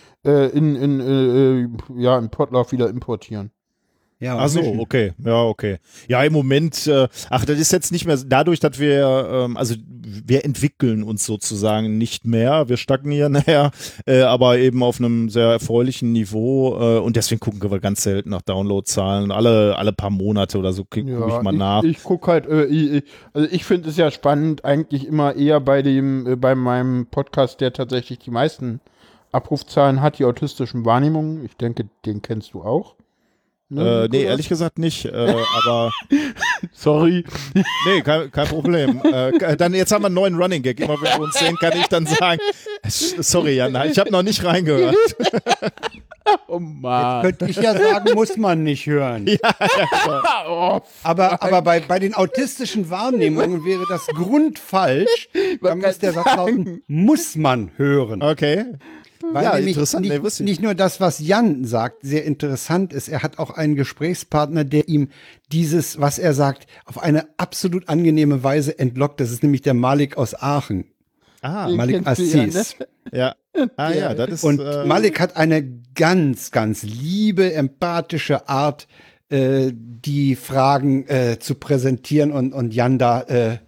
S2: Podlove wieder importieren.
S3: Ja, ach so, okay. Ja, okay. Ja, im Moment, das ist jetzt nicht mehr, dadurch, dass wir entwickeln uns sozusagen nicht mehr, wir stagnieren aber eben auf einem sehr erfreulichen Niveau und deswegen gucken wir ganz selten nach Downloadzahlen. Alle paar Monate oder so gucke ich mal nach.
S2: Ich gucke halt, also ich finde es ja spannend, eigentlich immer eher bei meinem Podcast, der tatsächlich die meisten Abrufzahlen hat, die autistischen Wahrnehmungen. Ich denke, den kennst du auch.
S3: Nee, ehrlich gesagt nicht, aber
S2: sorry.
S3: Nee, kein Problem. Dann jetzt haben wir einen neuen Running Gag. Immer wenn wir uns sehen, kann ich dann sagen, sorry, Jan, ich habe noch nicht reingehört.
S1: Oh Mann. Jetzt könnte ich ja sagen, muss man nicht hören. Ja, aber bei den autistischen Wahrnehmungen wäre das grundfalsch. Da muss der Satz lauten, muss man hören.
S3: Okay.
S1: Weil nämlich nicht nur das, was Jan sagt, sehr interessant ist. Er hat auch einen Gesprächspartner, der ihm dieses, was er sagt, auf eine absolut angenehme Weise entlockt. Das ist nämlich der Malik aus Aachen. Malik Assis.
S3: Ja. Ja, das ist.
S1: Und Malik hat eine ganz, ganz liebe, empathische Art, die Fragen zu präsentieren und Jan da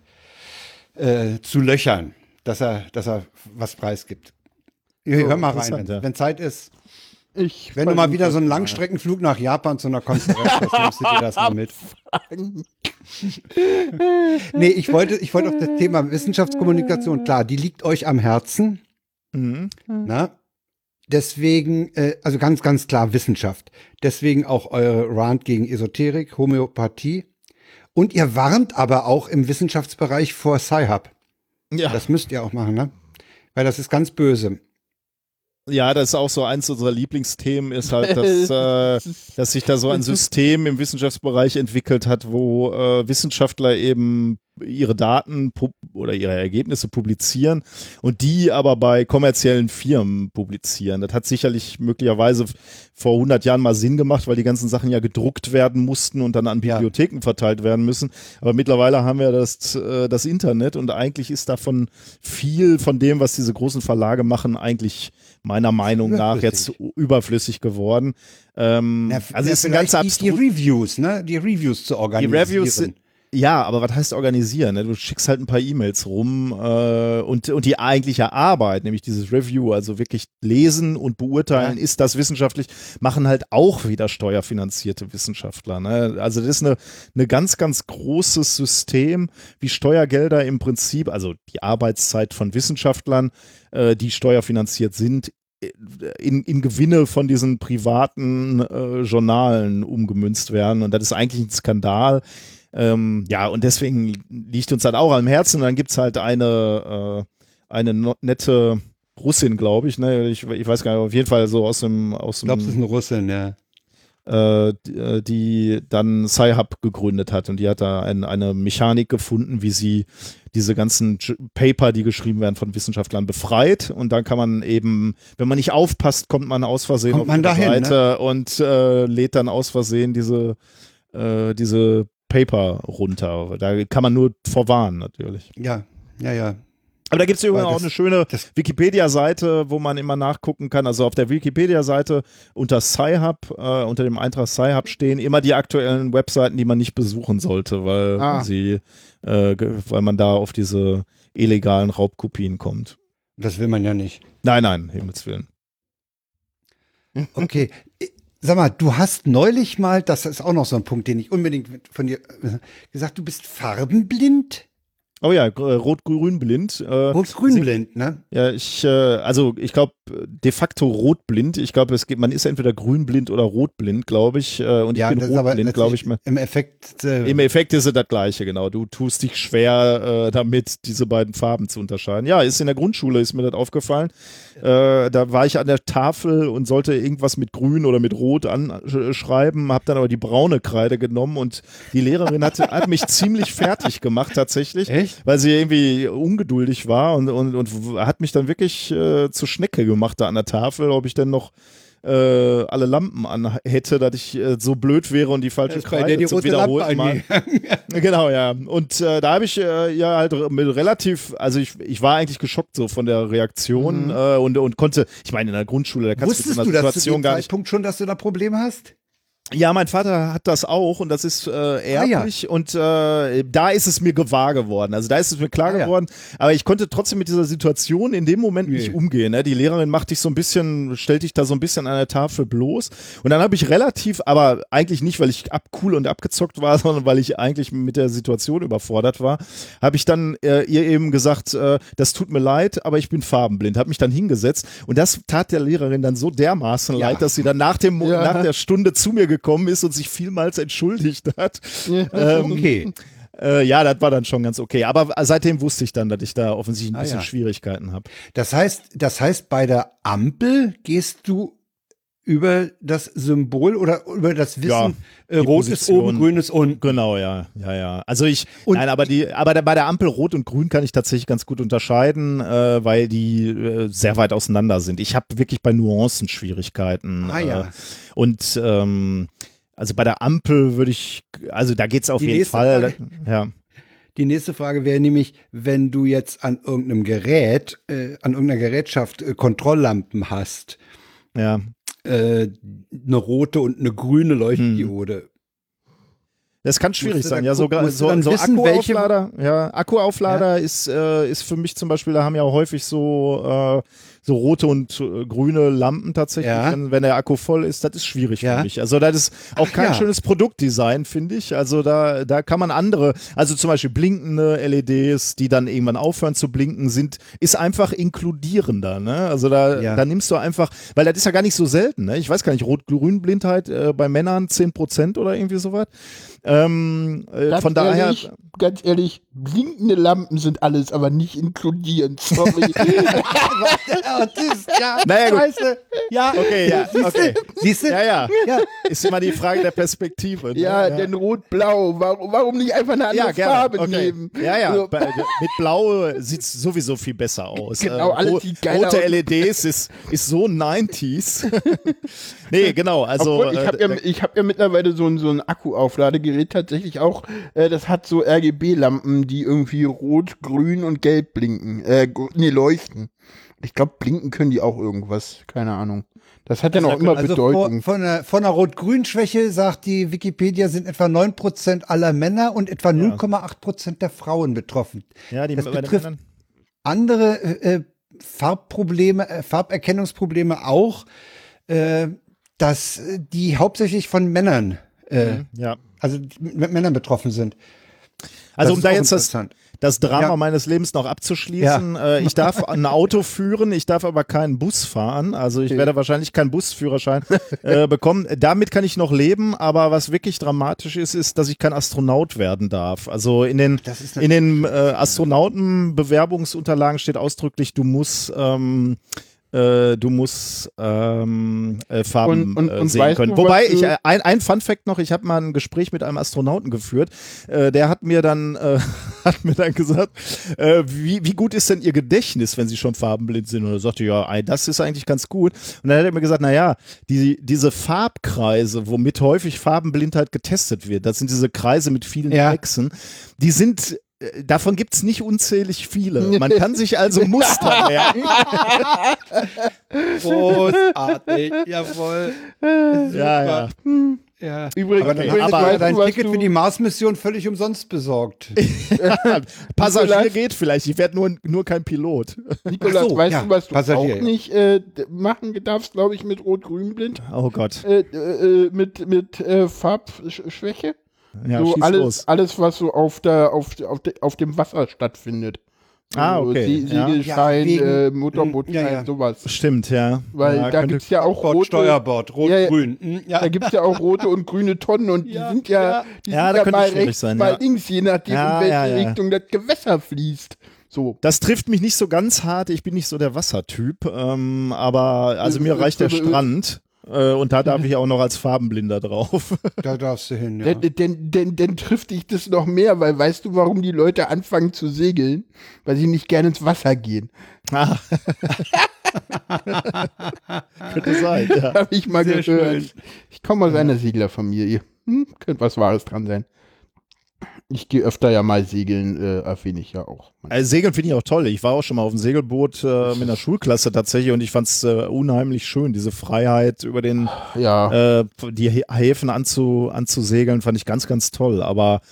S1: zu löchern, dass er was preisgibt. Hör mal rein, wenn Zeit ist. Wenn du mal wieder so einen Langstreckenflug nach Japan zu einer Konferenz hast, nimmst du dir das mal mit. Nee, ich wollte auf das Thema Wissenschaftskommunikation, klar, die liegt euch am Herzen. Na? Deswegen, also ganz, ganz klar Wissenschaft. Deswegen auch eure Rant gegen Esoterik, Homöopathie. Und ihr warnt aber auch im Wissenschaftsbereich vor Sci-Hub. Ja. Das müsst ihr auch machen, ne? Weil das ist ganz böse.
S3: Ja, das ist auch so eins unserer Lieblingsthemen, ist halt, dass sich da so ein System im Wissenschaftsbereich entwickelt hat, wo Wissenschaftler eben ihre Daten oder ihre Ergebnisse publizieren und die aber bei kommerziellen Firmen publizieren. Das hat sicherlich möglicherweise vor 100 Jahren mal Sinn gemacht, weil die ganzen Sachen ja gedruckt werden mussten und dann an Bibliotheken verteilt werden müssen. Aber mittlerweile haben wir das Internet und eigentlich ist davon viel von dem, was diese großen Verlage machen, eigentlich meiner Meinung nach jetzt überflüssig geworden. Also ist ein ganz abstrus.
S1: Die Reviews, ne? Die Reviews zu organisieren.
S3: Die Reviews ja, aber was heißt organisieren? Ne? Du schickst halt ein paar E-Mails rum und die eigentliche Arbeit, nämlich dieses Review, also wirklich lesen und beurteilen, ist das wissenschaftlich, machen halt auch wieder steuerfinanzierte Wissenschaftler. Ne? Also das ist eine ganz, ganz großes System, wie Steuergelder im Prinzip, also die Arbeitszeit von Wissenschaftlern, die steuerfinanziert sind, in Gewinne von diesen privaten Journalen umgemünzt werden. Und das ist eigentlich ein Skandal. Ja, und deswegen liegt uns das auch am Herzen. Und dann gibt es halt eine nette Russin, glaube ich, ne? Ich weiß gar nicht, auf jeden Fall so aus dem.
S1: Ich glaube, es ist eine Russin, ja.
S3: Die dann Sci-Hub gegründet hat und die hat da eine Mechanik gefunden, wie sie diese ganzen Paper, die geschrieben werden von Wissenschaftlern, befreit und dann kann man eben, wenn man nicht aufpasst, kommt man aus Versehen auf die Seite und lädt dann aus Versehen diese Paper runter. Da kann man nur vorwarnen natürlich.
S1: Ja.
S3: Aber da gibt es übrigens auch eine schöne Wikipedia-Seite, wo man immer nachgucken kann. Also auf der Wikipedia-Seite unter Sci-Hub, unter dem Eintrag Sci-Hub stehen immer die aktuellen Webseiten, die man nicht besuchen sollte, weil man da auf diese illegalen Raubkopien kommt.
S1: Das will man ja nicht.
S3: Nein, Himmels Willen.
S1: Okay. Sag mal, du hast neulich mal, das ist auch noch so ein Punkt, den ich unbedingt von dir gesagt, du bist farbenblind?
S3: Oh ja, rot-grün-blind.
S1: Rot-grün-blind, ne?
S3: Ja, ich glaube, de facto rotblind. Ich glaube, man ist entweder grünblind oder rotblind, glaube ich. Und ich bin rotblind, glaube ich.
S1: Im Effekt.
S3: Im Effekt ist es das Gleiche, genau. Du tust dich schwer damit, diese beiden Farben zu unterscheiden. Ja, ist in der Grundschule, ist mir das aufgefallen. Da war ich an der Tafel und sollte irgendwas mit grün oder mit rot anschreiben, habe dann aber die braune Kreide genommen und die Lehrerin hat mich ziemlich fertig gemacht, tatsächlich.
S1: Echt?
S3: Weil sie irgendwie ungeduldig war und hat mich dann wirklich zur Schnecke gemacht da an der Tafel, ob ich denn noch alle Lampen an hätte, dass ich so blöd wäre und die falsche Kreide zum wiederholten Mal. Genau, ja. Und da habe ich ja halt mit relativ, also ich war eigentlich geschockt so von der Reaktion und konnte, ich meine in der Grundschule, da kannst du in der Situation gar nicht.
S1: Wusstest du Zeitpunkt schon, dass du da Probleme hast?
S3: Ja, mein Vater hat das auch und das ist erblich und da ist es mir gewahr geworden. Also da ist es mir klar geworden, aber ich konnte trotzdem mit dieser Situation in dem Moment nicht umgehen. Ne? Die Lehrerin stellt dich da so ein bisschen an der Tafel bloß und dann habe ich aber eigentlich nicht, weil ich cool und abgezockt war, sondern weil ich eigentlich mit der Situation überfordert war, habe ich dann ihr eben gesagt, das tut mir leid, aber ich bin farbenblind. Habe mich dann hingesetzt und das tat der Lehrerin dann so dermaßen leid, dass sie dann nach der Stunde zu mir gekommen ist und sich vielmals entschuldigt hat.
S1: Okay.
S3: Ja, das war dann schon ganz okay. Aber seitdem wusste ich dann, dass ich da offensichtlich ein bisschen Schwierigkeiten habe.
S1: Das heißt, bei der Ampel gehst du über das Symbol oder über das Wissen, rot ist oben, grün ist unten.
S3: Genau, ja. Also aber bei der Ampel rot und grün kann ich tatsächlich ganz gut unterscheiden, weil die sehr weit auseinander sind. Ich habe wirklich bei Nuancen Schwierigkeiten. Und also bei der Ampel da geht es auf jeden Fall.
S1: Die nächste Frage wäre nämlich, wenn du jetzt an irgendeinem Gerät, an irgendeiner Gerätschaft Kontrolllampen hast, eine rote und eine grüne Leuchtdiode.
S3: Das kann schwierig sein, ja, sogar so Akkuauflader. Akkuauflader ist für mich zum Beispiel, da haben ja auch häufig so rote und grüne Lampen tatsächlich, wenn der Akku voll ist, das ist schwierig für mich. Also das ist auch kein schönes Produktdesign, finde ich. Also da kann man also zum Beispiel blinkende LEDs, die dann irgendwann aufhören zu blinken, ist einfach inkludierender. Ne? Also da nimmst du einfach, weil das ist ja gar nicht so selten. Ne? Ich weiß gar nicht, Rot-Grün-Blindheit bei Männern 10% oder irgendwie sowas. Von daher.
S2: Ganz ehrlich, blinkende Lampen sind alles, aber nicht inkludierend. Sorry.
S3: Naja, gut.
S1: Scheiße. Ja.
S3: Okay, ja. Okay.
S1: Siehst du?
S3: Ja. Ist immer die Frage der Perspektive. Ne?
S2: Ja, denn Rot-Blau. Warum nicht einfach eine andere Farbe nehmen?
S3: Ja. Also, mit Blau sieht es sowieso viel besser aus.
S2: Genau, alles sieht geil
S3: rote
S2: aus.
S3: LEDs ist so 90s. Nee, genau. Also,
S2: ich hab ja mittlerweile so ein Akkuaufladegerät tatsächlich auch. Das hat so RGB-Lampen, die irgendwie rot, grün und gelb blinken. Leuchten. Ich glaube, blinken können die auch irgendwas. Keine Ahnung. Das hat ja noch immer Bedeutung.
S1: Von einer Rot-Grün-Schwäche, sagt die Wikipedia, sind etwa 9% aller Männer und etwa 0,8% der Frauen betroffen.
S3: Ja,
S1: das betrifft andere Farberkennungsprobleme auch, dass die hauptsächlich von Männern, also mit Männern betroffen sind.
S3: Also um da jetzt das Drama meines Lebens noch abzuschließen, ich darf ein Auto führen, ich darf aber keinen Bus fahren, also ich werde wahrscheinlich keinen Busführerschein bekommen. Damit kann ich noch leben, aber was wirklich dramatisch ist, dass ich kein Astronaut werden darf. Also in den Astronautenbewerbungsunterlagen steht ausdrücklich, du musst Farben sehen können. Wobei, ein Funfact noch, ich habe mal ein Gespräch mit einem Astronauten geführt, der hat mir dann gesagt, wie gut ist denn Ihr Gedächtnis, wenn Sie schon farbenblind sind? Und er sagte, das ist eigentlich ganz gut. Und dann hat er mir gesagt, diese Farbkreise, womit häufig Farbenblindheit getestet wird, das sind diese Kreise mit vielen Hexen, die sind davon gibt es nicht unzählig viele. Man kann sich also Muster merken.
S1: Großartig, jawohl.
S3: Ja.
S1: Übrigens, aber dein Ticket für die Mars-Mission völlig umsonst besorgt.
S3: Passagier geht vielleicht, ich werde nur kein Pilot.
S2: Nikolas, weißt du, was du Passagier, auch nicht machen darfst, glaube ich, mit Rot-Grün-Blind?
S3: Oh Gott.
S2: Mit Farbschwäche?
S3: Ja,
S2: so alles, was so auf dem Wasser stattfindet.
S3: Okay.
S2: Segelschein, Motorbootschein, sowas.
S3: Stimmt, ja.
S2: Weil da gibt es ja auch rote...
S1: Steuerbord, rot-grün.
S2: Da gibt es ja auch rote und grüne Tonnen und die sind ja mal rechts, mal links, je nachdem, in welche Richtung das Gewässer fließt. So.
S3: Das trifft mich nicht so ganz hart. Ich bin nicht so der Wassertyp, aber also mir reicht der Strand. Und da darf ich auch noch als Farbenblinder drauf.
S1: Da darfst du hin, ja.
S2: Denn trifft dich das noch mehr, weil weißt du, warum die Leute anfangen zu segeln? Weil sie nicht gerne ins Wasser gehen.
S3: Ah. Könnte sein, ja.
S2: Habe ich mal gehört. Schön. Ich komme aus einer Seglerfamilie. Könnte was Wahres dran sein. Ich gehe öfter ja mal segeln, erwähne ich ja auch.
S3: Also Segeln finde ich auch toll. Ich war auch schon mal auf dem Segelboot mit einer Schulklasse tatsächlich und ich fand es unheimlich schön, diese Freiheit über die Häfen anzusegeln, fand ich ganz, ganz toll. Aber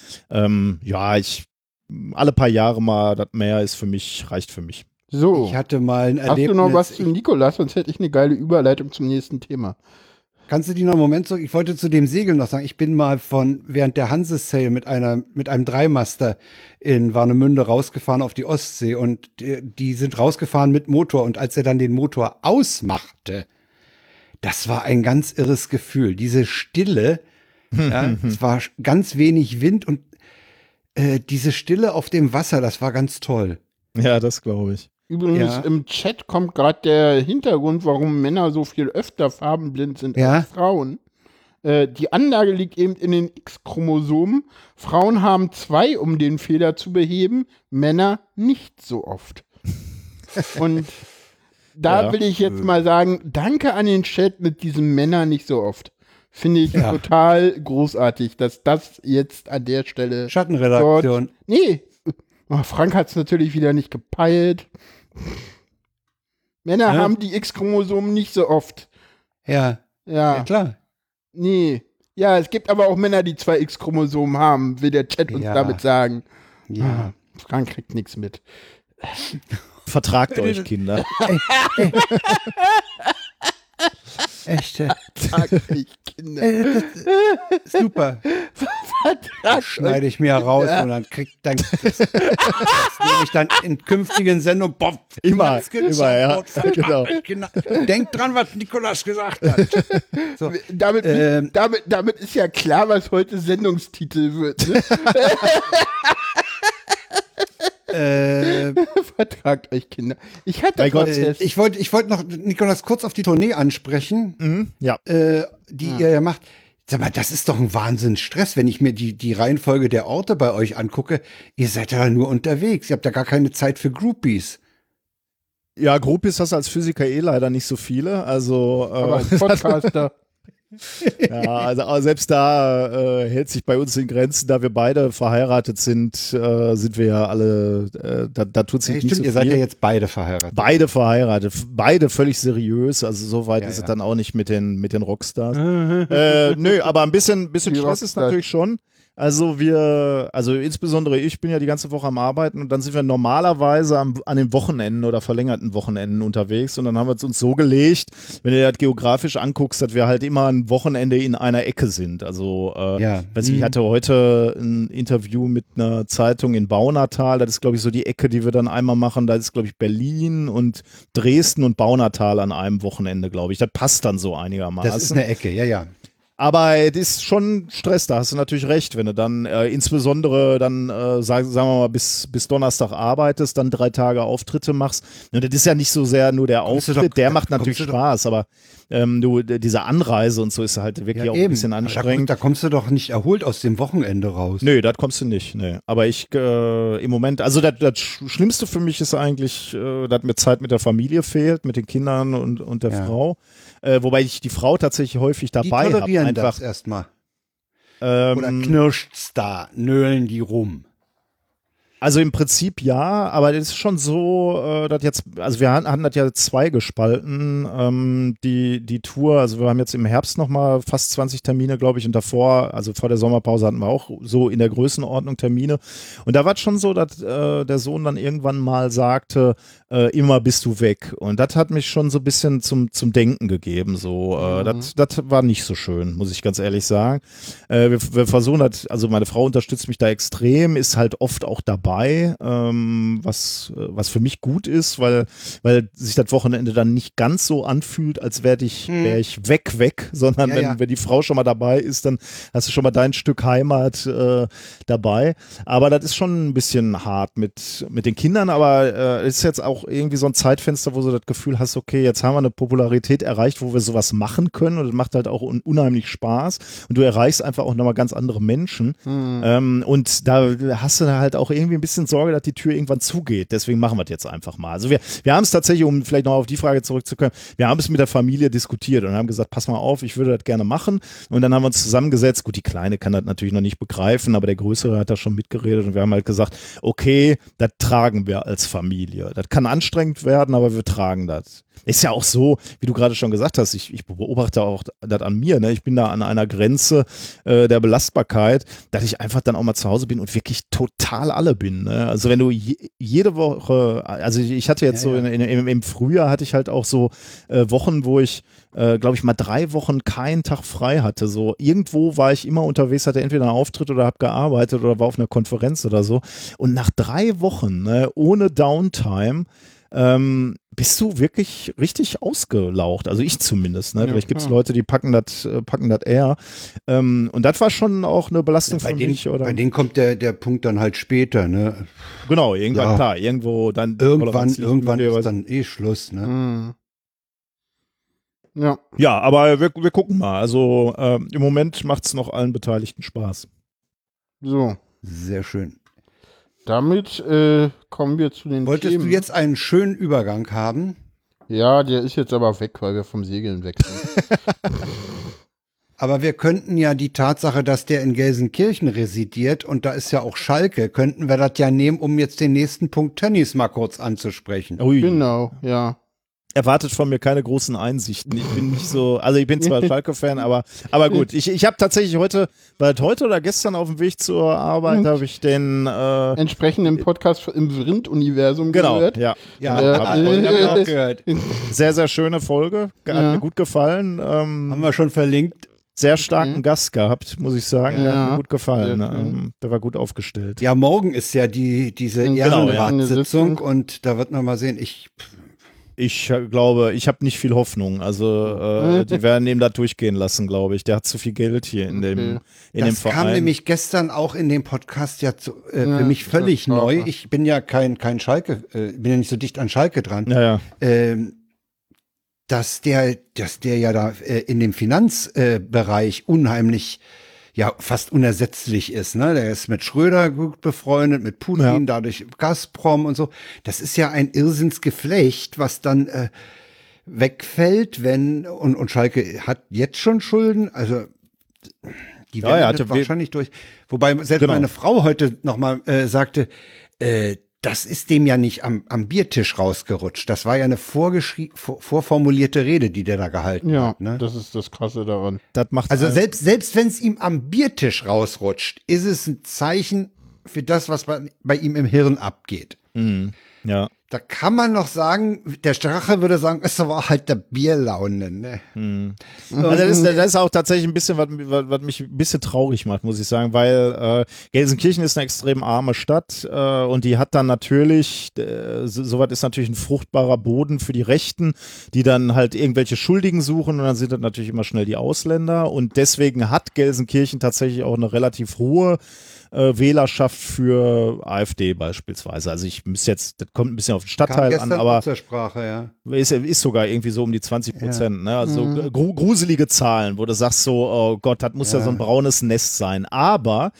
S3: alle paar Jahre mal das Meer reicht für mich.
S2: So,
S1: ich hatte mal ein Erlebnis.
S2: Hast du noch was zu Nikolas? Sonst hätte ich eine geile Überleitung zum nächsten Thema.
S1: Kannst du die noch einen Moment zurück? Ich wollte zu dem Segeln noch sagen, ich bin mal während der Hanse-Sail mit einem Dreimaster in Warnemünde rausgefahren auf die Ostsee und die sind rausgefahren mit Motor und als er dann den Motor ausmachte, das war ein ganz irres Gefühl. Diese Stille, es war ganz wenig Wind und diese Stille auf dem Wasser, das war ganz toll.
S3: Ja, das glaube ich.
S2: Übrigens, im Chat kommt gerade der Hintergrund, warum Männer so viel öfter farbenblind sind als Frauen. Die Anlage liegt eben in den X-Chromosomen. Frauen haben 2, um den Fehler zu beheben, Männer nicht so oft. Und da will ich jetzt mal sagen, danke an den Chat mit diesem Männer nicht so oft. Finde ich total großartig, dass das jetzt an der Stelle
S1: Schattenredaktion.
S2: Frank hat es natürlich wieder nicht gepeilt. Männer haben die X-Chromosomen nicht so oft.
S1: Ja, klar.
S2: Nee. Ja, es gibt aber auch Männer, die 2 X-Chromosomen haben, will der Chat uns damit sagen. Ja. Frank kriegt nichts mit.
S3: Vertragt euch, Kinder.
S1: Echt?
S2: Vertragt euch, Kinder.
S1: Super. Das schneide ich mir raus und dann das nehme ich dann in künftigen Sendungen.
S3: Immer, ja.
S1: Genau. Denkt dran, was Nikolas gesagt hat. So,
S2: damit ist ja klar, was heute Sendungstitel wird. Ne? Vertragt euch, Kinder. Ich
S1: wollte noch Nikolas kurz auf die Tournee ansprechen, die ihr ja macht. Sag mal, das ist doch ein Wahnsinnsstress, wenn ich mir die Reihenfolge der Orte bei euch angucke. Ihr seid ja nur unterwegs. Ihr habt ja gar keine Zeit für Groupies.
S3: Ja, Groupies hast du als Physiker leider nicht so viele. Also,
S2: aber als Podcaster.
S3: Ja, also selbst da hält sich bei uns in Grenzen, da wir beide verheiratet sind, sind wir ja alle, da tut sich nicht so viel.
S1: Ihr seid ja jetzt beide verheiratet.
S3: Beide verheiratet, beide völlig seriös, also so weit ist es dann auch nicht mit den Rockstars. Nö, aber ein bisschen Stress ist natürlich schon. Also insbesondere ich bin ja die ganze Woche am Arbeiten und dann sind wir normalerweise an den Wochenenden oder verlängerten Wochenenden unterwegs und dann haben wir es uns so gelegt, wenn du das geografisch anguckst, dass wir halt immer ein Wochenende in einer Ecke sind. Also ich hatte heute ein Interview mit einer Zeitung in Baunatal, das ist glaube ich so die Ecke, die wir dann einmal machen, da ist glaube ich Berlin und Dresden und Baunatal an einem Wochenende, glaube ich. Das passt dann so einigermaßen.
S1: Das ist eine Ecke, ja.
S3: Aber es ist schon Stress, da hast du natürlich recht, wenn du dann insbesondere dann, sagen wir mal, bis Donnerstag arbeitest, dann 3 Tage Auftritte machst. Und das ist ja nicht so sehr nur der Auftritt, der macht natürlich Spaß, aber diese Anreise und so ist halt wirklich auch ein bisschen anstrengend.
S1: Da kommst du doch nicht erholt aus dem Wochenende raus.
S3: Nö, das kommst du nicht, nee. Aber ich im Moment, also das Schlimmste für mich ist eigentlich, dass mir Zeit mit der Familie fehlt, mit den Kindern und der Frau. Wobei ich die Frau tatsächlich häufig dabei habe.
S1: Die tolerieren das erstmal. Oder knirscht's da, nölen die rum?
S3: Also im Prinzip ja, aber es ist schon so, dass jetzt, also wir hatten das ja zweigespalten, die Tour, also wir haben jetzt im Herbst nochmal fast 20 Termine, glaube ich, und davor, also vor der Sommerpause hatten wir auch so in der Größenordnung Termine und da war es schon so, dass der Sohn dann irgendwann mal sagte, immer bist du weg und das hat mich schon so ein bisschen zum Denken gegeben, so, das war nicht so schön, muss ich ganz ehrlich sagen. Wir versuchen das, also meine Frau unterstützt mich da extrem, ist halt oft auch dabei, was für mich gut ist, weil sich das Wochenende dann nicht ganz so anfühlt, als wäre ich weg, sondern wenn die Frau schon mal dabei ist, dann hast du schon mal dein Stück Heimat dabei. Aber das ist schon ein bisschen hart mit den Kindern, aber es ist jetzt auch irgendwie so ein Zeitfenster, wo du das Gefühl hast, okay, jetzt haben wir eine Popularität erreicht, wo wir sowas machen können und das macht halt auch unheimlich Spaß und du erreichst einfach auch nochmal ganz andere Menschen und da hast du halt auch irgendwie ein bisschen Sorge, dass die Tür irgendwann zugeht. Deswegen machen wir das jetzt einfach mal. Also wir haben es tatsächlich, um vielleicht noch auf die Frage zurückzukommen, wir haben es mit der Familie diskutiert und haben gesagt, pass mal auf, ich würde das gerne machen. Und dann haben wir uns zusammengesetzt. Gut, die Kleine kann das natürlich noch nicht begreifen, aber der Größere hat da schon mitgeredet und wir haben halt gesagt, okay, das tragen wir als Familie. Das kann anstrengend werden, aber wir tragen das. Ist ja auch so, wie du gerade schon gesagt hast, ich beobachte auch das an mir, ne? Ich bin da an einer Grenze der Belastbarkeit, dass ich einfach dann auch mal zu Hause bin und wirklich total alle bin. Ne? Also wenn du jede Woche, also ich hatte jetzt im Frühjahr hatte ich halt auch so Wochen, wo ich glaube ich mal 3 Wochen keinen Tag frei hatte. So irgendwo war ich immer unterwegs, hatte entweder einen Auftritt oder habe gearbeitet oder war auf einer Konferenz oder so. Und nach 3 Wochen, ne, ohne Downtime, bist du wirklich richtig ausgelaucht, also ich zumindest, ne? Vielleicht gibt es Leute, die packen das eher und das war schon auch eine Belastung für mich. Oder?
S1: Bei denen kommt der Punkt dann halt später, ne?
S3: Genau, irgendwann, klar, irgendwo dann.
S1: Irgendwann ist dann Schluss, ne?
S3: Ja, aber wir gucken mal, also im Moment macht es noch allen Beteiligten Spaß.
S2: So.
S1: Sehr schön.
S2: Damit kommen wir zu den
S1: Wolltest
S2: Themen.
S1: Du jetzt einen schönen Übergang haben?
S2: Ja, der ist jetzt aber weg, weil wir vom Segeln weg sind.
S1: Aber wir könnten ja die Tatsache, dass der in Gelsenkirchen residiert und da ist ja auch Schalke, könnten wir das ja nehmen, um jetzt den nächsten Punkt Tennis mal kurz anzusprechen.
S2: Ui. Genau, ja.
S3: Erwartet von mir keine großen Einsichten. Ich bin nicht so, also ich bin zwar Schalke-Fan, aber gut. Ich habe tatsächlich heute oder gestern auf dem Weg zur Arbeit habe ich den
S2: entsprechenden Podcast im Vrind-Universum gehört.
S3: Genau, ja.
S1: Hab ich auch gehört.
S3: Sehr, sehr schöne Folge. Hat mir gut gefallen.
S1: Haben wir schon verlinkt.
S3: Sehr starken Gast gehabt, muss ich sagen. Der hat mir gut gefallen. Der war gut aufgestellt.
S1: Ja, morgen ist ja diese Ehrenratssitzung und da wird man mal sehen,
S3: Ich glaube, ich habe nicht viel Hoffnung. Also die werden ihm da durchgehen lassen, glaube ich. Der hat zu viel Geld hier in dem Verein.
S1: Das kam nämlich gestern auch in dem Podcast für mich völlig neu. Ich bin ja kein Schalke, bin ja nicht so dicht an Schalke dran.
S3: Ja.
S1: Dass der ja da in dem Finanzbereich unheimlich, ja, fast unersetzlich ist, ne? Der ist mit Schröder gut befreundet, mit Putin, dadurch Gazprom und so. Das ist ja ein Irrsinnsgeflecht, was dann wegfällt, und Schalke hat jetzt schon Schulden, also die werden wahrscheinlich durch. Wobei selbst meine Frau heute nochmal sagte, das ist dem ja nicht am Biertisch rausgerutscht. Das war ja eine vorformulierte Rede, die der da gehalten hat. Ne?
S2: Das ist das Krasse daran.
S3: Das macht
S1: also selbst wenn es ihm am Biertisch rausrutscht, ist es ein Zeichen für das, was bei ihm im Hirn abgeht.
S3: Mhm. Ja.
S1: Da kann man noch sagen, der Strache würde sagen, es war halt der Bierlaune. Ne?
S3: Also das ist auch tatsächlich ein bisschen, was mich ein bisschen traurig macht, muss ich sagen, weil Gelsenkirchen ist eine extrem arme Stadt und die hat dann natürlich, soweit ist natürlich ein fruchtbarer Boden für die Rechten, die dann halt irgendwelche Schuldigen suchen und dann sind das natürlich immer schnell die Ausländer und deswegen hat Gelsenkirchen tatsächlich auch eine relativ hohe Wählerschaft für AfD beispielsweise. Also das kommt ein bisschen auf den Stadtteil an, aber
S1: zur Sprache, ja.
S3: Ist sogar irgendwie so um die 20%, ne? Also gruselige Zahlen, wo du sagst so, oh Gott, das muss ja so ein braunes Nest sein. Aber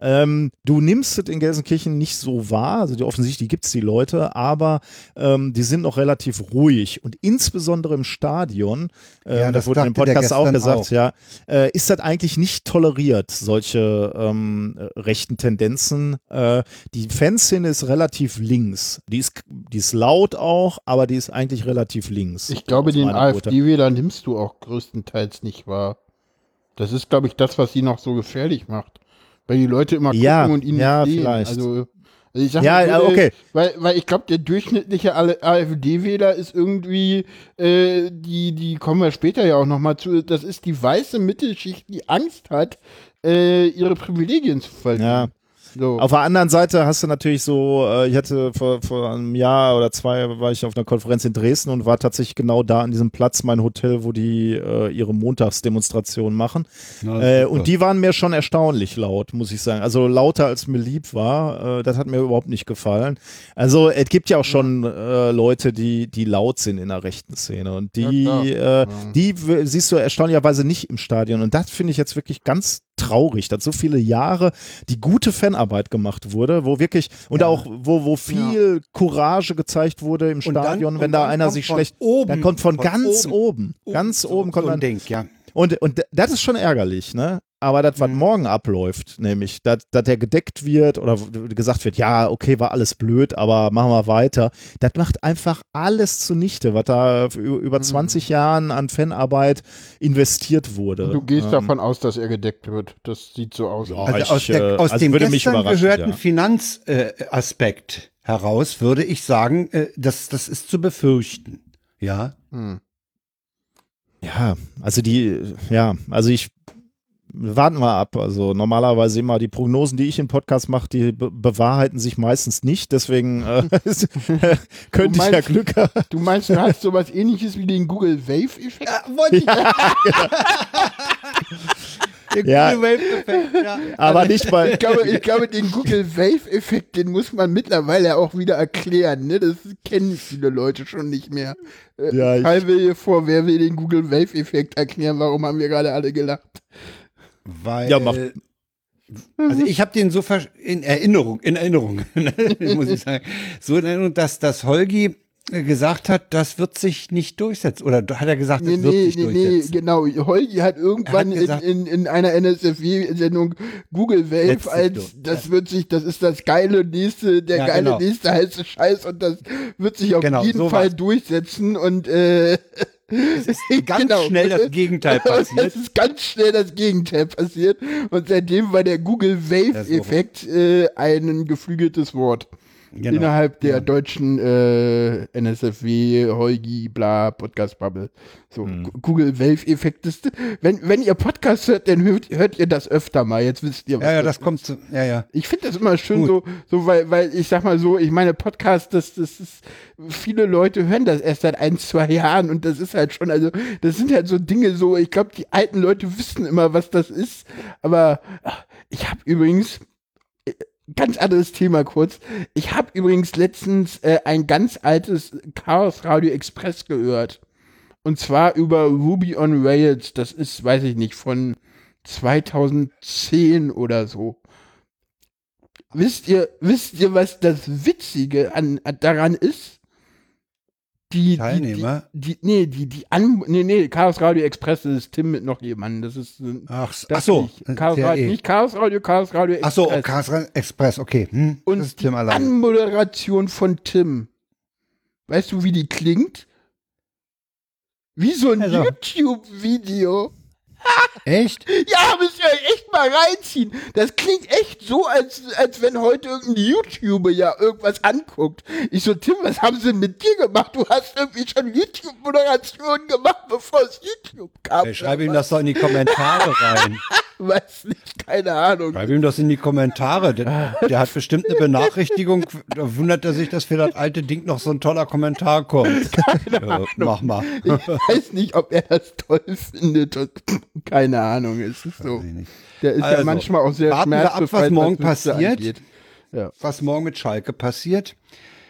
S3: du nimmst es in Gelsenkirchen nicht so wahr, also offensichtlich gibt es die Leute, aber die sind noch relativ ruhig und insbesondere im Stadion, das wurde im Podcast auch gesagt, ist das eigentlich nicht toleriert, solche rechten Tendenzen. Die Fanszene ist relativ links, die ist laut auch, aber die ist eigentlich relativ links.
S2: Ich glaube, den AfD-Wähler nimmst du auch größtenteils nicht wahr. Das ist, glaube ich, das, was sie noch so gefährlich macht. Weil die Leute immer gucken und ihn nicht sehen.
S3: Vielleicht.
S2: Also ich sag mal,
S3: okay.
S2: Weil ich glaube, der durchschnittliche AfD-Wähler ist irgendwie, die kommen wir später ja auch nochmal zu, das ist die weiße Mittelschicht, die Angst hat, ihre Privilegien zu verlieren.
S3: Ja.
S2: So.
S3: Auf der anderen Seite hast du natürlich so, ich hatte vor einem Jahr oder 2 war ich auf einer Konferenz in Dresden und war tatsächlich genau da an diesem Platz, mein Hotel, wo die ihre Montagsdemonstration machen. Und die waren mir schon erstaunlich laut, muss ich sagen. Also lauter als mir lieb war. Das hat mir überhaupt nicht gefallen. Also es gibt ja auch schon Leute, die laut sind in der rechten Szene und die siehst du erstaunlicherweise nicht im Stadion. Und das finde ich jetzt wirklich ganz traurig, dass so viele Jahre die gute Fanarbeit gemacht wurde, wo wirklich und auch wo viel Courage gezeigt wurde im Stadion, wenn da einer sich schlecht, dann kommt von ganz oben kommt man. Und das ist schon ärgerlich, ne? Aber das, was morgen abläuft, nämlich, dass der gedeckt wird oder gesagt wird, ja, okay, war alles blöd, aber machen wir weiter, das macht einfach alles zunichte, was da über 20 Jahren an Fanarbeit investiert wurde.
S2: Du gehst davon aus, dass er gedeckt wird. Das sieht so aus.
S1: Ja, also aus dem gestern gehörten Finanzaspekt heraus würde ich sagen, das ist zu befürchten. Ja.
S3: Ja, warten wir ab. Also normalerweise immer die Prognosen, die ich im Podcast mache, die bewahrheiten sich meistens nicht. Deswegen könnte ich ja Glück haben.
S2: Du meinst, du hast sowas Ähnliches wie den Google Wave-Effekt?
S3: Aber nicht bei.
S2: Ich glaube, den Google Wave-Effekt, den muss man mittlerweile auch wieder erklären. Ne? Das kennen viele Leute schon nicht mehr. Kai will hier vor, wer will den Google Wave-Effekt erklären? Warum haben wir gerade alle gelacht?
S1: Weil, also ich habe den so in Erinnerung, muss ich sagen, so in Erinnerung, dass Holgi gesagt hat, das wird sich nicht durchsetzen. Oder hat er gesagt, das wird sich durchsetzen?
S2: Genau. Holgi hat irgendwann in einer NSFW-Sendung Google Wave das ist das geile nächste, nächste heiße Scheiß und das wird sich auf jeden Fall durchsetzen und
S1: es ist ganz schnell das Gegenteil passiert.
S2: Es ist ganz schnell das Gegenteil passiert und seitdem war der Google Wave-Effekt ein geflügeltes Wort. Innerhalb der deutschen NSFW, Holgi, bla, Podcast-Bubble. So, Google Wave-Effekt ist, wenn ihr Podcast hört, dann hört ihr das öfter mal. Jetzt wisst ihr, was
S1: das kommt zu,
S2: Ich finde das immer schön so weil ich sag mal so, ich meine, Podcast, das ist, viele Leute hören das erst seit 1-2 Jahren und das ist halt schon, also, das sind halt so Dinge so, ich glaube, die alten Leute wissen immer, was das ist, aber ich habe übrigens, ganz anderes Thema kurz. Ich habe übrigens letztens ein ganz altes Chaos Radio Express gehört. Und zwar über Ruby on Rails. Das ist, weiß ich nicht, von 2010 oder so. Wisst ihr, was das Witzige daran ist? Die
S1: Teilnehmer?
S2: Chaos Radio Express, das ist Tim mit noch jemandem. Das ist
S1: Chaos Radio,
S2: nicht Chaos Radio Express.
S1: Ach so, Chaos Radio Express, okay.
S2: Und das ist Tim allein. Die Anmoderation von Tim. Weißt du, wie die klingt? Wie so ein YouTube-Video.
S1: Echt?
S2: Ja, müsst ihr euch echt mal reinziehen. Das klingt echt so, als wenn heute irgendein YouTuber ja irgendwas anguckt. Ich so, Tim, was haben sie mit dir gemacht? Du hast irgendwie schon YouTube-Moderationen gemacht, bevor es YouTube kam.
S1: Schreib ihm das doch in die Kommentare rein.
S2: Weiß nicht, keine Ahnung.
S1: Schreib ihm das in die Kommentare. Der hat bestimmt eine Benachrichtigung. Da wundert er sich, dass für das alte Ding noch so ein toller Kommentar kommt. Mach mal.
S2: Ich weiß nicht, ob er das toll findet. Keine Ahnung, es ist so. Der ist ja manchmal auch sehr
S1: schmerzbefreit, was morgen passiert.
S2: Ja.
S1: Was morgen mit Schalke passiert.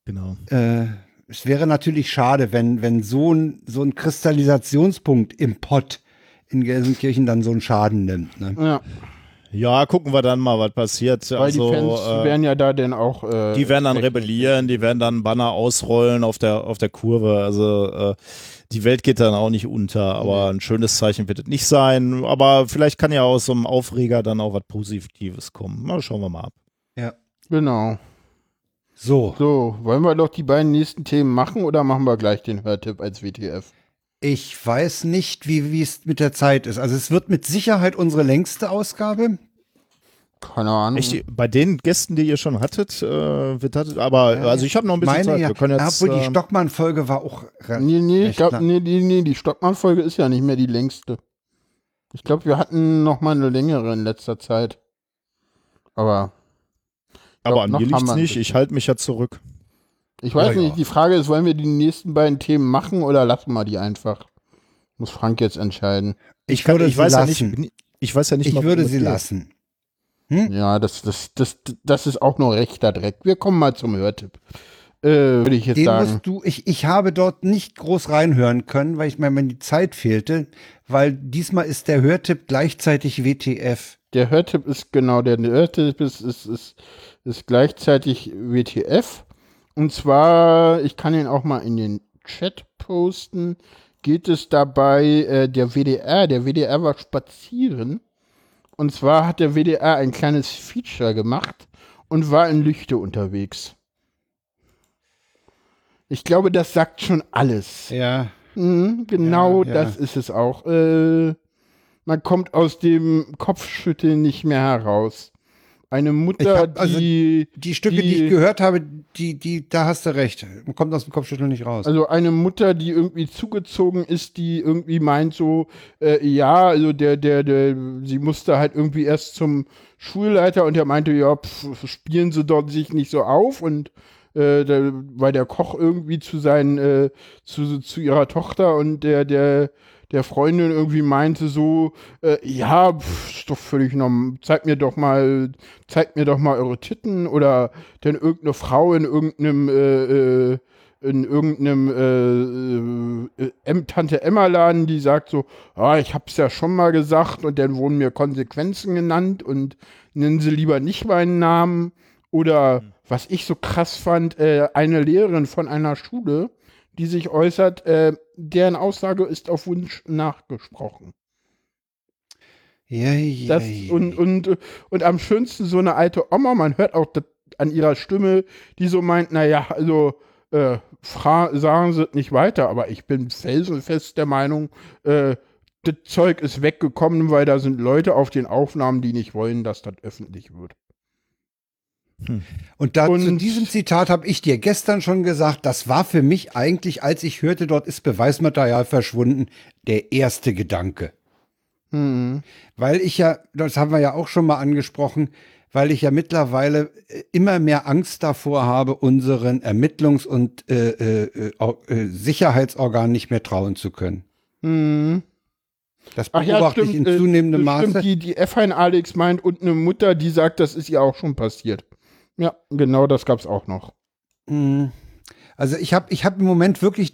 S3: Genau.
S1: Es wäre natürlich schade, wenn so ein Kristallisationspunkt im Pott in Gelsenkirchen dann so einen Schaden nimmt. Ne?
S2: Ja.
S3: Ja, gucken wir dann mal, was passiert.
S2: Weil die Fans werden ja da dann auch
S3: die werden dann rebellieren, die werden dann Banner ausrollen auf der Kurve. Also die Welt geht dann auch nicht unter, aber ein schönes Zeichen wird es nicht sein. Aber vielleicht kann ja aus so einem Aufreger dann auch was Positives kommen. Mal schauen wir mal ab.
S1: Ja.
S2: Genau.
S1: So,
S2: wollen wir doch die beiden nächsten Themen machen oder machen wir gleich den Hörtipp als WTF?
S1: Ich weiß nicht, wie es mit der Zeit ist. Also es wird mit Sicherheit unsere längste Ausgabe.
S2: Keine Ahnung.
S3: Bei den Gästen, die ihr schon hattet, also ich habe noch ein bisschen Zeit.
S1: Ja.
S3: Wir können jetzt,
S1: obwohl die Stockmann-Folge war auch
S2: die Stockmann-Folge ist ja nicht mehr die längste. Ich glaube, wir hatten noch mal eine längere in letzter Zeit. Aber
S3: an mir liegt's nicht. Ich halte mich ja zurück.
S2: Ich weiß nicht, die Frage ist, wollen wir die nächsten beiden Themen machen oder lassen wir die einfach? Muss Frank jetzt entscheiden.
S1: Ich würde sie lassen.
S2: Ja, das ist auch nur rechter Dreck. Wir kommen mal zum Hörtipp. Würde ich jetzt sagen.
S1: Ich habe dort nicht groß reinhören können, weil mir die Zeit fehlte, weil diesmal ist der Hörtipp gleichzeitig WTF.
S2: Der Hörtipp ist ist gleichzeitig WTF. Und zwar, ich kann ihn auch mal in den Chat posten, geht es dabei, der WDR war spazieren. Und zwar hat der WDR ein kleines Feature gemacht und war in Lüchte unterwegs. Ich glaube, das sagt schon alles.
S1: Ja.
S2: Genau, das ist es auch. Man kommt aus dem Kopfschütteln nicht mehr heraus. Eine Mutter,
S1: die Stücke, die ich gehört habe, da hast du recht. Man kommt aus dem Kopfschütteln nicht raus.
S2: Also eine Mutter, die irgendwie zugezogen ist, die irgendwie meint so, also sie musste halt irgendwie erst zum Schulleiter und der meinte, ja, spielen sie dort sich nicht so auf und weil der Koch irgendwie zu zu ihrer Tochter und der Freundin irgendwie meinte so, ist doch völlig normal, zeigt mir doch mal eure Titten oder denn irgendeine Frau in irgendeinem Tante Emma Laden, die sagt so, ich hab's ja schon mal gesagt und dann wurden mir Konsequenzen genannt und nennen sie lieber nicht meinen Namen oder was ich so krass fand, eine Lehrerin von einer Schule, die sich äußert, deren Aussage ist auf Wunsch nachgesprochen. Und am schönsten so eine alte Oma, man hört auch an ihrer Stimme, die so meint, naja, also sagen Sie es nicht weiter, aber ich bin felsenfest der Meinung, das Zeug ist weggekommen, weil da sind Leute auf den Aufnahmen, die nicht wollen, dass das öffentlich wird.
S1: Und zu diesem Zitat habe ich dir gestern schon gesagt, das war für mich eigentlich, als ich hörte, dort ist Beweismaterial verschwunden, der erste Gedanke. Weil ich ja, das haben wir ja auch schon mal angesprochen, weil ich ja mittlerweile immer mehr Angst davor habe, unseren Ermittlungs- und Sicherheitsorganen nicht mehr trauen zu können. Das beobachte ich in zunehmendem Maße.
S2: Stimmt, die F1 Alex meint und eine Mutter, die sagt, das ist ihr auch schon passiert. Ja, genau, das gab's auch noch.
S1: Also ich hab im Moment wirklich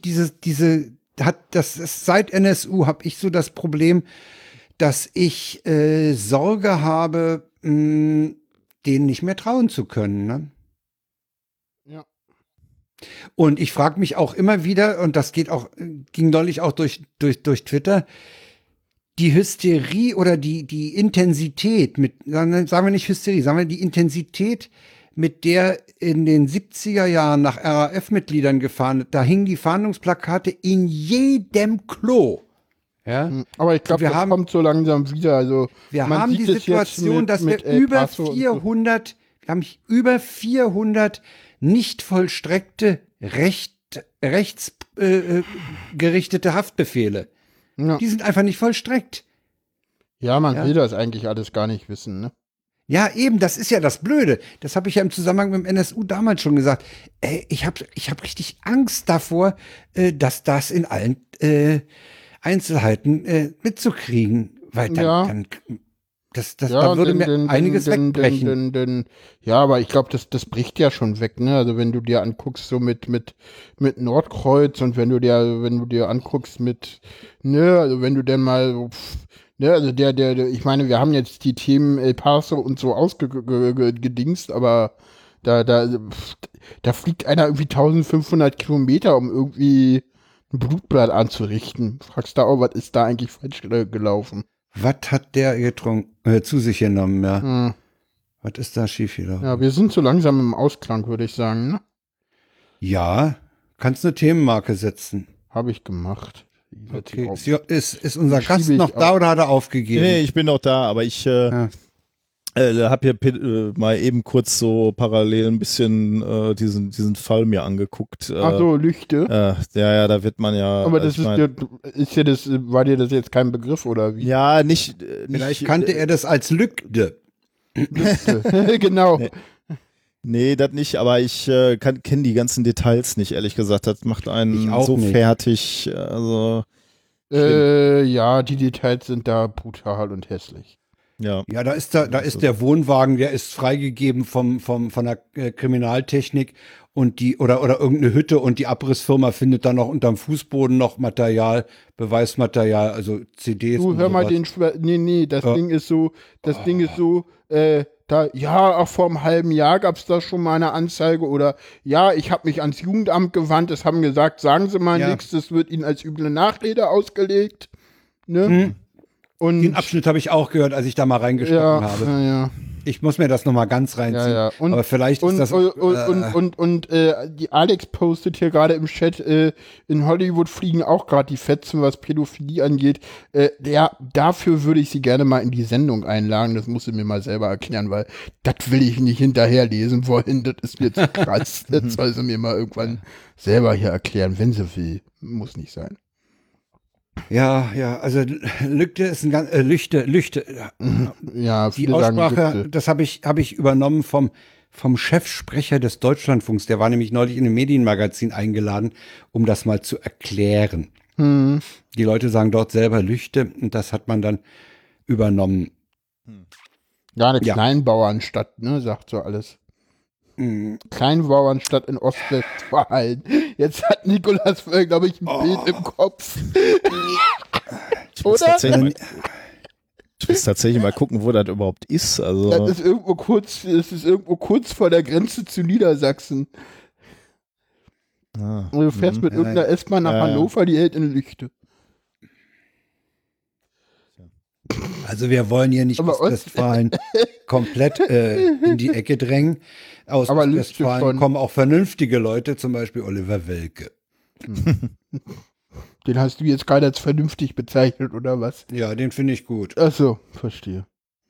S1: seit NSU habe ich so das Problem, dass ich Sorge habe, denen nicht mehr trauen zu können. Ne?
S2: Ja.
S1: Und ich frage mich auch immer wieder, und das ging neulich auch durch Twitter, die Hysterie oder die Intensität sagen wir nicht Hysterie, sagen wir die Intensität, mit der in den 70er Jahren nach RAF-Mitgliedern gefahren, da hingen die Fahndungsplakate in jedem Klo. Ja?
S2: Aber ich glaube, das kommt so langsam wieder. Also
S1: wir haben die Situation, dass wir über 400 nicht vollstreckte rechtsgerichtete Haftbefehle. Ja. Die sind einfach nicht vollstreckt.
S2: Ja, man will das eigentlich alles gar nicht wissen, ne?
S1: Ja, eben, das ist ja das Blöde. Das habe ich ja im Zusammenhang mit dem NSU damals schon gesagt. Ich hab richtig Angst davor, dass das in allen Einzelheiten mitzukriegen. Weil dann Da würde mir einiges wegbrechen.
S2: Ja, aber ich glaube, das bricht ja schon weg, ne? Also wenn du dir anguckst, so mit Nordkreuz und wenn du dir anguckst also wenn du denn mal, ne, also ich meine, wir haben jetzt die Themen El Paso und so ausgedingst, aber da fliegt einer irgendwie 1500 Kilometer, um irgendwie ein Blutbad anzurichten. Fragst du auch, was ist da eigentlich falsch gelaufen?
S1: Was hat der zu sich genommen, ja? Was ist da schiefgelaufen?
S2: Ja, wir sind so langsam im Ausklang, würde ich sagen, ne?
S1: Ja, kannst eine Themenmarke setzen.
S2: Habe ich gemacht.
S1: Okay. Ist unser Gast noch da oder hat er aufgegeben?
S3: Nee, ich bin noch da, aber ich habe hier mal eben kurz so parallel ein bisschen diesen Fall mir angeguckt.
S2: Ach so, Lüchte?
S3: Ja, da wird man ja.
S2: Aber das war dir das jetzt kein Begriff oder wie?
S3: Ja, nicht.
S1: Vielleicht kannte er das als Lügde.
S2: Genau.
S3: Nee, das nicht, aber ich kenne die ganzen Details nicht, ehrlich gesagt. Das macht einen so nicht fertig. Also.
S2: Ja, die Details sind da brutal und hässlich.
S3: Ja,
S1: da ist der Wohnwagen, der ist freigegeben von der Kriminaltechnik und oder irgendeine Hütte und die Abrissfirma findet dann noch unterm Fußboden noch Beweismaterial, also CDs.
S2: Du, hör mal das Ding ist so, auch vor einem halben Jahr gab es da schon mal eine Anzeige oder ja, ich habe mich ans Jugendamt gewandt, es haben gesagt, sagen Sie mal nichts, das wird Ihnen als üble Nachrede ausgelegt, ne? Und
S1: den Abschnitt habe ich auch gehört, als ich da mal reingesprochen habe.
S2: Ja.
S1: Ich muss mir das nochmal ganz reinziehen. Ja. Aber vielleicht ist das.
S2: Die Alex postet hier gerade im Chat, in Hollywood fliegen auch gerade die Fetzen, was Pädophilie angeht. Dafür würde ich sie gerne mal in die Sendung einladen. Das muss sie mir mal selber erklären, weil das will ich nicht hinterherlesen wollen. Das ist mir zu krass. Das soll sie mir mal irgendwann selber hier erklären, wenn sie will. Muss nicht sein.
S1: Ja, also Lüchte ist ein ganz Lüchte.
S2: Ja,
S1: die Aussprache, das habe ich übernommen vom Chefsprecher des Deutschlandfunks. Der war nämlich neulich in einem Medienmagazin eingeladen, um das mal zu erklären. Die Leute sagen dort selber Lüchte und das hat man dann übernommen.
S2: Ja, eine Kleinbauernstadt, ne, sagt so alles. Kleinbauernstadt in Ostwestfalen. Jetzt hat Nikolas, glaube ich, ein Bild im Kopf. Oder?
S3: Ich muss tatsächlich mal gucken, wo das überhaupt ist. Also.
S2: Das ist irgendwo kurz vor der Grenze zu Niedersachsen. Du fährst mit irgendeiner S-Bahn nach Hannover, die hält in Lüchte.
S1: Also wir wollen hier nicht Ostwestfalen komplett in die Ecke drängen. Aus Ostwestfalen kommen auch vernünftige Leute, zum Beispiel Oliver Welke.
S2: Den hast du jetzt gerade als vernünftig bezeichnet, oder was?
S1: Ja, den finde ich gut.
S2: Ach so, verstehe.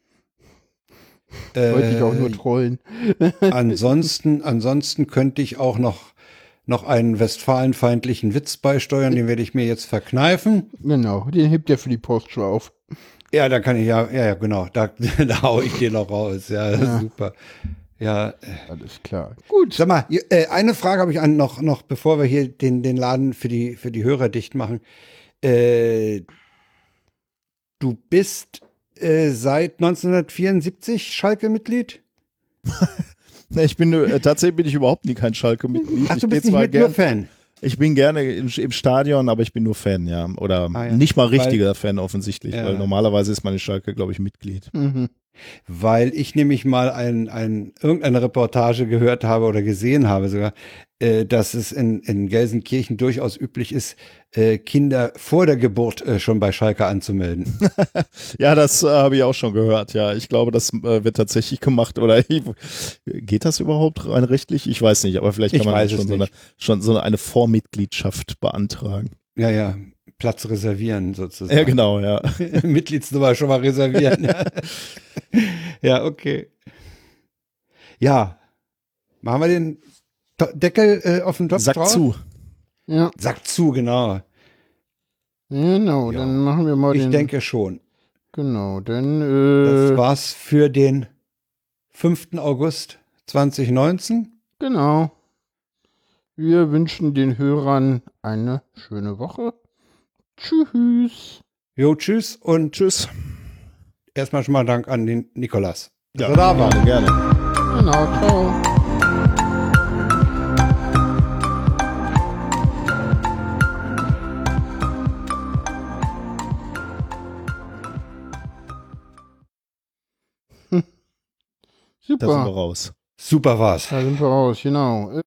S2: Wollte ich auch nur trollen.
S1: Ansonsten könnte ich auch noch einen westfalenfeindlichen Witz beisteuern, den werde ich mir jetzt verkneifen.
S2: Genau, den hebt er für die Postshow auf.
S1: Ja, da kann ich genau, da hau ich den noch raus. Ja, super. Ja,
S2: alles klar.
S1: Gut. Sag mal, eine Frage habe ich noch, bevor wir hier den Laden für die Hörer dicht machen. Du bist seit 1974 Schalke-Mitglied?
S3: Ich bin tatsächlich bin ich überhaupt nie kein Schalke-Mitglied.
S1: Ach, du bist nicht nur Fan?
S3: Ich bin gerne im Stadion, aber ich bin nur Fan, ja. Oder nicht mal richtiger Fan offensichtlich, weil normalerweise ist meine Schalke, glaube ich, Mitglied.
S2: Mhm.
S1: Weil ich nämlich mal irgendeine Reportage gehört habe oder gesehen habe sogar, dass es in Gelsenkirchen durchaus üblich ist, Kinder vor der Geburt schon bei Schalke anzumelden.
S3: Ja, das habe ich auch schon gehört. Ja, ich glaube, das wird tatsächlich gemacht. Oder geht das überhaupt rein rechtlich? Ich weiß nicht, aber vielleicht kann man schon so eine Vormitgliedschaft beantragen.
S1: Ja. Platz reservieren sozusagen.
S3: Ja, genau, ja.
S1: Mitgliedsnummer schon mal reservieren. Ja, okay. Ja, machen wir den Deckel auf den Topf
S3: Sack
S1: drauf?
S3: zu.
S2: Ja.
S1: Sack zu, genau.
S2: Genau, dann machen wir mal
S1: Ich denke schon.
S2: Genau, dann
S1: das war's für den 5. August 2019.
S2: Genau. Wir wünschen den Hörern eine schöne Woche. Tschüss.
S1: Jo, tschüss und
S3: tschüss.
S1: erstmal schon mal Dank an den Nikolas.
S3: Dass er da war. Gerne.
S2: Genau, ciao. Super.
S3: Da sind wir raus.
S1: Super war's.
S2: Da sind wir raus, genau.